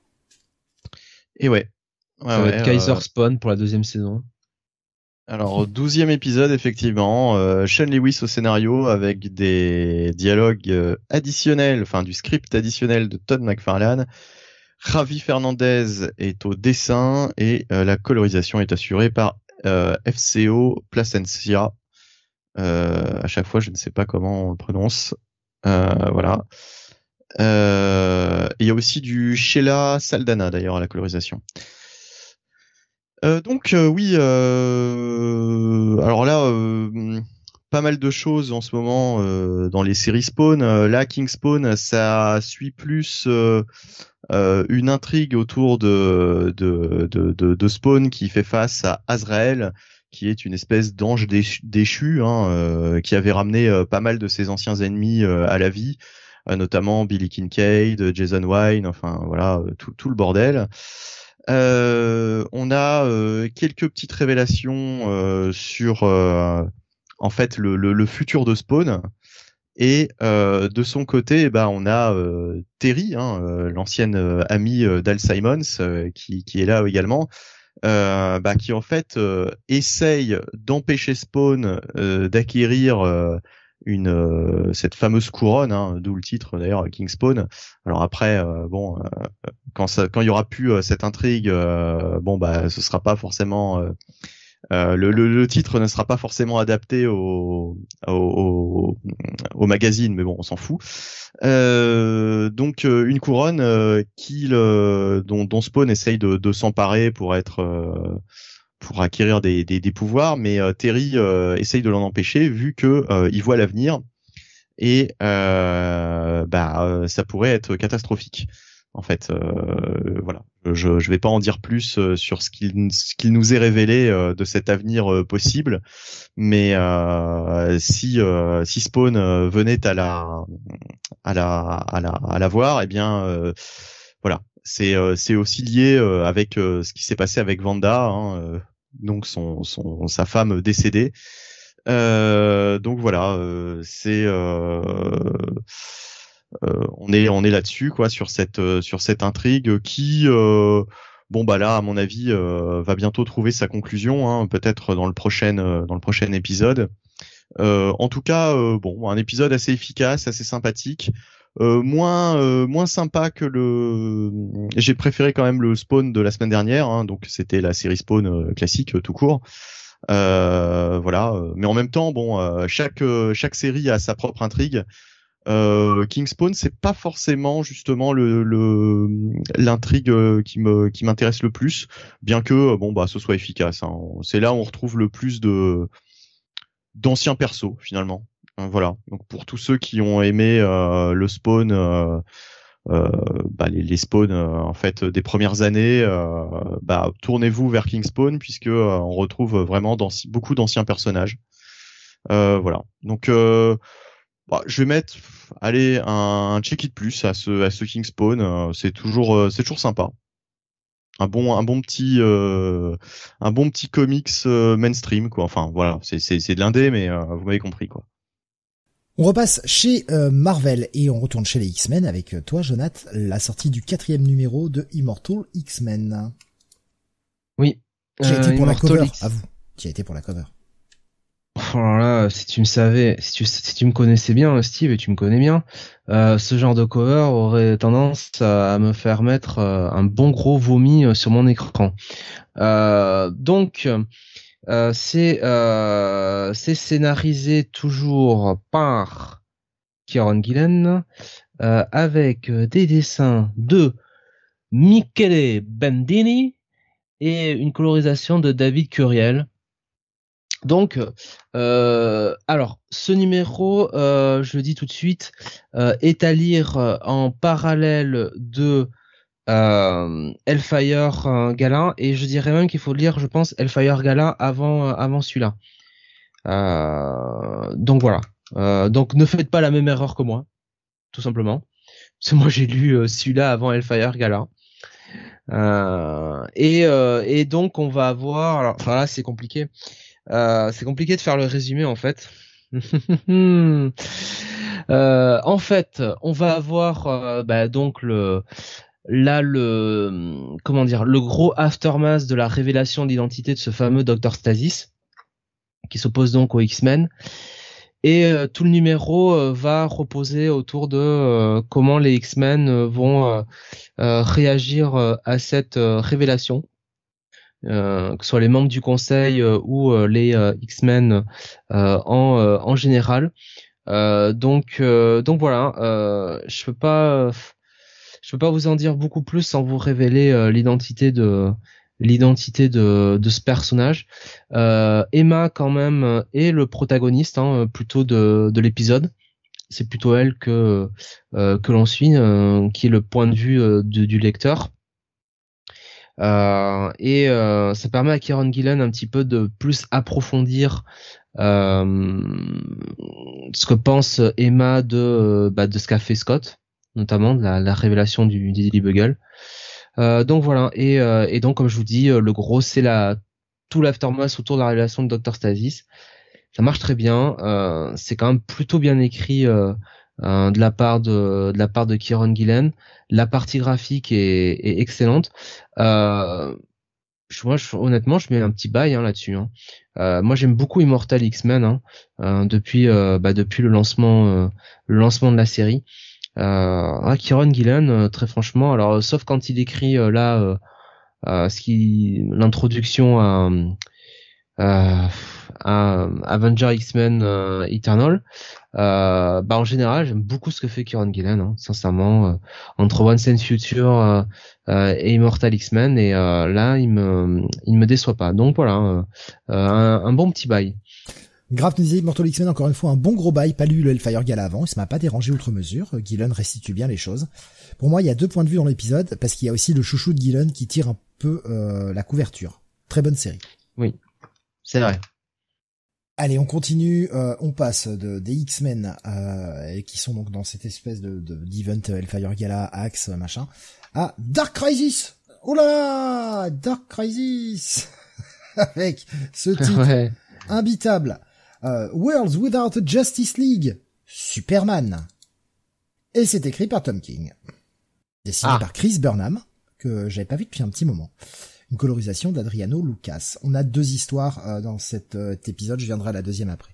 Et ouais. Ça va être Kaiser Spawn pour la 2e saison. Alors, 12e épisode, effectivement, Sean Lewis au scénario avec des dialogues additionnels, enfin du script additionnel de Todd McFarlane. Javi Fernandez est au dessin et la colorisation est assurée par FCO Plasencia. À chaque fois, je ne sais pas comment on le prononce. Voilà. Il y a aussi du Sheila Saldana, d'ailleurs, à la colorisation. Oui, alors là, pas mal de choses en ce moment dans les séries Spawn. Là, King Spawn, ça suit plus une intrigue autour de Spawn qui fait face à Azrael, qui est une espèce d'ange déchu, hein, qui avait ramené pas mal de ses anciens ennemis à la vie. notamment Billy Kincaid, Jason Wine, enfin voilà, tout le bordel. On a quelques petites révélations sur en fait le futur de Spawn. Et de son côté, eh ben, on a Terry, l'ancienne amie d'Al Simons, qui est là également, qui en fait essaye d'empêcher Spawn d'acquérir cette fameuse couronne, d'où le titre d'ailleurs King Spawn. Alors après, quand il y aura plus cette intrigue, ce sera pas forcément le titre ne sera pas forcément adapté au magazine, mais bon, on s'en fout. Donc une couronne dont Spawn essaye de s'emparer pour acquérir des pouvoirs, mais Terry essaye de l'en empêcher vu que il voit l'avenir et ça pourrait être catastrophique. En fait, voilà. Je vais pas en dire plus sur ce qu'il nous est révélé de cet avenir possible, mais si Spawn venait à la voir, eh bien voilà, c'est aussi lié avec ce qui s'est passé avec Wanda, donc sa femme décédée. Donc voilà, on est là-dessus quoi, sur cette intrigue qui là à mon avis va bientôt trouver sa conclusion, peut-être dans le prochain épisode. En tout cas un épisode assez efficace, assez sympathique, moins sympa que j'ai préféré quand même le Spawn de la semaine dernière, donc c'était la série Spawn classique tout court. Voilà, mais en même temps chaque série a sa propre intrigue. King Spawn, c'est pas forcément justement l'intrigue qui m'intéresse le plus, bien que ce soit efficace, c'est là où on retrouve le plus d'anciens persos finalement. Voilà, donc pour tous ceux qui ont aimé le Spawn, les Spawn en fait des premières années, tournez-vous vers King Spawn puisque on retrouve vraiment beaucoup d'anciens personnages. Voilà, donc je vais mettre un check it plus à ce King Spawn, c'est toujours sympa. Un bon petit comics mainstream quoi. Enfin voilà, c'est de l'indé mais vous m'avez compris quoi. On repasse chez Marvel et on retourne chez les X-Men avec toi, Jonathan, la sortie du 4e numéro de Immortal X-Men. Oui. J'ai été pour la cover, à vous. Tu as été pour la cover. Alors là, si tu me savais, si tu me connaissais bien, Steve, et tu me connais bien, ce genre de cover aurait tendance à me faire mettre un bon gros vomi sur mon écran. Donc, c'est scénarisé toujours par Kieron Gillen, avec des dessins de Michele Bendini et une colorisation de David Curiel. Donc, alors, ce numéro, je le dis tout de suite, est à lire en parallèle de Hellfire Gala, et je dirais même qu'il faut lire, je pense, Hellfire Gala avant celui-là. Donc voilà. Donc ne faites pas la même erreur que moi, tout simplement. Parce que moi j'ai lu celui-là avant Hellfire Gala. Et donc on va avoir. Alors, enfin là c'est compliqué. C'est compliqué de faire le résumé en fait. En fait, on va avoir donc le gros aftermath de la révélation d'identité de ce fameux Dr Stasis, qui s'oppose donc aux X-Men. Et tout le numéro va reposer autour de comment les X-Men vont réagir à cette révélation. Que ce soit les membres du conseil ou les X-Men en général. Donc voilà, je peux pas vous en dire beaucoup plus sans vous révéler l'identité de ce personnage. Emma quand même est le protagoniste plutôt de l'épisode. C'est plutôt elle que l'on suit, qui est le point de vue du lecteur. Ça permet à Kieron Gillen un petit peu de plus approfondir ce que pense Emma de ce qu'a fait Scott, notamment de la révélation du Daily Bugle. Donc voilà, et donc comme je vous dis, le gros c'est tout l'aftermath autour de la révélation de Dr Stasis. Ça marche très bien, c'est quand même plutôt bien écrit de la part de Kieron Gillen. La partie graphique est excellente. Honnêtement, je mets un petit bail là-dessus. Moi, j'aime beaucoup Immortal X-Men depuis le lancement de la série. Kieron Gillen, très franchement, alors sauf quand il écrit l'introduction à Avenger X-Men Eternal. En général, j'aime beaucoup ce que fait Kieron Gillen, sincèrement, entre Once and Future et Immortal X-Men, et là il me déçoit pas. Donc voilà, un bon petit bail. Grave nous disait Immortal X-Men, encore une fois un bon gros bail, pas lu le Hellfire Gala avant, ça m'a pas dérangé outre mesure. Gillen restitue bien les choses. Pour moi, il y a 2 points de vue dans l'épisode, parce qu'il y a aussi le chouchou de Gillen qui tire un peu la couverture. Très bonne série. Oui, c'est vrai. Allez, on continue, on passe des X-Men qui sont donc dans cette espèce d'event Hellfire Gala, Axe, machin, à Dark Crisis. Oh là là, Dark Crisis avec ce titre imbitable. Worlds Without a Justice League, Superman. Et c'est écrit par Tom King. Dessiné par Chris Burnham, que j'avais pas vu depuis un petit moment. Une colorisation d'Adriano Lucas. On a 2 histoires dans cet épisode, je viendrai à la deuxième après.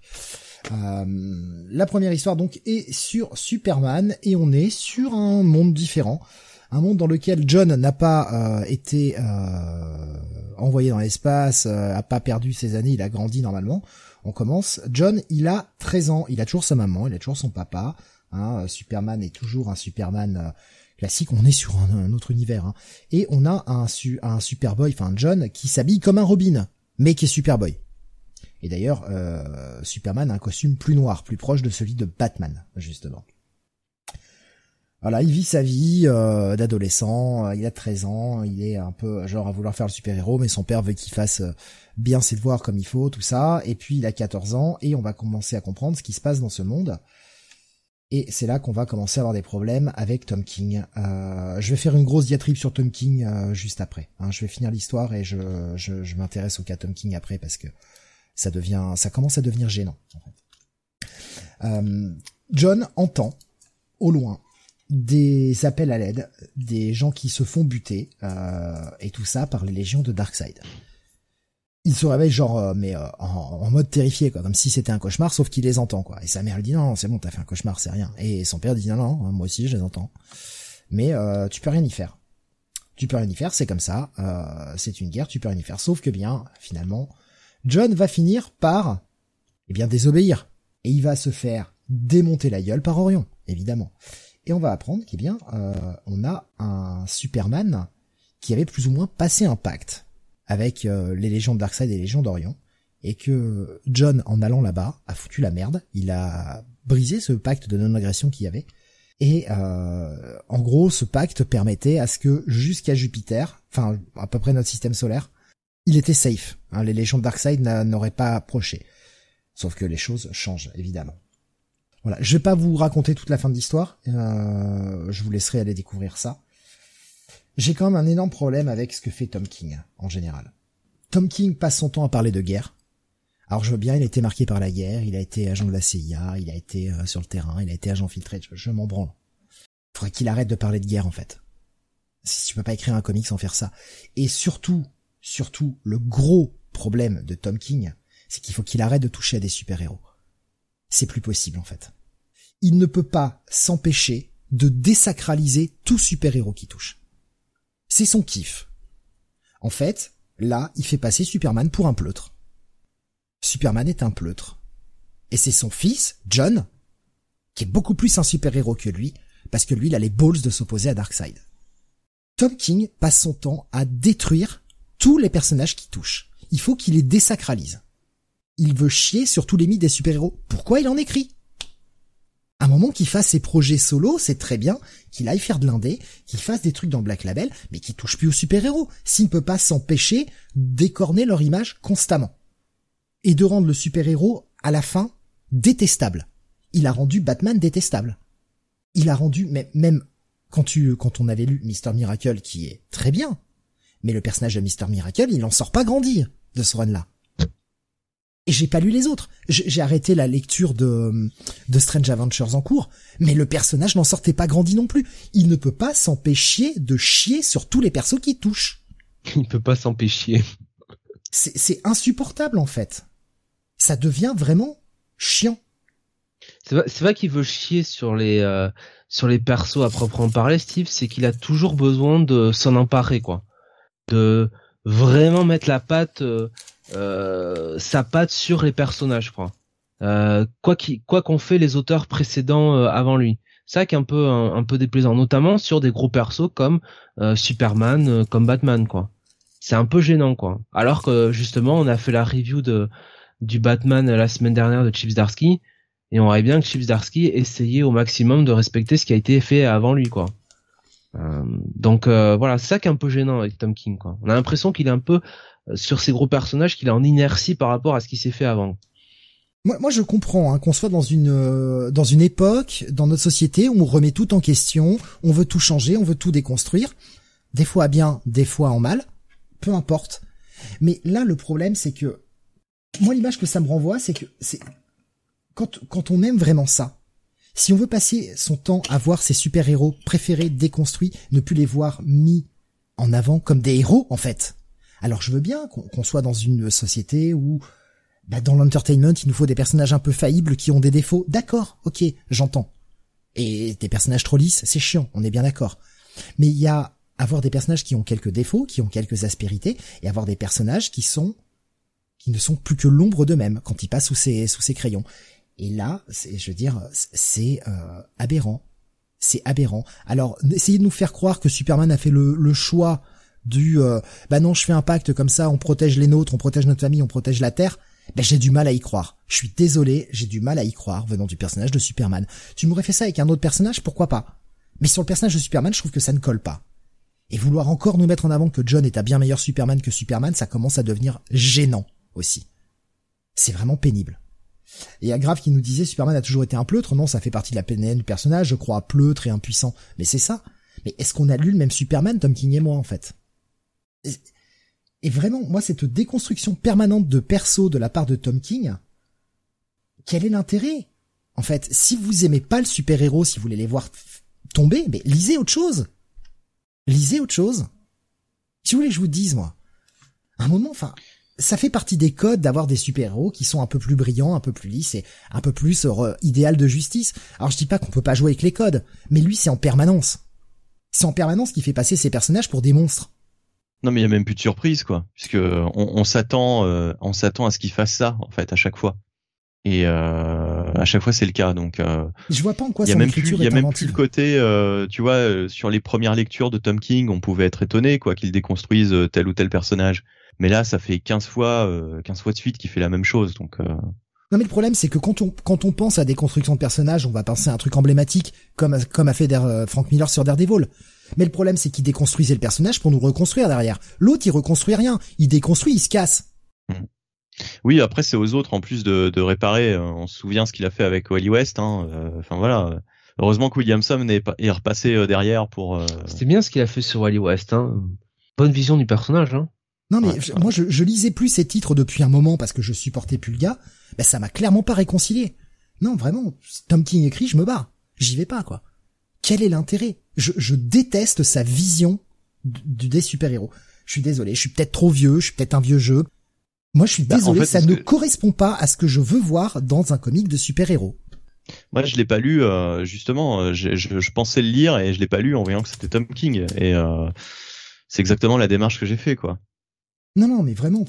La première histoire donc est sur Superman, et on est sur un monde différent. Un monde dans lequel John n'a pas été envoyé dans l'espace, a pas perdu ses années, il a grandi normalement. On commence. John, il a 13 ans, il a toujours sa maman, il a toujours son papa. Superman est toujours un Superman classique, on est sur un autre univers. Et on a un Superboy, enfin un John, qui s'habille comme un Robin, mais qui est Superboy. Et d'ailleurs, Superman a un costume plus noir, plus proche de celui de Batman, justement. Voilà, il vit sa vie d'adolescent, il a 13 ans, il est un peu genre à vouloir faire le super-héros, mais son père veut qu'il fasse bien ses devoirs comme il faut, tout ça, et puis il a 14 ans, et on va commencer à comprendre ce qui se passe dans ce monde, et c'est là qu'on va commencer à avoir des problèmes avec Tom King. Je vais faire une grosse diatribe sur Tom King juste après, je vais finir l'histoire, et je m'intéresse au cas Tom King après, parce que ça commence à devenir gênant, en fait. John entend, au loin, des appels à l'aide, des gens qui se font buter, et tout ça par les légions de Darkseid. Il se réveille en mode terrifié, quoi, comme si c'était un cauchemar, sauf qu'il les entend, quoi. Et sa mère lui dit non, c'est bon, t'as fait un cauchemar, c'est rien. Et son père dit non, moi aussi je les entends. Mais tu peux rien y faire. Tu peux rien y faire, c'est comme ça, c'est une guerre, tu peux rien y faire. Sauf que bien, finalement, John va finir par, désobéir. Et il va se faire démonter la gueule par Orion, évidemment. Et on va apprendre on a un Superman qui avait plus ou moins passé un pacte avec les légions de Darkseid et les légions d'Orion, et que John, en allant là-bas, a foutu la merde. Il a brisé ce pacte de non-agression qu'il y avait. Et en gros, ce pacte permettait à ce que jusqu'à Jupiter, enfin à peu près notre système solaire, il était safe. Les légions de Darkseid n'auraient pas approché. Sauf que les choses changent, évidemment. Voilà, je vais pas vous raconter toute la fin de l'histoire, je vous laisserai aller découvrir ça. J'ai quand même un énorme problème avec ce que fait Tom King, en général. Tom King passe son temps à parler de guerre. Alors je veux bien, il a été marqué par la guerre, il a été agent de la CIA, il a été sur le terrain, il a été agent filtré, je m'en branle. Faudrait qu'il arrête de parler de guerre, en fait. Si tu peux pas écrire un comic sans faire ça. Et surtout, le gros problème de Tom King, c'est qu'il faut qu'il arrête de toucher à des super-héros. C'est plus possible, en fait. Il ne peut pas s'empêcher de désacraliser tout super-héros qui touche. C'est son kiff. En fait, là, il fait passer Superman pour un pleutre. Superman est un pleutre. Et c'est son fils, John, qui est beaucoup plus un super-héros que lui, parce que lui, il a les balls de s'opposer à Darkseid. Tom King passe son temps à détruire tous les personnages qui touchent. Il faut qu'il les désacralise. Il veut chier sur tous les mythes des super-héros. Pourquoi il en écrit? À un moment qu'il fasse ses projets solo, c'est très bien, qu'il aille faire de l'indé, qu'il fasse des trucs dans Black Label, mais qu'il touche plus aux super-héros, s'il ne peut pas s'empêcher d'écorner leur image constamment. Et de rendre le super-héros, à la fin, détestable. Il a rendu Batman détestable. Il a rendu, même quand on avait lu Mr. Miracle, qui est très bien, mais le personnage de Mr. Miracle, il n'en sort pas grandi de ce run-là. Et j'ai pas lu les autres. J'ai arrêté la lecture de Strange Adventures en cours, mais le personnage n'en sortait pas grandi non plus. Il ne peut pas s'empêcher de chier sur tous les persos qui touchent. Il peut pas s'empêcher. C'est insupportable, en fait. Ça devient vraiment chiant. C'est vrai qu'il veut chier sur les persos à proprement parler, Steve, c'est qu'il a toujours besoin de s'en emparer, quoi. De vraiment mettre sa patte sur les personnages, quoi. Quoi qu'on fait les auteurs précédents avant lui. C'est ça qui est un peu déplaisant, notamment sur des gros persos comme Superman, comme Batman, quoi. C'est un peu gênant, quoi. Alors que justement, on a fait la review du Batman la semaine dernière de Chip Zdarsky, et on aurait bien que Chip Zdarsky essayait au maximum de respecter ce qui a été fait avant lui, quoi. Donc voilà, c'est ça qui est un peu gênant avec Tom King, quoi. On a l'impression qu'il est un peu sur ces gros personnages, qu'il est en inertie par rapport à ce qui s'est fait avant. Moi je comprends qu'on soit dans une époque, dans notre société, où on remet tout en question, on veut tout changer, on veut tout déconstruire, des fois à bien, des fois en mal, peu importe. Mais là le problème c'est que moi l'image que ça me renvoie, c'est que quand on aime vraiment ça, si on veut passer son temps à voir ses super-héros préférés déconstruits, ne plus les voir mis en avant comme des héros, en fait. Alors je veux bien qu'on soit dans une société où, dans l'entertainment, il nous faut des personnages un peu faillibles qui ont des défauts. D'accord, ok, j'entends. Et des personnages trop lisses, c'est chiant, on est bien d'accord. Mais il y a avoir des personnages qui ont quelques défauts, qui ont quelques aspérités, et avoir des personnages qui ne sont plus que l'ombre d'eux-mêmes quand ils passent sous ces crayons. Et là, c'est aberrant. C'est aberrant. Alors, essayez de nous faire croire que Superman a fait le choix du non, je fais un pacte comme ça, on protège les nôtres, on protège notre famille, on protège la Terre. J'ai du mal à y croire. Je suis désolé, j'ai du mal à y croire venant du personnage de Superman. Tu m'aurais fait ça avec un autre personnage, pourquoi pas? Mais sur le personnage de Superman, je trouve que ça ne colle pas. Et vouloir encore nous mettre en avant que John est un bien meilleur Superman que Superman, ça commence à devenir gênant aussi. C'est vraiment pénible. Et il y a Grave qui nous disait Superman a toujours été un pleutre. Non, ça fait partie de la PNL du personnage, je crois, pleutre et impuissant. Mais c'est ça. Mais est-ce qu'on a lu le même Superman, Tom King et moi, en fait? Et vraiment, moi, cette déconstruction permanente de perso de la part de Tom King, quel est l'intérêt? En fait, si vous aimez pas le super-héros, si vous voulez les voir tomber, mais lisez autre chose. Lisez autre chose. Si vous voulez que je vous dise, moi, à un moment, ça fait partie des codes d'avoir des super-héros qui sont un peu plus brillants, un peu plus lisses et un peu plus idéal de justice. Alors je dis pas qu'on peut pas jouer avec les codes, mais lui c'est en permanence. C'est en permanence qu'il fait passer ses personnages pour des monstres. Non mais il y a même plus de surprise quoi, puisque on s'attend à ce qu'il fasse ça en fait à chaque fois. Et à chaque fois c'est le cas donc. Je vois pas en quoi son écriture est inventive. Il y a même plus le côté, tu vois, sur les premières lectures de Tom King, on pouvait être étonné quoi qu'il déconstruise tel ou tel personnage. Mais là, ça fait 15 fois de suite qu'il fait la même chose, donc. Non, mais le problème, c'est que quand on pense à des constructions de personnages, on va penser à un truc emblématique, comme a fait Frank Miller sur Daredevil. Mais le problème, c'est qu'il déconstruisait le personnage pour nous reconstruire derrière. L'autre, il reconstruit rien. Il déconstruit, il se casse. Oui, après, c'est aux autres, en plus de réparer. On se souvient ce qu'il a fait avec Wally West, Enfin, voilà. Heureusement que Williamson est repassé derrière pour. C'était bien ce qu'il a fait sur Wally West, Bonne vision du personnage, Non mais moi je lisais plus ces titres depuis un moment parce que je supportais plus le gars, ça m'a clairement pas réconcilié. Non vraiment, Tom King écrit, je me barre. J'y vais pas quoi. Quel est l'intérêt? Je déteste sa vision des super-héros. Je suis désolé, je suis peut-être trop vieux, je suis peut-être un vieux jeu. Moi je suis désolé, en fait, ça ne correspond pas à ce que je veux voir dans un comic de super-héros. Moi je l'ai pas lu justement, je pensais le lire et je l'ai pas lu en voyant que c'était Tom King et c'est exactement la démarche que j'ai fait quoi. Non, mais vraiment,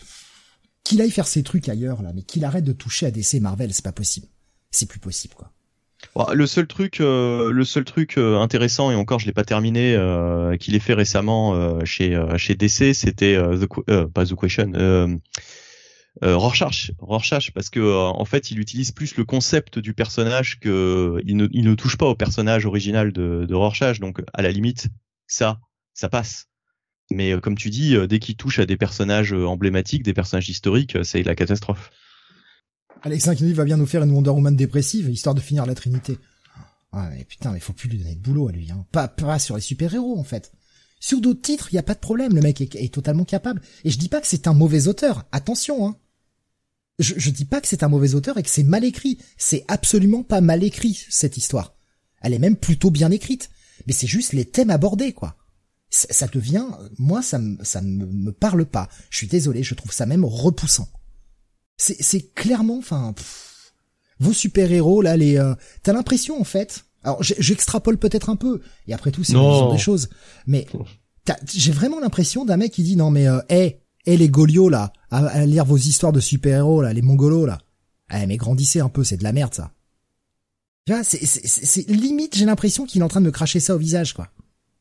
qu'il aille faire ses trucs ailleurs, là, mais qu'il arrête de toucher à DC Marvel, c'est pas possible. C'est plus possible, quoi. Bon, le seul truc intéressant, et encore je l'ai pas terminé, qu'il ait fait récemment chez DC, c'était pas The Question, Rorschach, parce que en fait, il utilise plus le concept du personnage que il ne touche pas au personnage original de Rorschach. Donc, à la limite, ça passe. Mais comme tu dis, dès qu'il touche à des personnages emblématiques, des personnages historiques, c'est la catastrophe. Alexin qui va bien nous faire une Wonder Woman dépressive, histoire de finir la Trinité. Ah, mais putain, mais faut plus lui donner de boulot à lui, hein. Pas sur les super-héros, en fait. Sur d'autres titres, il y a pas de problème, le mec est totalement capable. Et je dis pas que c'est un mauvais auteur, attention, hein. Je dis pas que c'est un mauvais auteur et que c'est mal écrit. C'est absolument pas mal écrit, cette histoire. Elle est même plutôt bien écrite. Mais c'est juste les thèmes abordés, quoi. Ça devient, moi, ça me parle pas. Je suis désolé, je trouve ça même repoussant. C'est clairement, enfin, vos super-héros, là, t'as l'impression, en fait, alors j'extrapole peut-être un peu, et après tout, c'est une vision des choses, mais j'ai vraiment l'impression d'un mec qui dit, non mais, les Golios, là, à lire vos histoires de super-héros, là, les Mongolos, là, mais grandissez un peu, c'est de la merde, ça. Tu vois, c'est limite, j'ai l'impression qu'il est en train de me cracher ça au visage, quoi.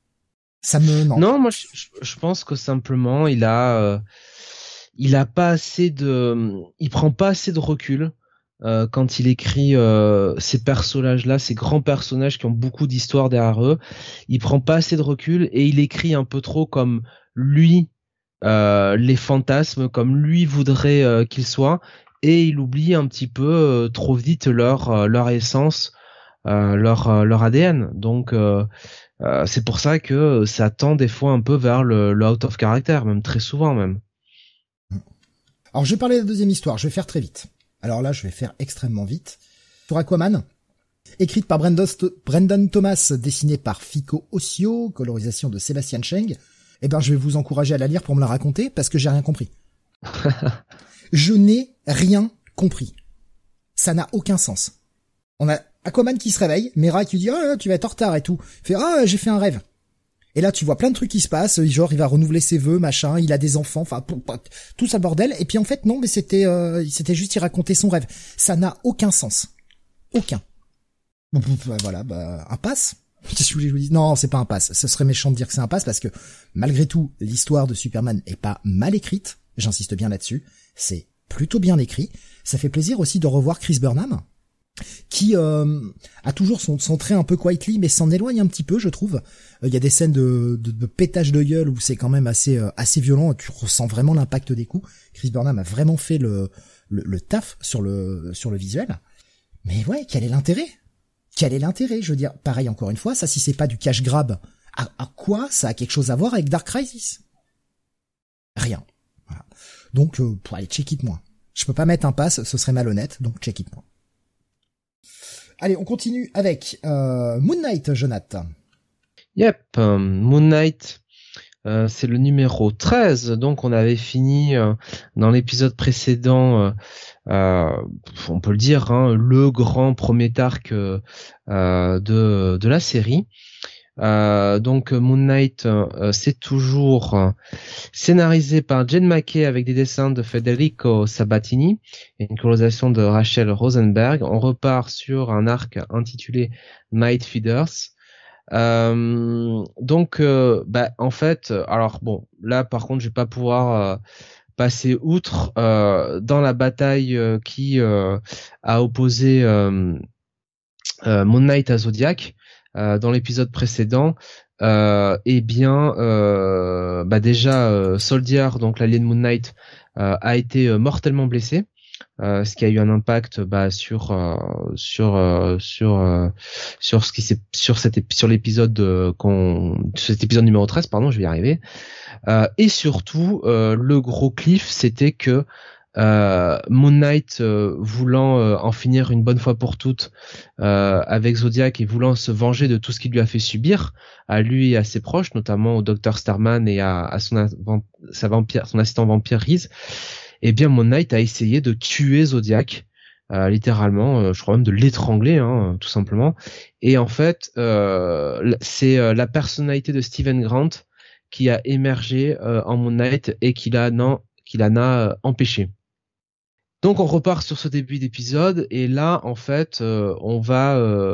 Non, moi, je pense que simplement, il a pas assez il prend pas assez de recul quand il écrit ces personnages-là, ces grands personnages qui ont beaucoup d'histoire derrière eux. Il prend pas assez de recul et il écrit un peu trop comme lui les fantasmes, comme lui voudrait qu'ils soient, et il oublie un petit peu trop vite leur essence, leur ADN. Donc c'est pour ça que ça tend des fois un peu vers le out of character, même très souvent même. Alors je vais parler de la deuxième histoire, je vais faire très vite. Alors là, je vais faire extrêmement vite. Sur Aquaman, écrite par Brandon Thomas, dessinée par Fico Ossio, colorisation de Sébastien Cheng. Eh ben, je vais vous encourager à la lire pour me la raconter, parce que j'ai rien compris. Je n'ai rien compris. Ça n'a aucun sens. On a Aquaman qui se réveille, Mera qui lui dit « Ah, tu vas être en retard et tout ». Il fait « Ah, j'ai fait un rêve ». Et là, tu vois plein de trucs qui se passent, genre il va renouveler ses vœux, machin, il a des enfants, enfin tout ça bordel. Et puis en fait non, mais c'était juste il racontait son rêve. Ça n'a aucun sens, aucun. Voilà, un pass. Qu'est-ce que je vous dis ? Non, c'est pas un pass. Ce serait méchant de dire que c'est un pass parce que malgré tout, l'histoire de Superman est pas mal écrite. J'insiste bien là-dessus. C'est plutôt bien écrit. Ça fait plaisir aussi de revoir Chris Burnham, qui a toujours son trait un peu quietly, mais s'en éloigne un petit peu, je trouve. Il y a des scènes de pétage de gueule où c'est quand même assez violent. Tu ressens vraiment l'impact des coups. Chris Burnham a vraiment fait le taf sur le visuel. Mais ouais, quel est l'intérêt ? Quel est l'intérêt ? Je veux dire, pareil encore une fois, ça si c'est pas du cash grab, à quoi ça a quelque chose à voir avec Dark Crisis ? Rien. Voilà. Donc, allez, check it moi. Je peux pas mettre un pass, ce serait malhonnête, donc check it moi. Allez, on continue avec Moon Knight, Jonathan. Yep, Moon Knight, c'est le numéro 13, donc on avait fini dans l'épisode précédent, on peut le dire, hein, le grand premier arc de la série. Donc Moon Knight, c'est toujours scénarisé par Jen McKay avec des dessins de Federico Sabatini et une colorisation de Rachel Rosenberg. On repart sur un arc intitulé Night Feeders. Donc en fait, alors bon, là par contre je vais pas pouvoir passer outre dans la bataille qui a opposé Moon Knight à Zodiac. Dans l'épisode précédent, déjà Soldier, donc l'allié de Moon Knight, a été mortellement blessé, ce qui a eu un impact sur l'épisode cet épisode numéro 13, pardon, je vais y arriver. Et surtout, le gros cliff, c'était que Moon Knight voulant en finir une bonne fois pour toutes avec Zodiac et voulant se venger de tout ce qu'il lui a fait subir à lui et à ses proches, notamment au Dr Starman et à son assistant vampire Reese, eh bien Moon Knight a essayé de tuer Zodiac, littéralement, je crois même de l'étrangler, hein, tout simplement. Et en fait, c'est la personnalité de Steven Grant qui a émergé en Moon Knight et qui l'en a empêché. Donc on repart sur ce début d'épisode et là en fait on va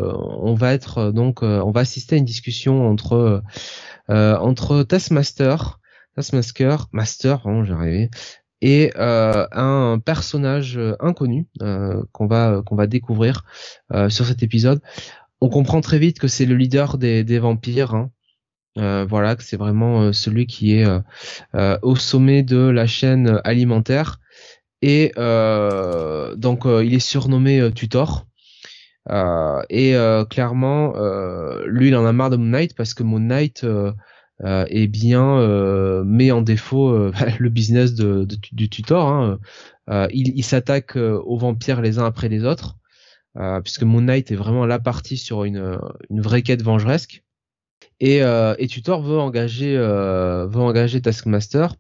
assister à une discussion entre Taskmaster, j'y arrivé, et un personnage inconnu qu'on va découvrir sur cet épisode. On comprend très vite que c'est le leader des vampires, hein. Voilà, que c'est vraiment celui qui est au sommet de la chaîne alimentaire. Et donc il est surnommé Tutor. Clairement, lui, il en a marre de Moon Knight parce que Moon Knight eh bien met en défaut le business du Tutor, hein. Il s'attaque aux vampires les uns après les autres, puisque Moon Knight est vraiment là parti sur une vraie quête vengeresque. Et Tutor veut engager Taskmaster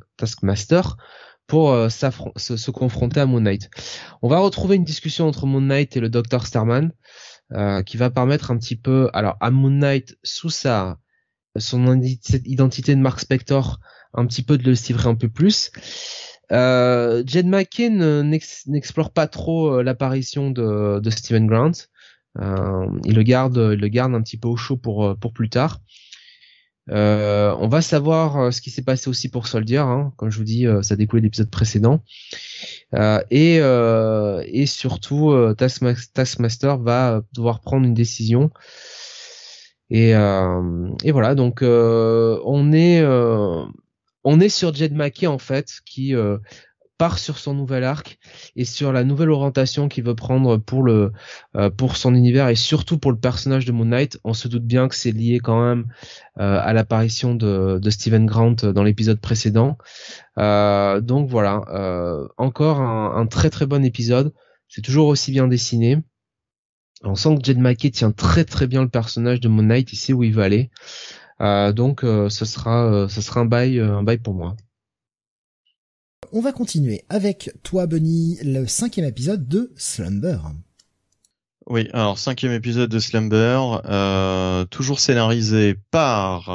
pour se confronter à Moon Knight. On va retrouver une discussion entre Moon Knight et le Dr Starman qui va permettre un petit peu, alors à Moon Knight sous son identité de Mark Spector, un petit peu de le cibrer un peu plus. Jed McKay n'explore pas trop l'apparition de Steven Grant. Il le garde un petit peu au chaud pour plus tard. On va savoir ce qui s'est passé aussi pour Soldier, hein. Comme je vous dis, ça découlait de l'épisode précédent. Et surtout, Taskmaster va devoir prendre une décision. Et voilà, donc on est sur Jed McKay en fait, qui part sur son nouvel arc et sur la nouvelle orientation qu'il veut prendre pour son univers et surtout pour le personnage de Moon Knight. On se doute bien que c'est lié quand même à l'apparition de Steven Grant dans l'épisode précédent. Donc voilà, encore un très très bon épisode. C'est toujours aussi bien dessiné. On sent que Jed McKay tient très très bien le personnage de Moon Knight, il sait où il veut aller. Donc ce sera un bail pour moi. On va continuer avec toi, Bunny, le 5e épisode de Slumber. Oui, alors 5e épisode de Slumber, toujours scénarisé par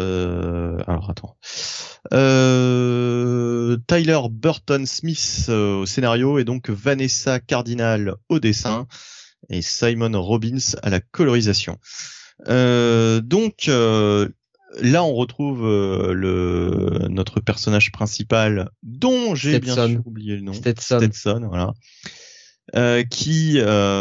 Tyler Burton Smith au scénario et donc Vanessa Cardinal au dessin et Simon Robbins à la colorisation. Là, on retrouve notre personnage principal, dont j'ai bien sûr oublié le nom, Stetson, voilà, qui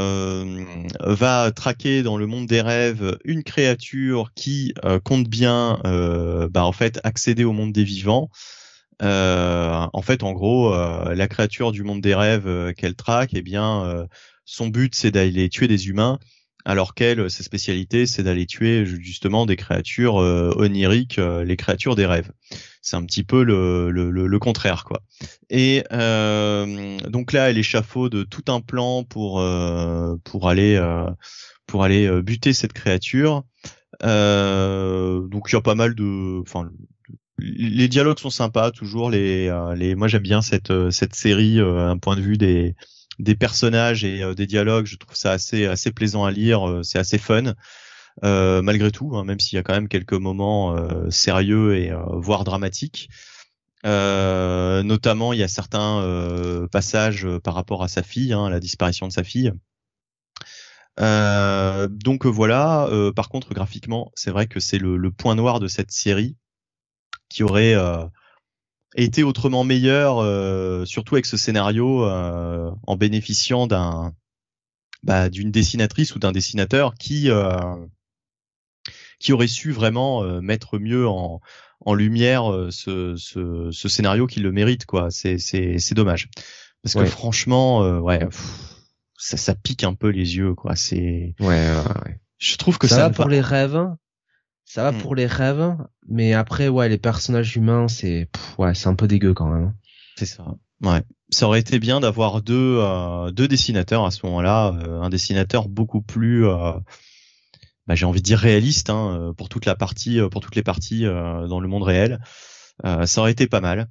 va traquer dans le monde des rêves une créature qui compte bien, en fait, accéder au monde des vivants. En fait, en gros, la créature du monde des rêves qu'elle traque, eh bien, son but, c'est d'aller tuer des humains. Alors qu'elle, sa spécialité, c'est d'aller tuer justement des créatures oniriques, les créatures des rêves. C'est un petit peu le contraire, quoi. Et donc là, elle échafaude tout un plan pour aller buter cette créature. Donc il y a pas mal de, les dialogues sont sympas toujours. Moi j'aime bien cette série, un point de vue des personnages et des dialogues, je trouve ça assez plaisant à lire, c'est assez fun malgré tout, hein, même s'il y a quand même quelques moments sérieux et voire dramatiques. Notamment, il y a certains passages par rapport à sa fille, hein, la disparition de sa fille. Donc voilà. Par contre, graphiquement, c'est vrai que c'est le point noir de cette série qui aurait été autrement meilleur, surtout avec ce scénario, en bénéficiant d'une dessinatrice ou d'un dessinateur qui aurait su vraiment mettre mieux en lumière ce scénario qui le mérite, quoi. C'est dommage parce que franchement, ça pique un peu les yeux, quoi. Je trouve que ça va pour les rêves. Ça va pour les rêves, mais après, les personnages humains, c'est un peu dégueu quand même. C'est ça. Ouais. Ça aurait été bien d'avoir deux dessinateurs à ce moment-là, un dessinateur beaucoup plus, j'ai envie de dire réaliste, hein, pour toutes les parties dans le monde réel. Ça aurait été pas mal.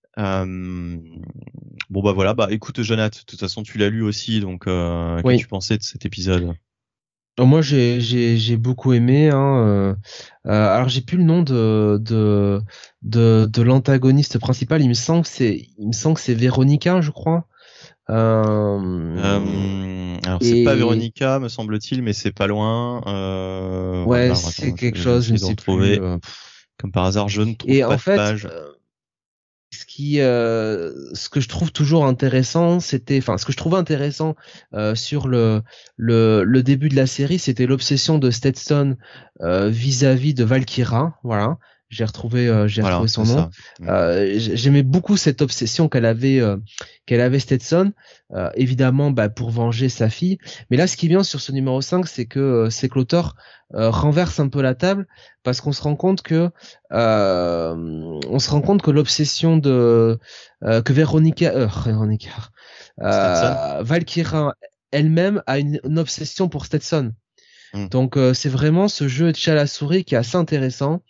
Voilà. Écoute, Jonathan, de toute façon, tu l'as lu aussi, donc qu'as-tu pensé de cet épisode? Moi j'ai beaucoup aimé, hein. Alors j'ai plus le nom de l'antagoniste principal. Il me semble que c'est Véronica, je crois. Alors c'est pas Véronica, me semble-t-il, mais c'est pas loin. C'est quelque chose, je ne sais plus. Comme par hasard, je ne trouve pas de page. ce que je trouve toujours intéressant, ce que je trouvais intéressant sur le début de la série, c'était l'obsession de Stetson vis-à-vis de Valkyra. Voilà, j'ai retrouvé son nom. J'aimais beaucoup cette obsession qu'elle avait Stetson, évidemment, pour venger sa fille. Mais là, ce qui est bien sur ce numéro 5, c'est que l'auteur renverse un peu la table, parce qu'on se rend compte que l'obsession de que Valkyra elle-même a une obsession pour Stetson. Donc c'est vraiment ce jeu de chat à la souris qui est assez intéressant,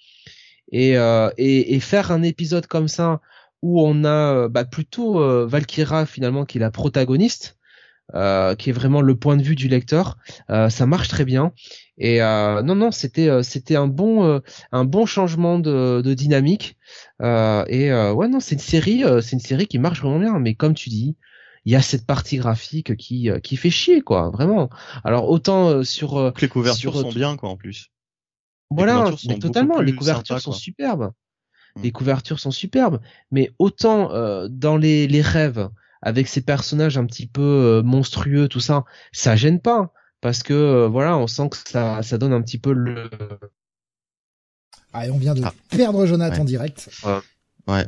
et faire un épisode comme ça où on a plutôt Valkyra finalement qui est la protagoniste, qui est vraiment le point de vue du lecteur, ça marche très bien. Et non, c'était un bon changement de dynamique. Ouais, non, c'est une série qui marche vraiment bien. Mais comme tu dis, il y a cette partie graphique qui fait chier, quoi, vraiment. Alors autant sur les couvertures sont bien, quoi, en plus. Voilà, mais totalement, les couvertures sont superbes. Les couvertures sont superbes, mais autant dans les rêves, avec ces personnages un petit peu monstrueux, tout ça, ça gêne pas, parce que voilà, on sent que ça donne un petit peu le... Ah, et on vient de perdre Jonathan en direct. Ouais.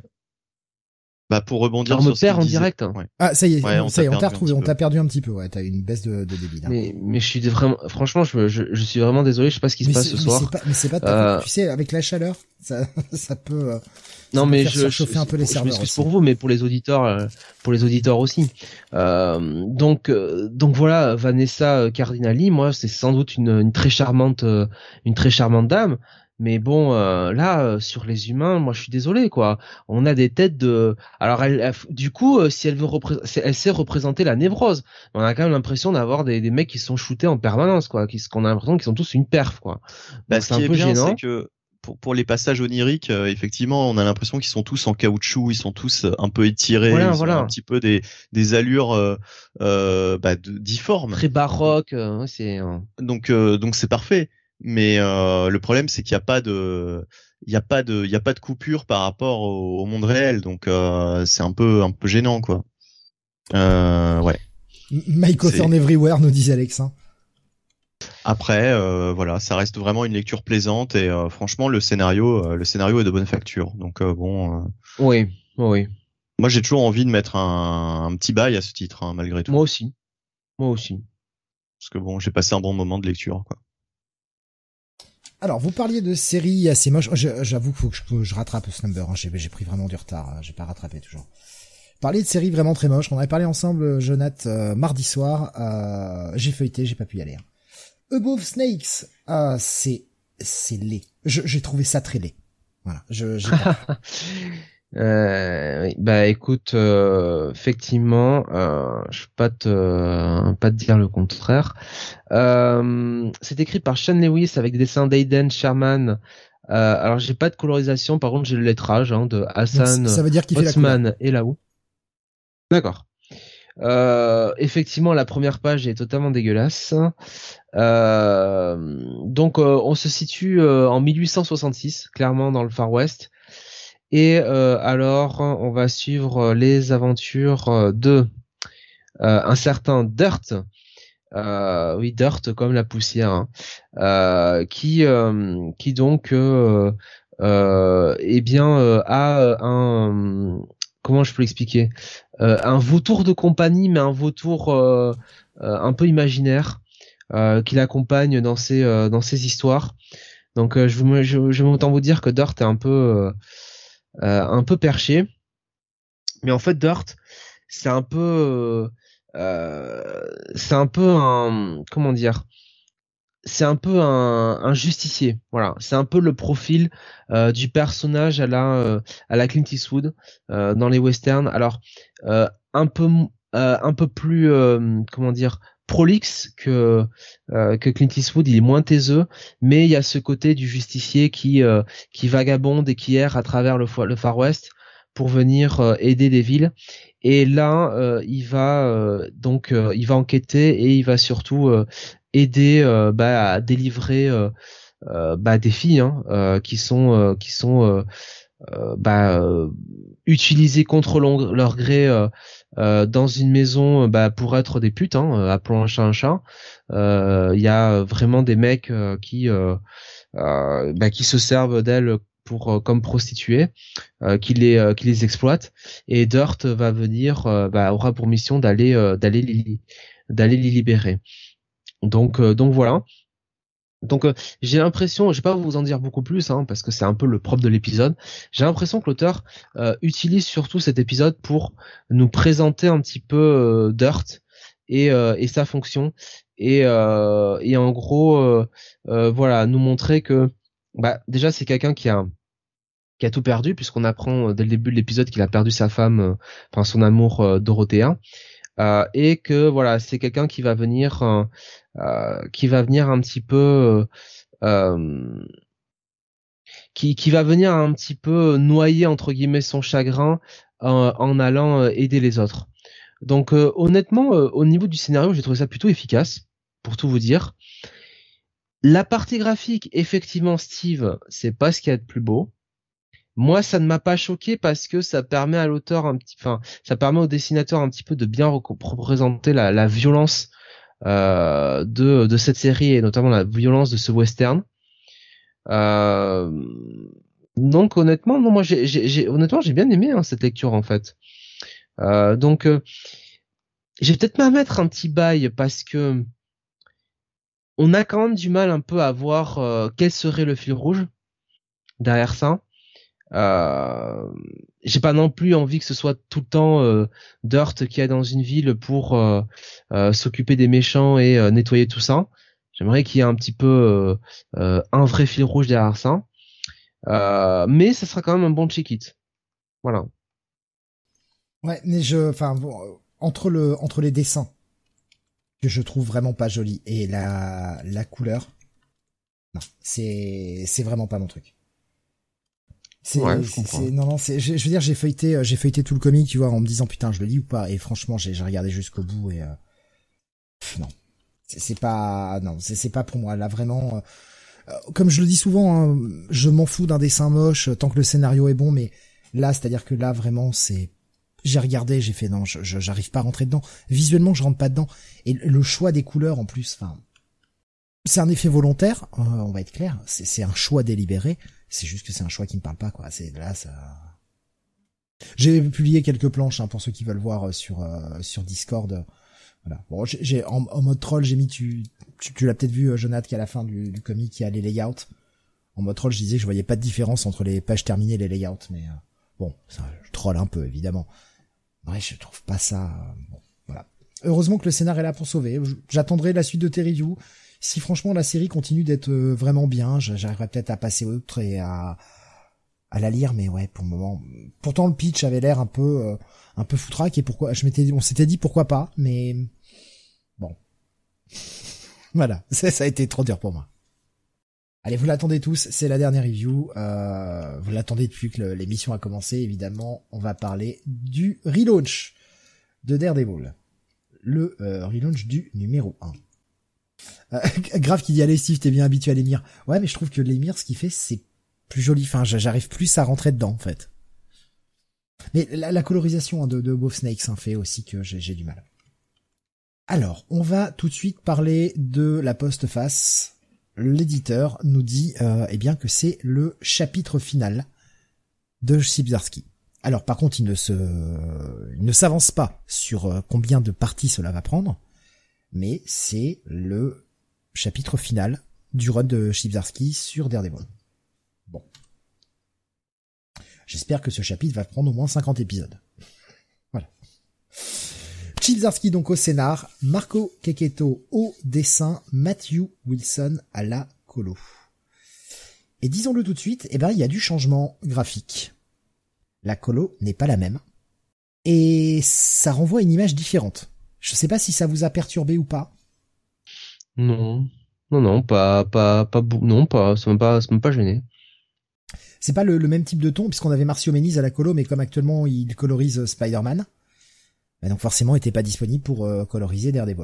Pour rebondir sur ce qu'il disait. En direct. Ouais. Ah, ça y est, on t'a retrouvé, on t'a perdu un petit peu, ouais, t'as eu une baisse de débit, là. Mais je suis vraiment, franchement, je suis vraiment désolé, je sais pas ce qui se passe ce soir. Mais c'est pas tu sais, avec la chaleur, ça peut, non, mais chauffer un peu les serveurs. Je m'excuse pour vous, mais pour les auditeurs aussi. Donc voilà, Vanessa Cardinali, moi, c'est sans doute une très charmante dame. Mais bon, là, sur les humains, moi, je suis désolé, quoi. On a des têtes de... Alors, du coup, si elle sait représenter la névrose, on a quand même l'impression d'avoir des mecs qui sont shootés en permanence, quoi. Qu'on a l'impression qu'ils sont tous une perf, quoi. Donc, c'est un peu gênant. C'est que pour les passages oniriques, effectivement, on a l'impression qu'ils sont tous en caoutchouc, ils sont tous un peu étirés, ils ont un petit peu des allures difformes. Très baroque, Donc c'est parfait. Mais le problème, c'est qu'il y a pas de coupure par rapport au monde réel, donc c'est un peu gênant, quoi. Ouais. Mike Hawthorne Everywhere, nous disait Alex. Après, voilà, ça reste vraiment une lecture plaisante, et franchement, le scénario est de bonne facture. Donc bon. Oui. Moi, j'ai toujours envie de mettre un petit bail à ce titre, malgré tout. Moi aussi. Parce que bon, j'ai passé un bon moment de lecture, quoi. Alors, vous parliez de séries assez moches. J'avoue qu'il faut que je rattrape ce number. J'ai pris vraiment du retard. J'ai pas rattrapé toujours. Parler de séries vraiment très moches. On avait parlé ensemble, Jonathan, mardi soir. J'ai feuilleté, j'ai pas pu y aller. Above Snakes, c'est laid. J'ai trouvé ça très laid. Voilà. Oui, écoute, effectivement, je peux pas te dire le contraire. C'est écrit par Sean Lewis avec des dessins d'Aiden Sherman. Alors j'ai pas de colorisation, par contre j'ai le lettrage de Hassan Otsman et Laou. D'accord. Effectivement, la première page est totalement dégueulasse. Donc on se situe en 1866, clairement dans le Far West. Et alors, on va suivre les aventures de un certain Dirt, oui, Dirt comme la poussière, qui donc a un, comment je peux l'expliquer, un vautour de compagnie, mais un vautour un peu imaginaire, qui l'accompagne dans ses histoires. Donc je vais autant vous dire que Dirt est un peu perché, mais en fait Dirt c'est un peu comment dire, c'est un peu un justicier, voilà, c'est un peu le profil du personnage à la Clint Eastwood dans les westerns. Alors un peu plus comment dire, prolixe que Clint Eastwood. Il est moins taiseux, mais il y a ce côté du justicier qui vagabonde et qui erre à travers le Far West pour venir aider des villes. Et là il va enquêter, et il va surtout aider à délivrer des filles qui sont utilisés contre leur gré dans une maison pour être des putes, hein, appelons un chat un chat. Il y a vraiment des mecs qui se servent d'elles pour comme prostituées, qui les exploitent, et Dirt va venir aura pour mission d'aller les libérer. Donc voilà. Donc j'ai l'impression, je vais pas vous en dire beaucoup plus, hein, parce que c'est un peu le propre de l'épisode. J'ai l'impression que l'auteur utilise surtout cet épisode pour nous présenter un petit peu Dirt et sa fonction, et en gros voilà, nous montrer que déjà c'est quelqu'un qui a tout perdu, puisqu'on apprend dès le début de l'épisode qu'il a perdu sa femme, son amour Dorothea, et que voilà, c'est quelqu'un qui va venir un petit peu qui va venir un petit peu noyer entre guillemets son chagrin en allant aider les autres. Donc honnêtement, au niveau du scénario, j'ai trouvé ça plutôt efficace, pour tout vous dire. La partie graphique, effectivement, Steve, c'est pas ce qu'il y a de plus beau. Moi, ça ne m'a pas choqué parce que ça permet à l'auteur ça permet au dessinateur un petit peu de bien représenter la violence de cette série, et notamment la violence de ce western. Donc honnêtement, non, moi j'ai bien aimé cette lecture en fait. Donc j'ai peut-être m'à mettre un petit bail parce que on a quand même du mal un peu à voir quel serait le fil rouge derrière ça. J'ai pas non plus envie que ce soit tout le temps Dirt qui est dans une ville pour s'occuper des méchants et nettoyer tout ça. J'aimerais qu'il y ait un petit peu un vrai fil rouge derrière ça. Mais ça sera quand même un bon check-it. Voilà. Ouais, mais entre les dessins que je trouve vraiment pas jolis et la couleur, non, c'est vraiment pas mon truc. Je veux dire, j'ai feuilleté tout le comic, tu vois, en me disant putain, je le lis ou pas, et franchement, j'ai regardé jusqu'au bout et non, c'est pas pour moi là vraiment. Comme je le dis souvent, hein, je m'en fous d'un dessin moche tant que le scénario est bon, mais là, c'est-à-dire que là vraiment, j'ai regardé, j'ai fait non, j'arrive pas à rentrer dedans. Visuellement, je rentre pas dedans, et le choix des couleurs en plus, c'est un effet volontaire, on va être clair, c'est un choix délibéré. C'est juste que c'est un choix qui me parle pas, quoi. C'est là, ça. J'ai publié quelques planches, hein, pour ceux qui veulent voir sur Discord. Voilà. Bon, j'ai en mode troll, j'ai mis tu l'as peut-être vu, Jonathan, qu'à la fin du comic, il y a les layouts. En mode troll, je disais que je voyais pas de différence entre les pages terminées et les layouts, mais bon, ça, je troll un peu, évidemment. Ouais, je trouve pas ça. Bon, voilà. Heureusement que le scénar est là pour sauver. J'attendrai la suite de tes reviews. Si franchement la série continue d'être vraiment bien, j'arriverai peut-être à passer outre et à la lire, mais ouais, pour le moment. Pourtant le pitch avait l'air un peu foutraque, et on s'était dit pourquoi pas, mais bon. Voilà, ça a été trop dur pour moi. Allez, vous l'attendez tous, c'est la dernière review. Vous l'attendez depuis que l'émission a commencé, évidemment. On va parler du relaunch de Daredevil. Le relaunch du numéro 1. Grave qui dit allez Steve, t'es bien habitué à l'émir. Ouais, mais je trouve que l'émir, ce qu'il fait, c'est plus joli. Enfin, j'arrive plus à rentrer dedans en fait. Mais la colorisation de Bob Snakes fait aussi que j'ai du mal. Alors, on va tout de suite parler de la postface. L'éditeur nous dit bien que c'est le chapitre final de Chip Zdarsky. Alors par contre, il ne s'avance pas sur combien de parties cela va prendre, mais c'est le chapitre final du run de Chip Zdarsky sur Daredevil. Bon. J'espère que ce chapitre va prendre au moins 50 épisodes. Voilà. Chip Zdarsky donc au scénar, Marco Checchetto au dessin, Matthew Wilson à la colo. Et disons-le tout de suite, il y a du changement graphique. La colo n'est pas la même. Et ça renvoie à une image différente. Je sais pas si ça vous a perturbé ou pas. Non, pas, ça m'a pas gêné. C'est pas le même type de ton, puisqu'on avait Marcio Méniz à la colo, mais comme actuellement il colorise Spider-Man, donc forcément il était pas disponible pour coloriser Daredevil.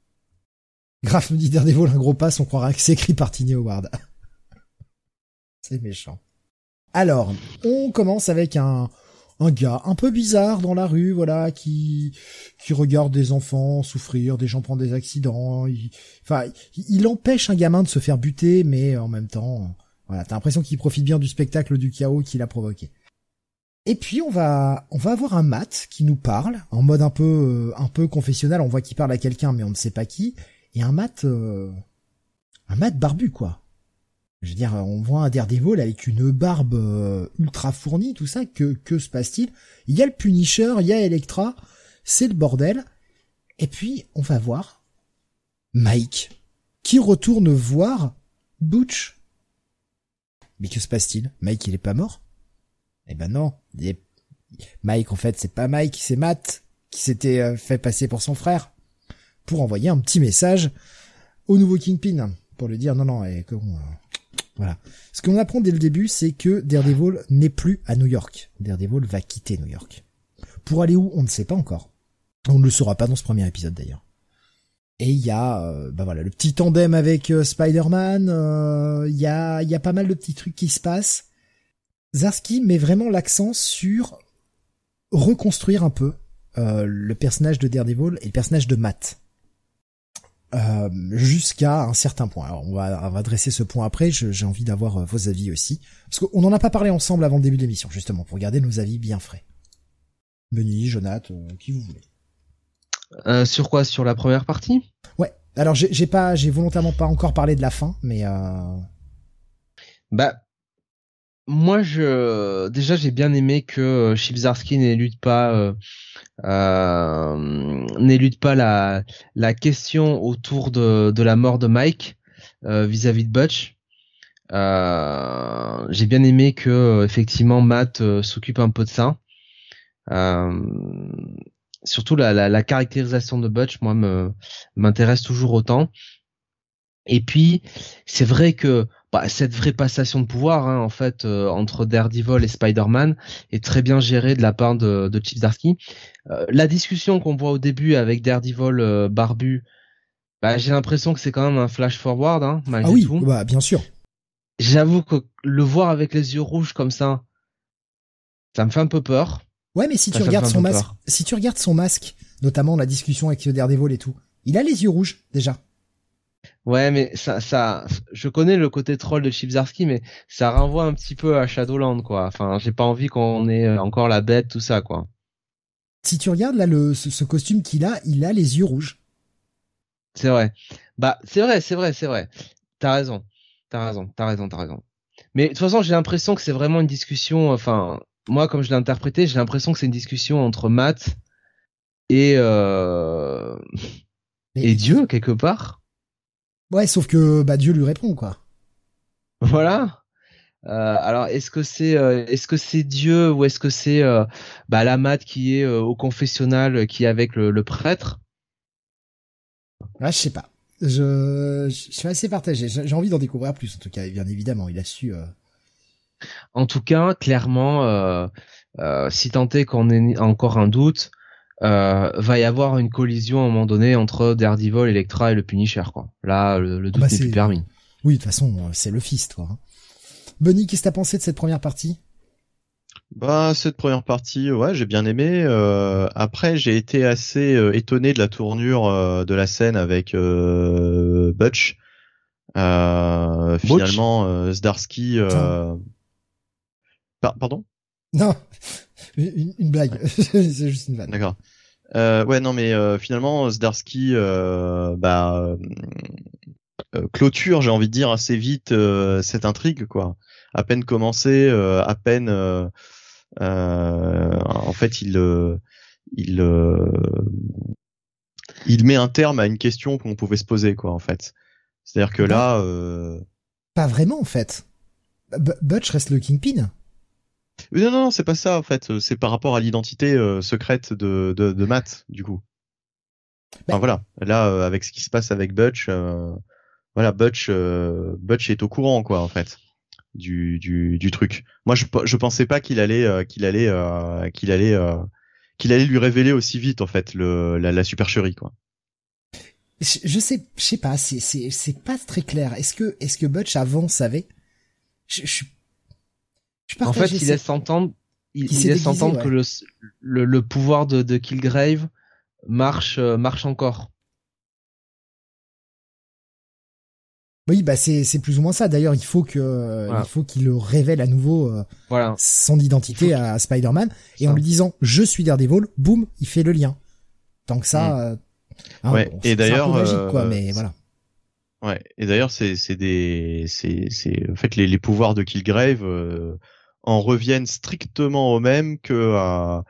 Graf nous dit Daredevil, un gros pass, on croira que c'est écrit par Tiny Howard. C'est méchant. Alors, on commence avec un gars un peu bizarre dans la rue, voilà, qui regarde des enfants souffrir, des gens prendre des accidents. Il empêche un gamin de se faire buter, mais en même temps, voilà, t'as l'impression qu'il profite bien du spectacle du chaos qu'il a provoqué. Et puis on va avoir un Matt qui nous parle en mode un peu confessionnal. On voit qu'il parle à quelqu'un, mais on ne sait pas qui. Et un Matt barbu, quoi. Je veux dire, on voit un Daredevil avec une barbe ultra fournie, tout ça. Que se passe-t-il? Il y a le Punisher, il y a Elektra, c'est le bordel. Et puis on va voir Mike qui retourne voir Butch. Mais que se passe-t-il? Mike, il est pas mort? Eh ben non, Mike en fait c'est pas Mike, c'est Matt qui s'était fait passer pour son frère pour envoyer un petit message au nouveau Kingpin pour lui dire non voilà. Ce qu'on apprend dès le début, c'est que Daredevil n'est plus à New York. Daredevil va quitter New York. Pour aller où, on ne sait pas encore. On ne le saura pas dans ce premier épisode d'ailleurs. Et il y a le petit tandem avec Spider-Man, il y a pas mal de petits trucs qui se passent. Zdarsky met vraiment l'accent sur reconstruire un peu le personnage de Daredevil et le personnage de Matt. Jusqu'à un certain point. Alors on va dresser ce point après, j'ai envie d'avoir vos avis aussi. Parce qu'on n'en a pas parlé ensemble avant le début de l'émission, justement, pour garder nos avis bien frais. Benny, Jonath, qui vous voulez. Sur quoi? Sur la première partie? Ouais. Alors j'ai volontairement pas encore parlé de la fin, mais moi déjà j'ai bien aimé que Chip Zdarsky n'élude pas la question autour de la mort de Mike vis-à-vis de Butch. J'ai bien aimé que effectivement Matt s'occupe un peu de ça. Surtout la caractérisation de Butch, moi m'intéresse toujours autant. Et puis c'est vrai que cette vraie passation de pouvoir, en fait, entre Daredevil et Spider-Man est très bien gérée de la part de Chip Zdarsky. La discussion qu'on voit au début avec Daredevil barbu, j'ai l'impression que c'est quand même un flash forward, malgré tout. Bah bien sûr. J'avoue que le voir avec les yeux rouges comme ça me fait un peu peur. Ouais, mais si tu regardes son masque, notamment la discussion avec Daredevil et tout, il a les yeux rouges déjà. Ouais, mais ça, je connais le côté troll de Chip Zdarsky, mais ça renvoie un petit peu à Shadowland, quoi. Enfin, j'ai pas envie qu'on ait encore la bête, tout ça, quoi. Si tu regardes là ce costume qu'il a, il a les yeux rouges. C'est vrai. C'est vrai. T'as raison. Mais de toute façon, j'ai l'impression que c'est vraiment une discussion. Enfin, moi, comme je l'ai interprété, j'ai l'impression que c'est une discussion entre Matt et Dieu quelque part. Ouais, sauf que Dieu lui répond, quoi. Voilà. Alors est-ce que c'est Dieu ou est-ce que c'est la Matt qui est au confessionnal, qui est avec le prêtre? Ouais, je sais pas. Je suis assez partagé. J'ai envie d'en découvrir plus, en tout cas. Bien évidemment, il a su. En tout cas, clairement, si tant est qu'on ait encore un doute, va y avoir une collision à un moment donné entre Daredevil, Elektra et le Punisher, quoi. Là, le doute n'est plus permis. Oui, de toute façon, c'est le fist, quoi. Benny, qu'est-ce que t'as pensé de cette première partie? Cette première partie, ouais, j'ai bien aimé. Après, j'ai été assez étonné de la tournure de la scène avec Butch. Finalement, Zdarsky. Pardon? Non, une blague. C'est juste une blague. D'accord. Ouais, non, mais finalement, Zdarsky, clôture, j'ai envie de dire, assez vite cette intrigue, quoi. À peine commencé, en fait, il met un terme à une question qu'on pouvait se poser, quoi, en fait. C'est-à-dire que là, pas vraiment, en fait. Butch reste le Kingpin. Non, c'est pas ça, en fait. C'est par rapport à l'identité secrète de Matt, du coup. Enfin, voilà. Là, avec ce qui se passe avec Butch, Butch est au courant, quoi, en fait, du truc. Moi, je pensais pas qu'il allait lui révéler aussi vite, en fait, la supercherie, quoi. Je sais pas, c'est pas très clair. Est-ce que Butch avant savait? En fait, il laisse entendre, il laisse entendre que le pouvoir de Killgrave marche encore. Oui, bah c'est plus ou moins ça. D'ailleurs, il faut qu'il le révèle à nouveau son identité à Spider-Man et en lui disant je suis Daredevil, boum, il fait le lien. Tant que ça, et d'ailleurs, c'est un peu magique, quoi, mais voilà. Ouais, et d'ailleurs, c'est en fait les pouvoirs de Killgrave en reviennent strictement au même que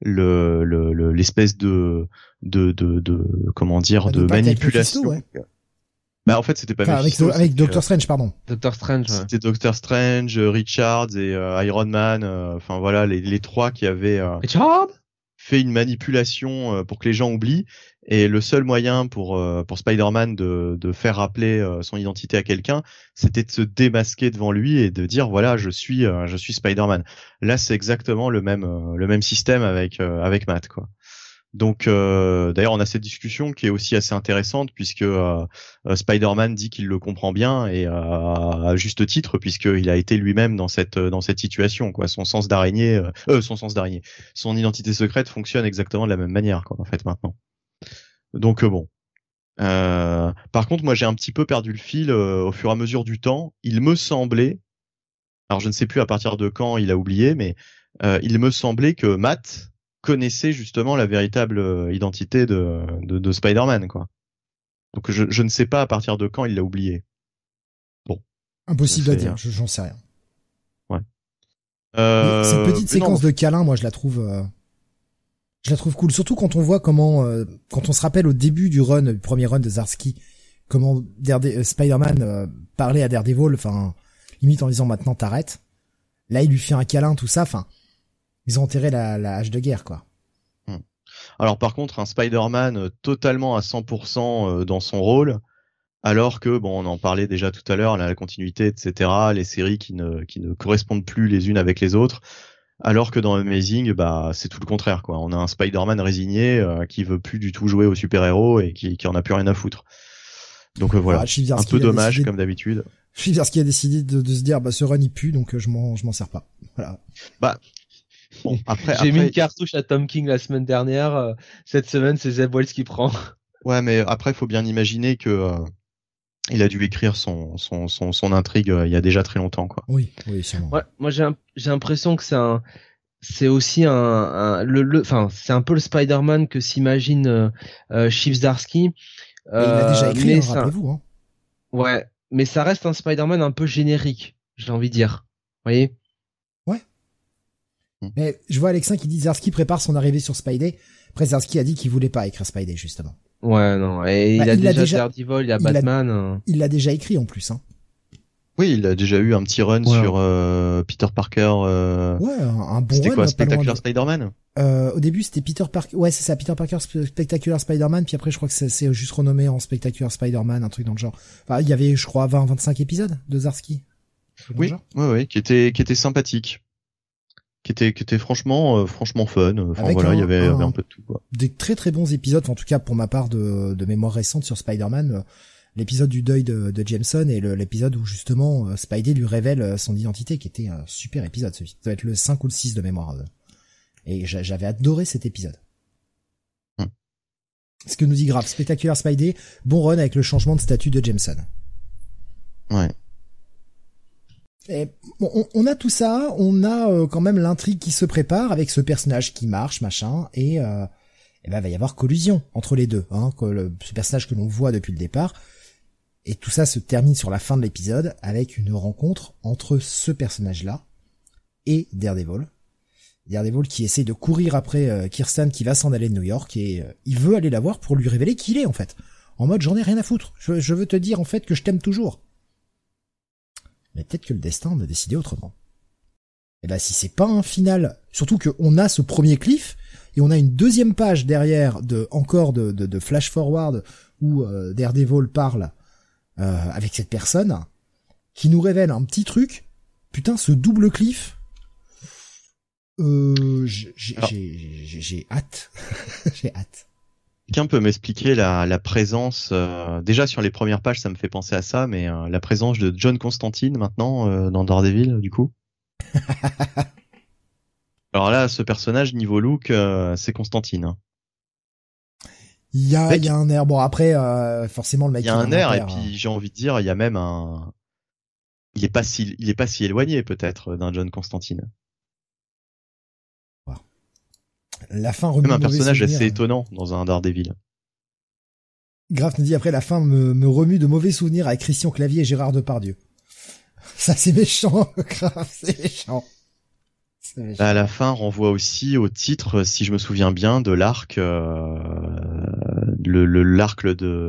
l'espèce de comment dire de manipulation. Bah en fait c'était pas Mephisto, avec Doctor Strange, pardon. Doctor Strange. Ouais. C'était Doctor Strange, Richards et Iron Man. Enfin voilà les trois qui avaient fait une manipulation pour que les gens oublient. Et le seul moyen pour Spider-Man de faire rappeler son identité à quelqu'un, c'était de se démasquer devant lui et de dire voilà je suis Spider-Man. Là c'est exactement le même système avec Matt quoi. Donc d'ailleurs on a cette discussion qui est aussi assez intéressante puisque Spider-Man dit qu'il le comprend bien et à juste titre puisqu'il a été lui-même dans cette situation quoi. Son sens d'araignée, son identité secrète fonctionne exactement de la même manière quoi en fait maintenant. Donc bon. Par contre moi j'ai un petit peu perdu le fil au fur et à mesure du temps. Il me semblait, alors je ne sais plus à partir de quand il a oublié, mais il me semblait que Matt connaissait justement la véritable identité de Spider-Man quoi. Donc je ne sais pas à partir de quand il l'a oublié. Bon. Impossible à dire, j'en sais rien. Ouais. Cette petite séquence de câlin, moi je la trouve cool, surtout quand on voit comment quand on se rappelle au début du premier run de Zdarsky, comment Spider-Man parlait à Daredevil, enfin limite en disant maintenant t'arrêtes. Là il lui fait un câlin tout ça, enfin ils ont enterré la hache de guerre, quoi. Alors par contre, un Spider-Man totalement à 100% dans son rôle, alors que bon, on en parlait déjà tout à l'heure, la continuité, etc., les séries qui ne correspondent plus les unes avec les autres, alors que dans Amazing, bah c'est tout le contraire, quoi. On a un Spider-Man résigné qui veut plus du tout jouer aux super-héros et qui en a plus rien à foutre. Donc voilà, un peu dommage comme d'habitude. Zdarsky a décidé de se dire bah ce run il pue, donc je m'en sers pas. Voilà. Bah bon, j'ai mis une cartouche à Tom King la semaine dernière. Cette semaine, c'est Zeb Wells qui prend. Ouais, mais après, il faut bien imaginer que il a dû écrire son intrigue il y a déjà très longtemps, quoi. Oui, sûrement. Ouais, moi, j'ai l'impression que c'est aussi enfin, c'est un peu le Spider-Man que s'imagine Chip Zdarsky. Il l'a déjà écrit, rappelez-vous. Hein. Ouais, mais ça reste un Spider-Man un peu générique, j'ai envie de dire. Vous voyez? Mais je vois Alexin qui dit Zdarsky prépare son arrivée sur Spidey. Après Zdarsky a dit qu'il voulait pas écrire Spidey justement. Ouais non, et il a déjà Daredevil, il y a Batman. Il l'a déjà écrit en plus hein. Oui, il a déjà eu un petit run sur Peter Parker. Ouais, un bon c'était run. C'était quoi, Spectacular Spider-Man? Au début c'était Peter Parker. Ouais, c'est ça, Peter Parker Spectacular Spider-Man. Puis après je crois que c'est juste renommé en Spectacular Spider-Man, un truc dans le genre. Enfin, il y avait je crois 20-25 épisodes de Zdarsky. Oui, qui était sympathique. Qui était franchement fun. Enfin voilà, il y avait un peu de tout, quoi. Des très très bons épisodes, en tout cas pour ma part de mémoire récente sur Spider-Man, l'épisode du deuil de Jameson et l'épisode où justement Spidey lui révèle son identité, qui était un super épisode celui. Ça doit être le 5 ou le 6 de mémoire. Et j'avais adoré cet épisode. Ce que nous dit Grave, Spectacular Spidey, bon run avec le changement de statut de Jameson. Ouais. Et bon, on a tout ça, on a quand même l'intrigue qui se prépare avec ce personnage qui marche, machin, et ben va y avoir collusion entre les deux, hein, ce personnage que l'on voit depuis le départ, et tout ça se termine sur la fin de l'épisode avec une rencontre entre ce personnage-là et Daredevil. Daredevil qui essaie de courir après Kirsten qui va s'en aller de New York et il veut aller la voir pour lui révéler qui il est en fait. En mode j'en ai rien à foutre, je veux te dire en fait que je t'aime toujours. Mais peut-être que le destin a décidé autrement. Et là, si c'est pas un final, surtout qu'on a ce premier cliff, et on a une deuxième page derrière de flash forward où Daredevil parle avec cette personne, qui nous révèle un petit truc. Putain, ce double cliff, j'ai hâte. J'ai hâte. Quelqu'un peut m'expliquer la présence déjà sur les premières pages, ça me fait penser à ça, mais la présence de John Constantine maintenant dans Daredevil, du coup. Alors là, ce personnage niveau look, c'est Constantine. Hein. Il y a un air. Bon après, forcément le mec. Il y a un air et puis j'ai envie de dire, il y a même un. Il est pas si éloigné peut-être d'un John Constantine. La fin remue même un personnage souvenirs. assez étonnant dans un Daredevil. Graf nous dit après la fin me remue de mauvais souvenirs avec Christian Clavier et Gérard Depardieu. Ça c'est méchant, Graf, c'est méchant. À la fin, renvoie aussi au titre, si je me souviens bien, de l'arc, l'arc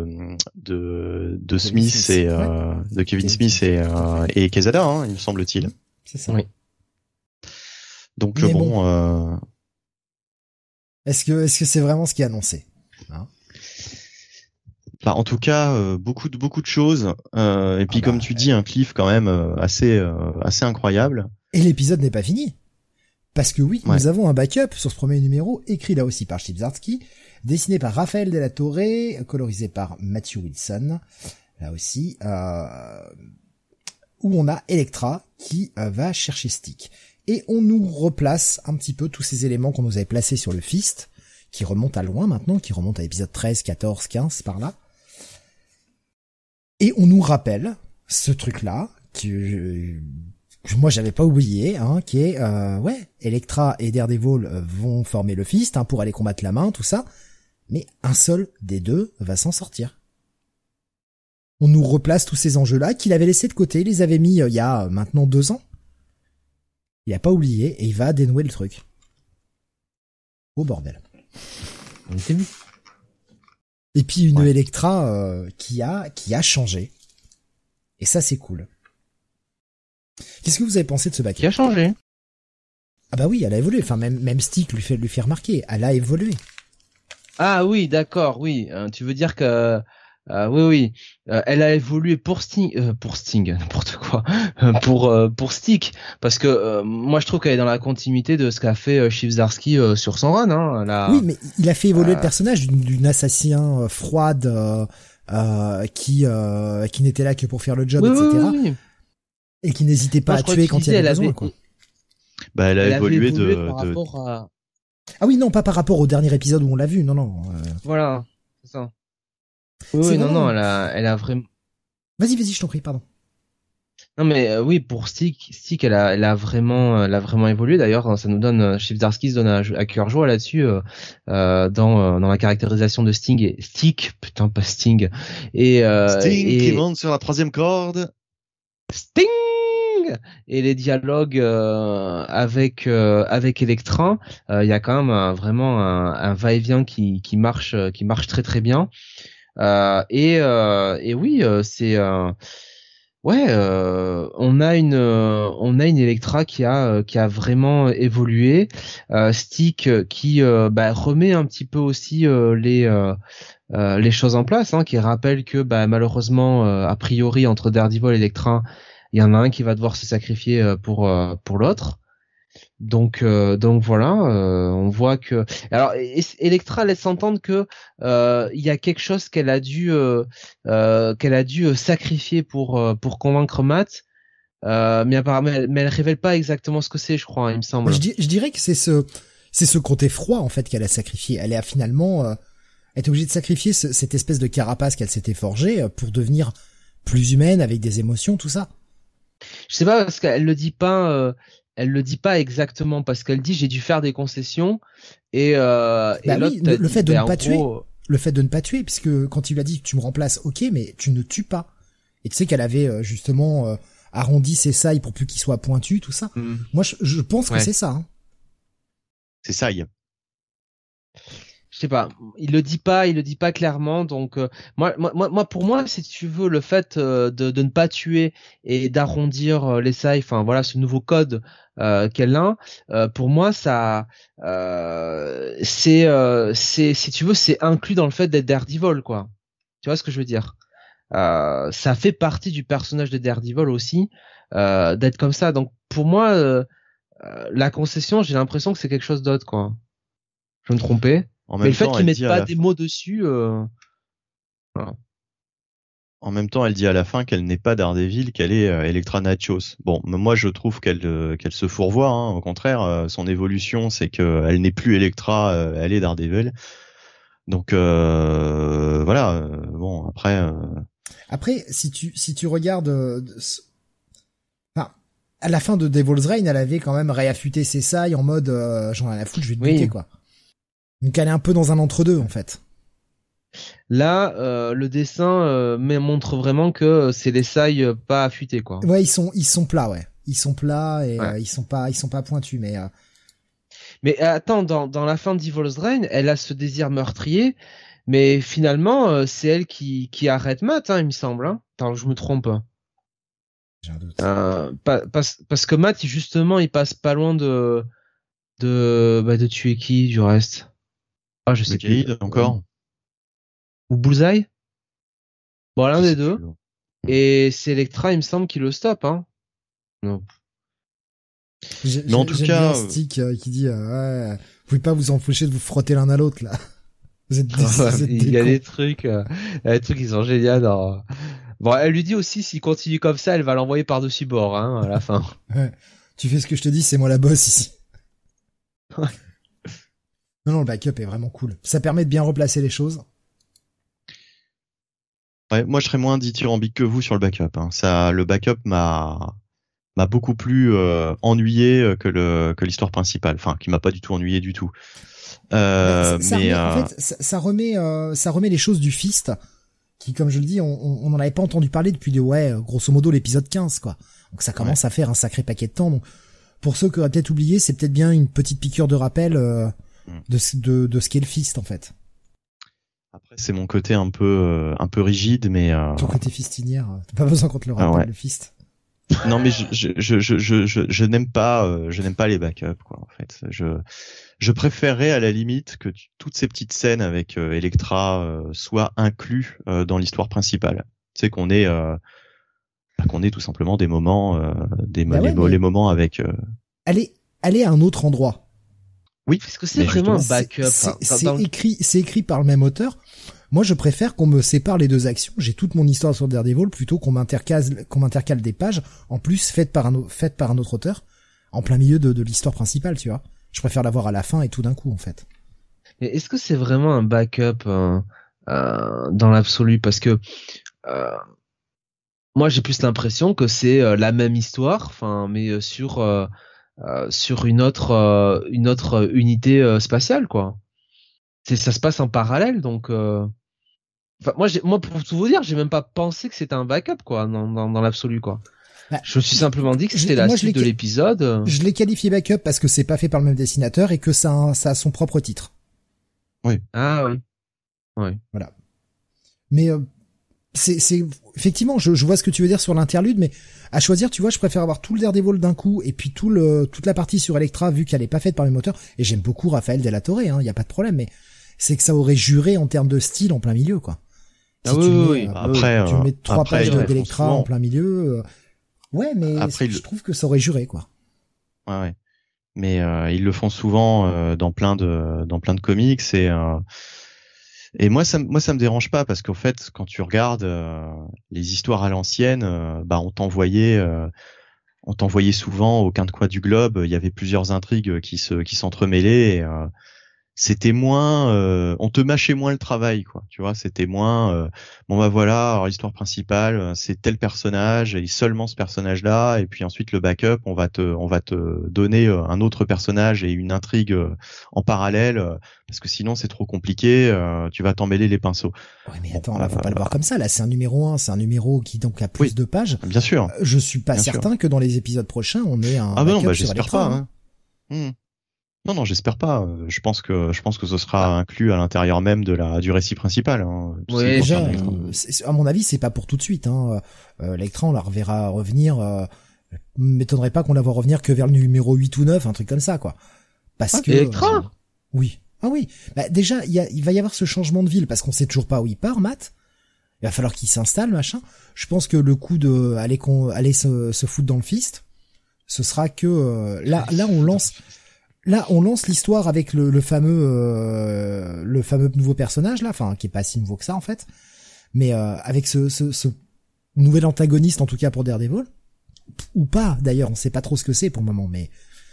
de Smith et de Kevin Smith et Quesada, hein, il me semble-t-il. C'est ça. Oui. Donc bon. Est-ce que c'est vraiment ce qui est annoncé, hein? Bah, en tout cas, beaucoup de choses. Et puis comme tu dis, un cliff quand même assez incroyable. Et l'épisode n'est pas fini. Parce que oui, nous avons un backup sur ce premier numéro, écrit là aussi par Chip Zdarsky, dessiné par Raphaël Della Torre, colorisé par Matthew Wilson, là aussi, où on a Elektra qui va chercher Stick. Et on nous replace un petit peu tous ces éléments qu'on nous avait placés sur le Fist, qui remontent à loin maintenant, qui remontent à épisode 13, 14, 15, par là. Et on nous rappelle ce truc-là, que moi j'avais pas oublié, hein, qui est Elektra et Daredevil vont former le Fist, hein, pour aller combattre la main, tout ça, mais un seul des deux va s'en sortir. On nous replace tous ces enjeux-là qu'il avait laissés de côté, il les avait mis il y a maintenant 2 ans. Il a pas oublié et il va dénouer le truc. Oh bordel. On était vu. Et puis une Elektra qui a changé. Et ça c'est cool. Qu'est-ce que vous avez pensé de ce bac? Qui a changé? Ah bah oui, elle a évolué. Enfin, même Stick lui fait remarquer. Elle a évolué. Ah oui, d'accord, oui. Tu veux dire que oui. Elle a évolué pour Sting, n'importe quoi. Pour Stick, parce que moi je trouve qu'elle est dans la continuité de ce qu'a fait Chip Zdarsky sur son run. Hein. Oui, mais il a fait évoluer le personnage d'une assassin froide qui n'était là que pour faire le job, etc. Oui. Et qui n'hésitait pas à tuer quand il y avait besoin, quoi. Bah, elle a évolué par rapport à... Ah oui, non, pas par rapport au dernier épisode où on l'a vu, non. Voilà, c'est ça. Oui, non, elle a vraiment... Vas-y, je t'en prie, pardon. Non, mais oui, pour Stick, elle a vraiment évolué. D'ailleurs, ça nous donne, Chip Zdarsky se donne à cœur joie là-dessus, dans la caractérisation de Sting et Stick, putain, pas Sting. Sting qui monte sur la 3e corde. Sting! Et les dialogues avec Elektra, il y a quand même vraiment un va-et-vient qui marche très très bien. Et oui, c'est on a une Elektra qui a vraiment évolué, Stick qui remet un petit peu aussi les choses en place, hein, qui rappelle que malheureusement a priori entre Daredevil et Elektra, il y en a un qui va devoir se sacrifier pour l'autre. Donc voilà, on voit que alors Elektra laisse entendre que il y a quelque chose qu'elle a dû sacrifier pour convaincre Matt, mais apparemment elle révèle pas exactement ce que c'est, je crois, il me semble. Je dirais que c'est ce côté froid en fait qu'elle a sacrifié. Elle a finalement été obligée de sacrifier cette espèce de carapace qu'elle s'était forgée pour devenir plus humaine avec des émotions, tout ça. Je sais pas parce qu'elle le dit pas. Elle le dit pas exactement parce qu'elle dit j'ai dû faire des concessions et l'autre le fait de ne pas tuer, le fait de ne pas tuer, puisque quand il lui a dit tu me remplaces, ok, mais tu ne tues pas. Et tu sais qu'elle avait justement arrondi ses sailles pour plus qu'il soit pointu, tout ça. Moi je pense que c'est ça. Hein. C'est ça. Je sais pas, il le dit pas clairement, donc moi pour moi, si tu veux, le fait de ne pas tuer et d'arrondir les sailles, enfin voilà, ce nouveau code qu'elle a, pour moi ça c'est si tu veux, c'est inclus dans le fait d'être Daredevil, quoi. Tu vois ce que je veux dire? Ça fait partie du personnage de Daredevil aussi, d'être comme ça. Donc pour moi, la concession, j'ai l'impression que c'est quelque chose d'autre, quoi. Je me trompais. Mais le fait qu'ils mettent pas des mots dessus, voilà. En même temps, elle dit à la fin qu'elle n'est pas Daredevil, qu'elle est Elektra Nachos. Bon, moi je trouve qu'elle se fourvoie. Hein. Au contraire, son évolution, c'est qu'elle n'est plus Elektra, elle est Daredevil. Donc voilà. Bon, après. Après, si tu regardes, enfin, à la fin de Devil's Reign, elle avait quand même réaffûté ses sailles en mode j'en ai la foutre, je vais te buter quoi. Donc elle est un peu dans un entre-deux en fait. Là, le dessin montre vraiment que c'est les sailles pas affûtées quoi. Ouais, ils sont plats, ouais. Ils sont plats et Ouais. ils sont pas pointus, mais. Mais attends, dans la fin de Devil's Reign, elle a ce désir meurtrier, mais finalement, c'est elle qui arrête Matt, hein, il me semble. Hein. Attends, je me trompe. J'ai un doute. Parce que Matt, justement, il passe pas loin de tuer qui du reste. Ah, je sais plus. Cade, encore. Ou Bullseye. Bon, l'un Je des sais deux. plus. Et c'est Elektra, il me semble, qui le stoppe, hein. Non. Mais en tout j'aime cas, bien Stick qui dit ouais, vous pouvez pas vous empêcher de vous frotter l'un à l'autre là. Vous êtes Il y a cons. des trucs, qui sont géniaux. Bon, elle lui dit aussi, s'il continue comme ça, elle va l'envoyer par-dessus bord, hein, à la fin. Ouais. Tu fais ce que je te dis, c'est moi la boss ici. Ouais. Non, le backup est vraiment cool. Ça permet de bien replacer les choses. ouais, moi je serais moins dithyrambique que vous sur le backup. Hein. Ça, le backup m'a beaucoup plus ennuyé que l'histoire principale. Enfin, qui m'a pas du tout ennuyé du tout. Ça Mais remet, en fait, ça remet les choses du Fist, qui, comme je le dis, on n'en avait pas entendu parler depuis grosso modo l'épisode 15, quoi. Donc ça commence à faire un sacré paquet de temps. Donc, pour ceux qui auraient peut-être oublié, c'est peut-être bien une petite piqûre de rappel de ce qu'est le Fist, en fait. après, c'est mon côté un peu rigide, mais Ton côté fistinière, t'as pas besoin qu'on te le rappelle, ouais. le Fist. non, mais je n'aime pas les backups, quoi. En fait, je préférerais à la limite que toutes ces petites scènes avec Elektra soient inclus dans l'histoire principale. Tu sais qu'on ait tout simplement des moments, les moments avec. Allez à un autre endroit. Oui, Est-ce que c'est vraiment un backup? C'est écrit par le même auteur. Moi, je préfère qu'on me sépare les deux actions. J'ai toute mon histoire sur Daredevil plutôt qu'on m'intercale des pages, en plus faites par un autre auteur, en plein milieu de l'histoire principale, tu vois. Je préfère l'avoir à la fin et tout d'un coup, en fait. Mais est-ce que c'est vraiment un backup dans l'absolu? Parce que moi, j'ai plus l'impression que c'est la même histoire, enfin, mais sur une autre unité spatiale, quoi. Ça se passe en parallèle, donc. Enfin, moi, pour tout vous dire, j'ai même pas pensé que c'était un backup, quoi, dans l'absolu, quoi. Bah, je me suis simplement dit que c'était la suite de l'épisode. Je l'ai qualifié backup parce que c'est pas fait par le même dessinateur et que ça a son propre titre. Oui. Ah oui. Oui. Voilà. Mais c'est effectivement, je vois ce que tu veux dire sur l'interlude, mais à choisir, tu vois, je préfère avoir tout le Daredevil d'un coup et puis toute la partie sur Elektra vu qu'elle est pas faite par le même auteur. Et j'aime beaucoup Raphaël Della Torre, hein, y a pas de problème, mais c'est que ça aurait juré en termes de style en plein milieu, quoi. Si tu mets 3 pages d'Elektra en plein milieu, ouais, mais après, je trouve que ça aurait juré, quoi. Ouais. Mais ils le font souvent dans plein de comics et moi ça me dérange pas parce qu'en fait quand tu regardes les histoires à l'ancienne, on t'envoyait souvent au quinte coin du globe, il y avait plusieurs intrigues qui s'entremêlaient et c'était moins on te mâchait moins le travail, quoi, tu vois. C'était moins voilà, alors l'histoire principale c'est tel personnage et seulement ce personnage là, et puis ensuite le backup on va te donner un autre personnage et une intrigue en parallèle parce que sinon c'est trop compliqué, tu vas t'emmêler les pinceaux. Ouais, mais attends, là faut pas le voir comme ça. Là c'est un numéro 1, c'est un numéro qui donc a plus de pages. Bien sûr. Je suis pas certain que dans les épisodes prochains on ait un backup sur j'espère pas. Hein. Non, j'espère pas. Je pense que ce sera inclus à l'intérieur même du récit principal. Hein. Oui, déjà, à mon avis, c'est pas pour tout de suite. Hein. Elektra, on la reverra revenir. M'étonnerait pas qu'on la voit revenir que vers le numéro 8 ou 9, un truc comme ça, quoi. Parce que Elektra oui. Ah oui. Bah déjà, il va y avoir ce changement de ville parce qu'on sait toujours pas où il part, Matt. Il va falloir qu'il s'installe, machin. Je pense que le coup de aller se foutre dans le Fist, ce sera que là on lance l'histoire avec le fameux nouveau personnage là, enfin qui est pas si nouveau que ça en fait. Mais avec ce nouvel antagoniste, en tout cas pour Daredevil, ou pas d'ailleurs, on sait pas trop ce que c'est pour le moment, mais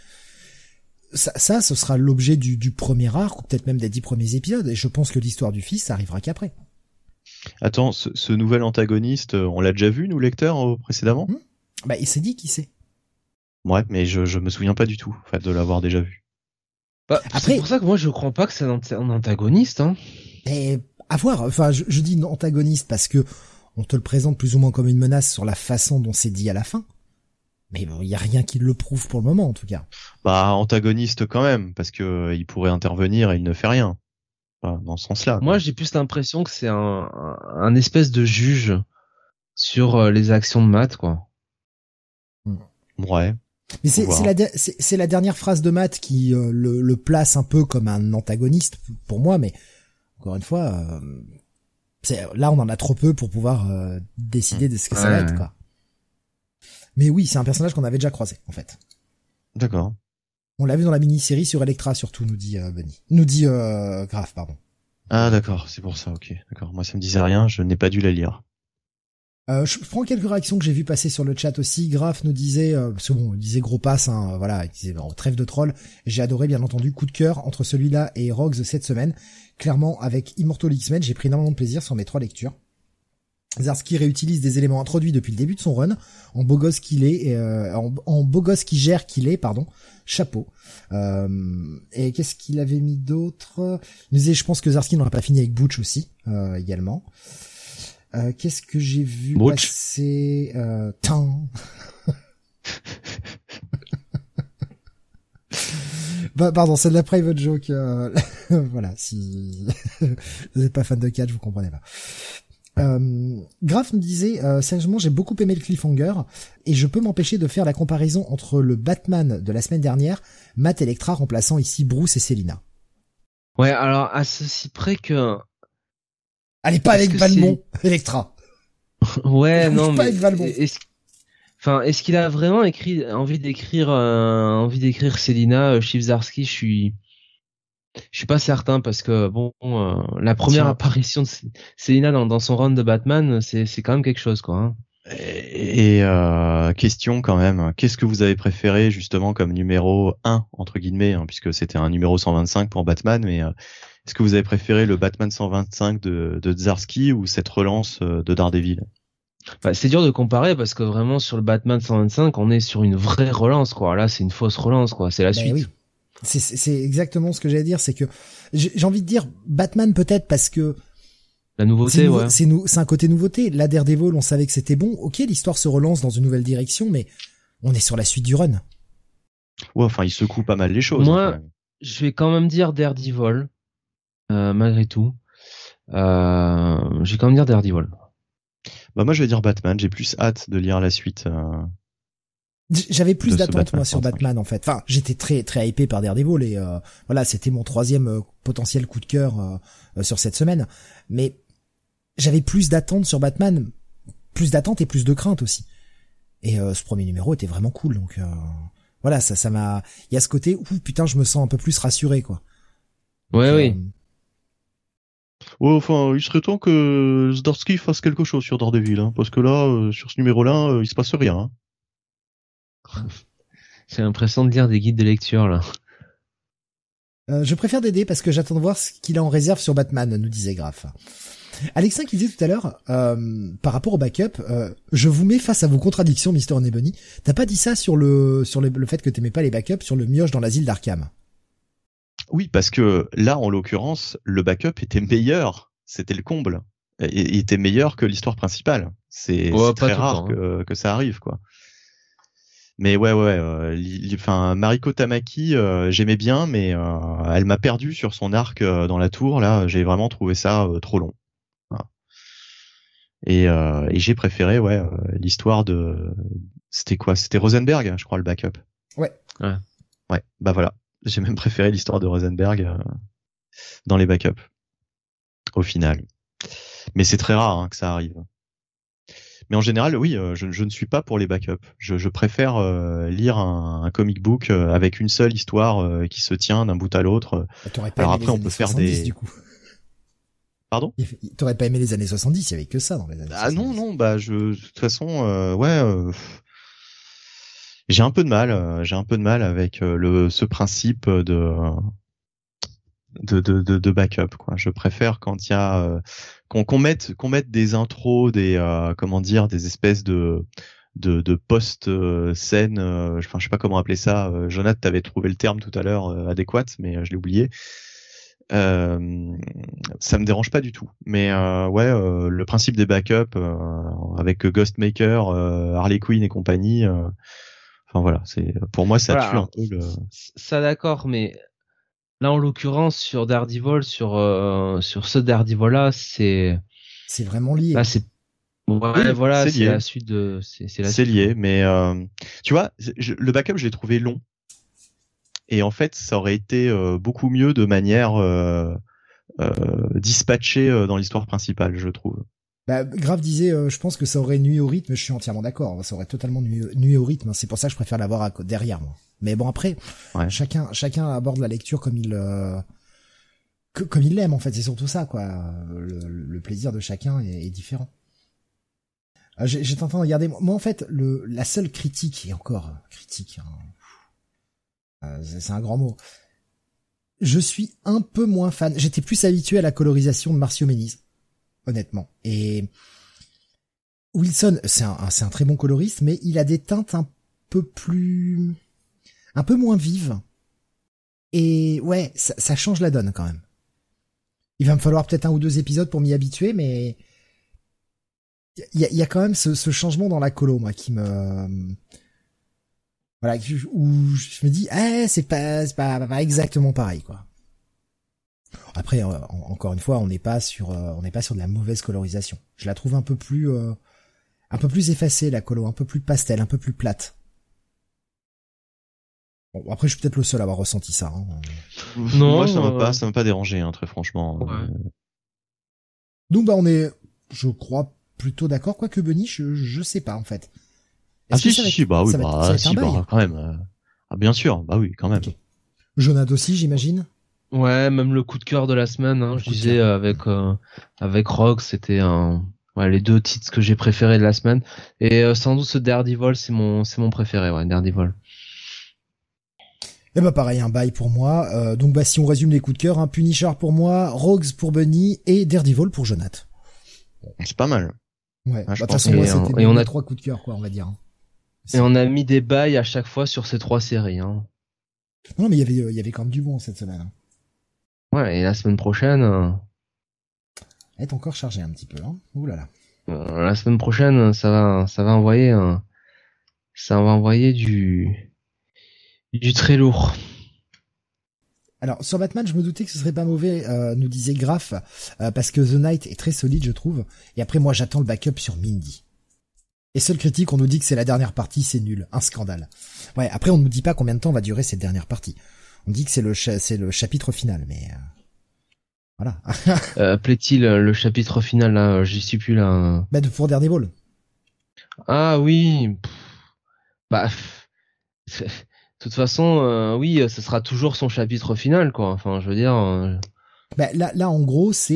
ça ce sera l'objet du premier arc, ou peut-être même des 10 premiers épisodes, et je pense que l'histoire du fils, ça arrivera qu'après. Attends, ce nouvel antagoniste, on l'a déjà vu, nous, lecteurs, précédemment? Bah, il s'est dit qui c'est. Ouais, mais je me souviens pas du tout, en fait, de l'avoir déjà vu. Bah, c'est pour ça que moi, je crois pas que c'est un antagoniste, hein. Et à voir, enfin, je dis antagoniste parce que on te le présente plus ou moins comme une menace sur la façon dont c'est dit à la fin. Mais bon, il y a rien qui le prouve pour le moment, en tout cas. Bah, antagoniste quand même, parce que il pourrait intervenir et il ne fait rien. Enfin, dans ce sens-là. Moi, j'ai plus l'impression que c'est un espèce de juge sur les actions de Matt, quoi. Ouais. Mais c'est la dernière phrase de Matt qui le place un peu comme un antagoniste pour moi, mais encore une fois, là on en a trop peu pour pouvoir décider de ce que ça va être, quoi. Mais oui, c'est un personnage qu'on avait déjà croisé, en fait. D'accord. On l'a vu dans la mini-série sur Elektra, surtout, nous dit Bunny. Nous dit Graf, pardon. Ah d'accord, c'est pour ça, ok. D'accord. Moi ça me disait rien, je n'ai pas dû la lire. Je prends quelques réactions que j'ai vues passer sur le chat aussi. Graf nous disait, parce que bon, il disait gros passe, hein, voilà, il disait trêve de troll. J'ai adoré, bien entendu, coup de cœur entre celui-là et Rogues cette semaine. Clairement, avec Immortal X-Men, j'ai pris énormément de plaisir sur mes 3 lectures. Zdarsky réutilise des éléments introduits depuis le début de son run, en beau gosse qu'il est, en beau gosse qui gère qu'il est, pardon, chapeau. Et qu'est-ce qu'il avait mis d'autre? Il nous disait, je pense que Zdarsky n'aura pas fini avec Butch aussi, également. Qu'est-ce que j'ai vu Butch. passer, Bah, pardon, c'est de la private joke, voilà, si vous n'êtes pas fan de catch, vous comprenez pas. Graf nous disait, sérieusement, j'ai beaucoup aimé le cliffhanger et je peux m'empêcher de faire la comparaison entre le Batman de la semaine dernière, Matt Electra remplaçant ici Bruce et Selina. Ouais, alors à ceci près que... Allez, pas avec Valmont, Electra. Ouais, non, pas mais avec Valmont. Est-ce qu'il a vraiment envie d'écrire Selina, Zdarsky? Je suis pas certain parce que bon, la première apparition de Selina dans son run de Batman, c'est quand même quelque chose, quoi. Hein. Et question quand même, qu'est-ce que vous avez préféré justement comme numéro 1 entre guillemets, hein, puisque c'était un numéro 125 pour Batman, mais est-ce que vous avez préféré le Batman 125 de Zdarsky ou cette relance de Daredevil? Bah, c'est dur de comparer parce que vraiment sur le Batman 125, on est sur une vraie relance, quoi. Là, c'est une fausse relance, quoi. C'est la suite. Oui. C'est exactement ce que j'allais dire, c'est que j'ai envie de dire Batman peut-être parce que la nouveauté, ouais. C'est un côté nouveauté. La Daredevil, on savait que c'était bon. Ok, l'histoire se relance dans une nouvelle direction, mais on est sur la suite du run. Ouais, enfin, il secoue pas mal les choses. Moi, je vais quand même dire Daredevil, malgré tout. Je vais quand même dire Daredevil. Bah moi, je vais dire Batman. J'ai plus hâte de lire la suite. J'avais plus d'attentes moi sur Batman en fait. Enfin, j'étais très très hypé par Daredevil et voilà, c'était mon 3e potentiel coup de cœur sur cette semaine. Mais j'avais plus d'attentes sur Batman, plus d'attentes et plus de crainte aussi. Et ce premier numéro était vraiment cool, donc voilà, ça m'a. Il y a ce côté où putain, je me sens un peu plus rassuré quoi. Ouais, donc, oui. Ouais, enfin, il serait temps que Zdarsky fasse quelque chose sur Daredevil, hein, parce que là, sur ce numéro-là, il se passe rien. Hein. J'ai l'impression de lire des guides de lecture là. Je préfère Dédé parce que j'attends de voir ce qu'il a en réserve sur Batman, nous disait Graf. Alexin qui disait tout à l'heure, par rapport au backup, je vous mets face à vos contradictions, Mister Nebony. T'as pas dit ça sur le fait que t'aimais pas les backups sur le mioche dans l'asile d'Arkham? Oui, parce que là, en l'occurrence, le backup était meilleur. C'était le comble. Il était meilleur que l'histoire principale. C'est très rare que ça arrive, quoi. Mais ouais, enfin, Mariko Tamaki, j'aimais bien, mais elle m'a perdu sur son arc dans la tour. Là, j'ai vraiment trouvé ça trop long. Voilà. Et j'ai préféré, l'histoire de, c'était quoi? C'était Rosenberg, je crois, le backup. Ouais. Bah voilà. J'ai même préféré l'histoire de Rosenberg dans les backups. Au final. Mais c'est très rare que ça arrive. Mais en général, oui, je ne suis pas pour les backups. Je préfère lire un comic book avec une seule histoire qui se tient d'un bout à l'autre. Alors après, on peut faire des... Du coup. Pardon? T'aurais pas aimé les années 70, il y avait que ça dans les années 70. Ah non, bah de toute façon, j'ai un peu de mal, avec ce principe de backup, quoi. Je préfère quand il y a qu'on mette des intros, des espèces de post scène, enfin je sais pas comment appeler ça. Jonathan, t'avais trouvé le terme tout à l'heure adéquat, mais je l'ai oublié. Ça me dérange pas du tout, mais le principe des backups avec Ghostmaker, Harley Quinn et compagnie, enfin voilà, c'est pour moi ça tue un peu le. Ça d'accord, mais là en l'occurrence sur Daredevil, sur ce Daredevil là, c'est vraiment lié. Là c'est voilà, c'est la suite de c'est lié, mais tu vois, le backup je l'ai trouvé long. Et en fait, ça aurait été beaucoup mieux de manière dispatchée dans l'histoire principale, je trouve. Bah, Grave disait, je pense que ça aurait nuit au rythme. Je suis entièrement d'accord. Ça aurait totalement nuit au rythme. C'est pour ça que je préfère l'avoir derrière moi. Mais bon, après, chacun aborde la lecture comme il l'aime. En fait, c'est surtout ça, quoi. Le plaisir de chacun est différent. J'étais en train de regarder. Moi, en fait, la seule critique, et encore critique. C'est un grand mot. Je suis un peu moins fan. J'étais plus habitué à la colorisation de Marcio Méniz, honnêtement. Et Wilson, c'est un très bon coloriste, mais il a des teintes un peu moins vives. Et ouais, ça change la donne quand même. Il va me falloir peut-être 1 ou 2 épisodes pour m'y habituer, mais il y a quand même ce changement dans la colo, moi, qui me... Voilà, où je me dis, c'est pas exactement pareil, quoi. Après, encore une fois, on n'est pas sur de la mauvaise colorisation. Je la trouve un peu plus effacée, la colo, un peu plus pastel, un peu plus plate. Bon, après, je suis peut-être le seul à avoir ressenti ça. Hein. Non, moi, ça m'a pas dérangé, hein, très franchement. Ouais. Donc, on est, je crois, plutôt d'accord, quoique Benny, je sais pas, en fait. Quand même. Ah, bien sûr, bah oui, quand même. Okay. Jonathan aussi, j'imagine. Ouais, même le coup de cœur de la semaine, hein, je disais avec Rogue, c'était les 2 titres que j'ai préférés de la semaine. Et sans doute ce Daredevil, c'est mon préféré, Daredevil. Et bah pareil, un bail pour moi. Donc si on résume les coups de cœur, un Punisher pour moi, Rogues pour Bunny et Daredevil pour Jonathan. C'est pas mal. Ouais. De toute façon, moi, c'était on a 3 coups de cœur, quoi, on va dire. Et on a mis des bails à chaque fois sur ces 3 séries. Hein. Non, mais il y avait quand même du bon cette semaine. Ouais, et la semaine prochaine... Elle est encore chargée un petit peu. Hein. Ouh là là. La semaine prochaine, ça va envoyer du très lourd. Alors, sur Batman, je me doutais que ce serait pas mauvais, nous disait Graf, parce que The Knight est très solide, je trouve. Et après, moi, j'attends le backup sur Mindy. Et seule critique, on nous dit que c'est la dernière partie, c'est nul. Un scandale. Ouais, après, on nous dit pas combien de temps va durer cette dernière partie. On dit que c'est le chapitre final, mais... Voilà. Plaît-il le chapitre final, là, j'y suis plus, là. Bah, pour Daredevil. Ah oui. De toute façon, oui, ce sera toujours son chapitre final, quoi. Enfin, je veux dire... Bah, là, en gros, c'est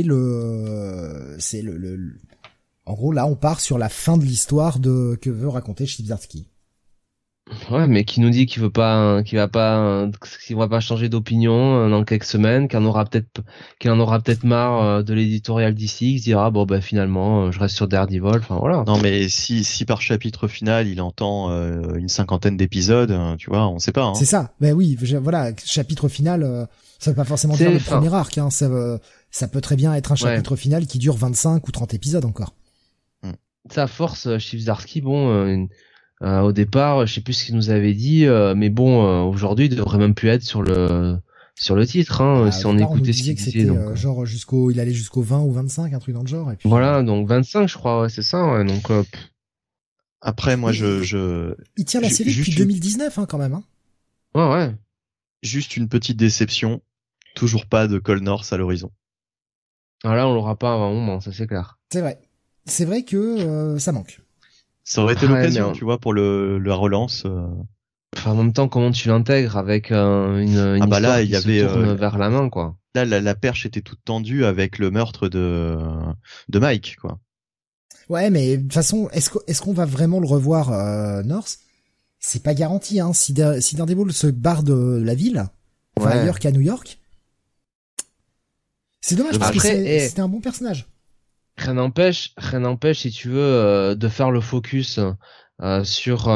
en gros, là, on part sur la fin de l'histoire que veut raconter Chip Zdarsky. Ouais, mais qui nous dit qu'il va pas changer d'opinion dans quelques semaines, qu'il en aura peut-être marre de l'éditorial DC, il se dira finalement, je reste sur Daredevil. Enfin voilà. Non, mais si par chapitre final il entend une 50aine d'épisodes, tu vois, on sait pas. Hein. C'est ça. Ben oui, voilà, chapitre final, ça veut pas forcément dire le premier arc. Hein, ça peut très bien être un chapitre final qui dure 25 ou 30 épisodes encore. Ça force Chip Zdarsky, au départ, je sais plus ce qu'il nous avait dit, mais aujourd'hui, il devrait même plus être sur le titre, hein, si on écoutait ce qu'il disait. Donc, genre il allait jusqu'au 20 ou 25, un truc dans le genre. Et puis, voilà, donc 25, je crois, ouais, c'est ça. Ouais, donc après, moi, il tient la série depuis 2019, hein, quand même. Hein. Ouais. Juste une petite déception, toujours pas de Cole North à l'horizon. Ah là, on l'aura pas avant un moment, ça c'est clair. C'est vrai que ça manque. Ça aurait été l'occasion, tu vois, pour la relance. Enfin, en même temps, comment tu l'intègres avec une histoire là, qui se tourne vers la main, quoi. là, la perche était toute tendue avec le meurtre de Mike, quoi. Ouais, mais de toute façon, est-ce qu'on va vraiment le revoir, North? C'est pas garanti, hein. Si Daredevil se barre de la ville, enfin ailleurs qu'à New York, c'est dommage parce que c'était un bon personnage. Rien n'empêche, si tu veux, de faire le focus sur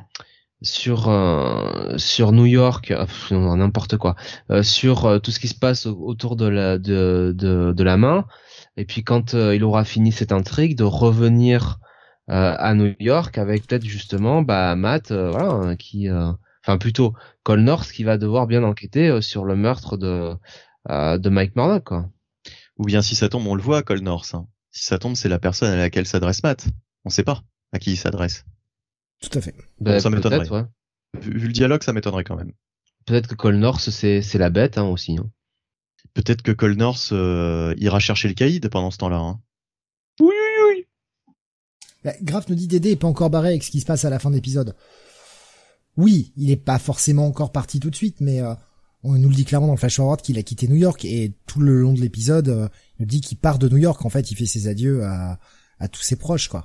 New York, n'importe quoi, sur tout ce qui se passe autour de la main, et puis quand il aura fini cette intrigue, de revenir à New York avec peut-être justement Matt, enfin plutôt Cole North qui va devoir bien enquêter sur le meurtre de Mike Murdock, quoi. Ou bien si ça tombe, on le voit, Cole North. Hein. Si ça tombe, c'est la personne à laquelle s'adresse Matt. On sait pas à qui il s'adresse. Tout à fait. Bon, ça m'étonnerait. Ouais. Vu le dialogue, ça m'étonnerait quand même. Peut-être que Cole North, c'est la bête aussi. Hein. Peut-être que Cole North ira chercher le caïd pendant ce temps-là. Hein. Oui. Graf nous dit Dédé est pas encore barré avec ce qui se passe à la fin de l'épisode. Oui, il est pas forcément encore parti tout de suite, mais on nous le dit clairement dans le flash forward qu'il a quitté New York, et tout le long de l'épisode, il nous dit qu'il part de New York. En fait, il fait ses adieux à tous ses proches, quoi.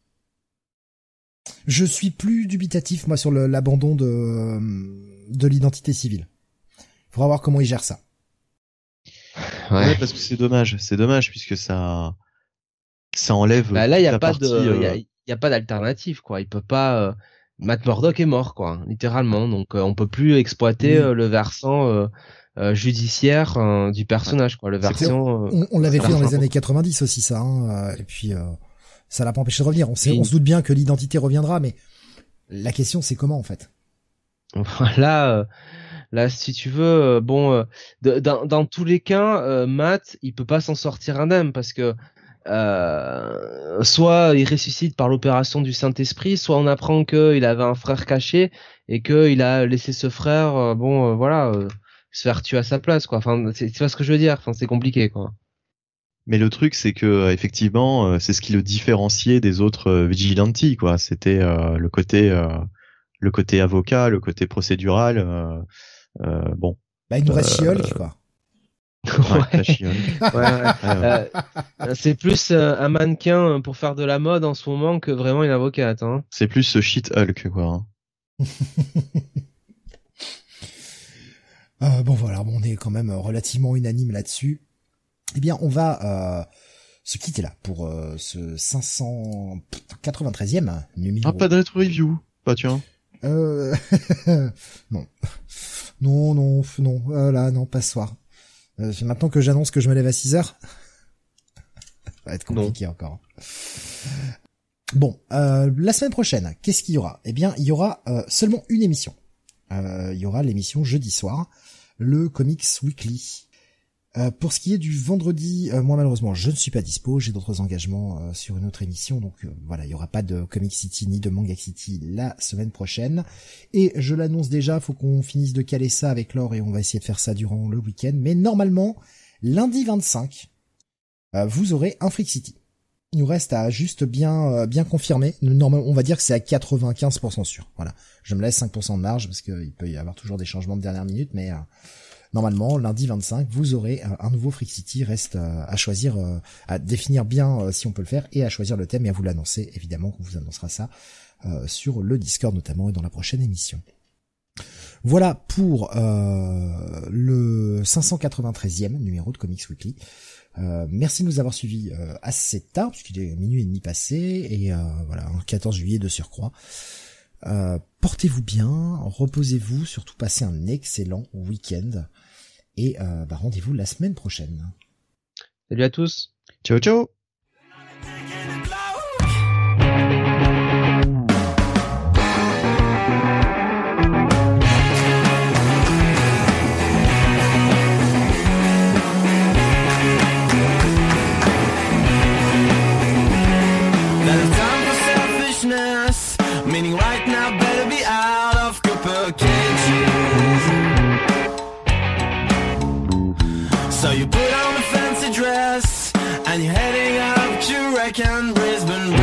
Je suis plus dubitatif, moi, sur l'abandon de l'identité civile. Faudra voir comment il gère ça. Ouais, parce que c'est dommage puisque ça enlève. Là, il y a pas y a pas d'alternative, quoi. Il peut pas. Matt Murdock est mort, quoi, littéralement. Donc, on peut plus exploiter le versant judiciaire du personnage, quoi. Le versant. On l'avait fait dans les années 90 aussi, ça. Hein, et puis, ça l'a pas empêché de revenir. On se doute bien que l'identité reviendra, mais la question, c'est comment, en fait. Voilà. Là, si tu veux, dans tous les cas, Matt, il peut pas s'en sortir indemne parce que soit il ressuscite par l'opération du Saint-Esprit, soit on apprend qu'il avait un frère caché et qu'il a laissé ce frère, se faire tuer à sa place, quoi. Enfin, tu vois ce que je veux dire. Enfin, c'est compliqué, quoi. Mais le truc, c'est que effectivement, c'est ce qui le différenciait des autres vigilantes, quoi. C'était le côté avocat, le côté procédural. Bon. Il nous reste She-Hulk, quoi. C'est plus un mannequin pour faire de la mode en ce moment que vraiment une avocate. Hein. C'est plus ce shit Hulk, quoi. Voilà, on est quand même relativement unanime là-dessus. Eh bien, on va se quitter là pour ce 593e numéro. Ah, pas de rétro review, pas tu vois. Non, là, non, pas ce soir. C'est maintenant que j'annonce que je me lève à 6h. Ça va être compliqué encore. Bon, la semaine prochaine, qu'est-ce qu'il y aura? Eh bien, il y aura seulement une émission. Il y aura l'émission jeudi soir, le Comics Weekly. Pour ce qui est du vendredi, moi malheureusement je ne suis pas dispo, j'ai d'autres engagements sur une autre émission, donc voilà, il y aura pas de Comic City ni de Manga City la semaine prochaine. Et je l'annonce déjà, faut qu'on finisse de caler ça avec Laure et on va essayer de faire ça durant le week-end. Mais normalement, lundi 25, vous aurez un Freak City. Il nous reste à juste bien confirmer. Normalement, on va dire que c'est à 95% sûr. Voilà, je me laisse 5% de marge parce qu'il peut y avoir toujours des changements de dernière minute, mais normalement, lundi 25, vous aurez un nouveau Freak City. Reste à choisir, à définir bien si on peut le faire et à choisir le thème et à vous l'annoncer. Évidemment qu'on vous annoncera ça sur le Discord notamment et dans la prochaine émission. Voilà pour le 593e numéro de Comics Weekly. Merci de nous avoir suivis assez tard, puisqu'il est minuit et demi passé, et voilà, un 14 juillet de surcroît. Portez-vous bien, reposez-vous, surtout passez un excellent week-end, et rendez-vous la semaine prochaine. Salut à tous. Ciao ciao. Meaning right now better be out of copper cages. So you put on a fancy dress and you're heading up to Breckenridge, Brisbane.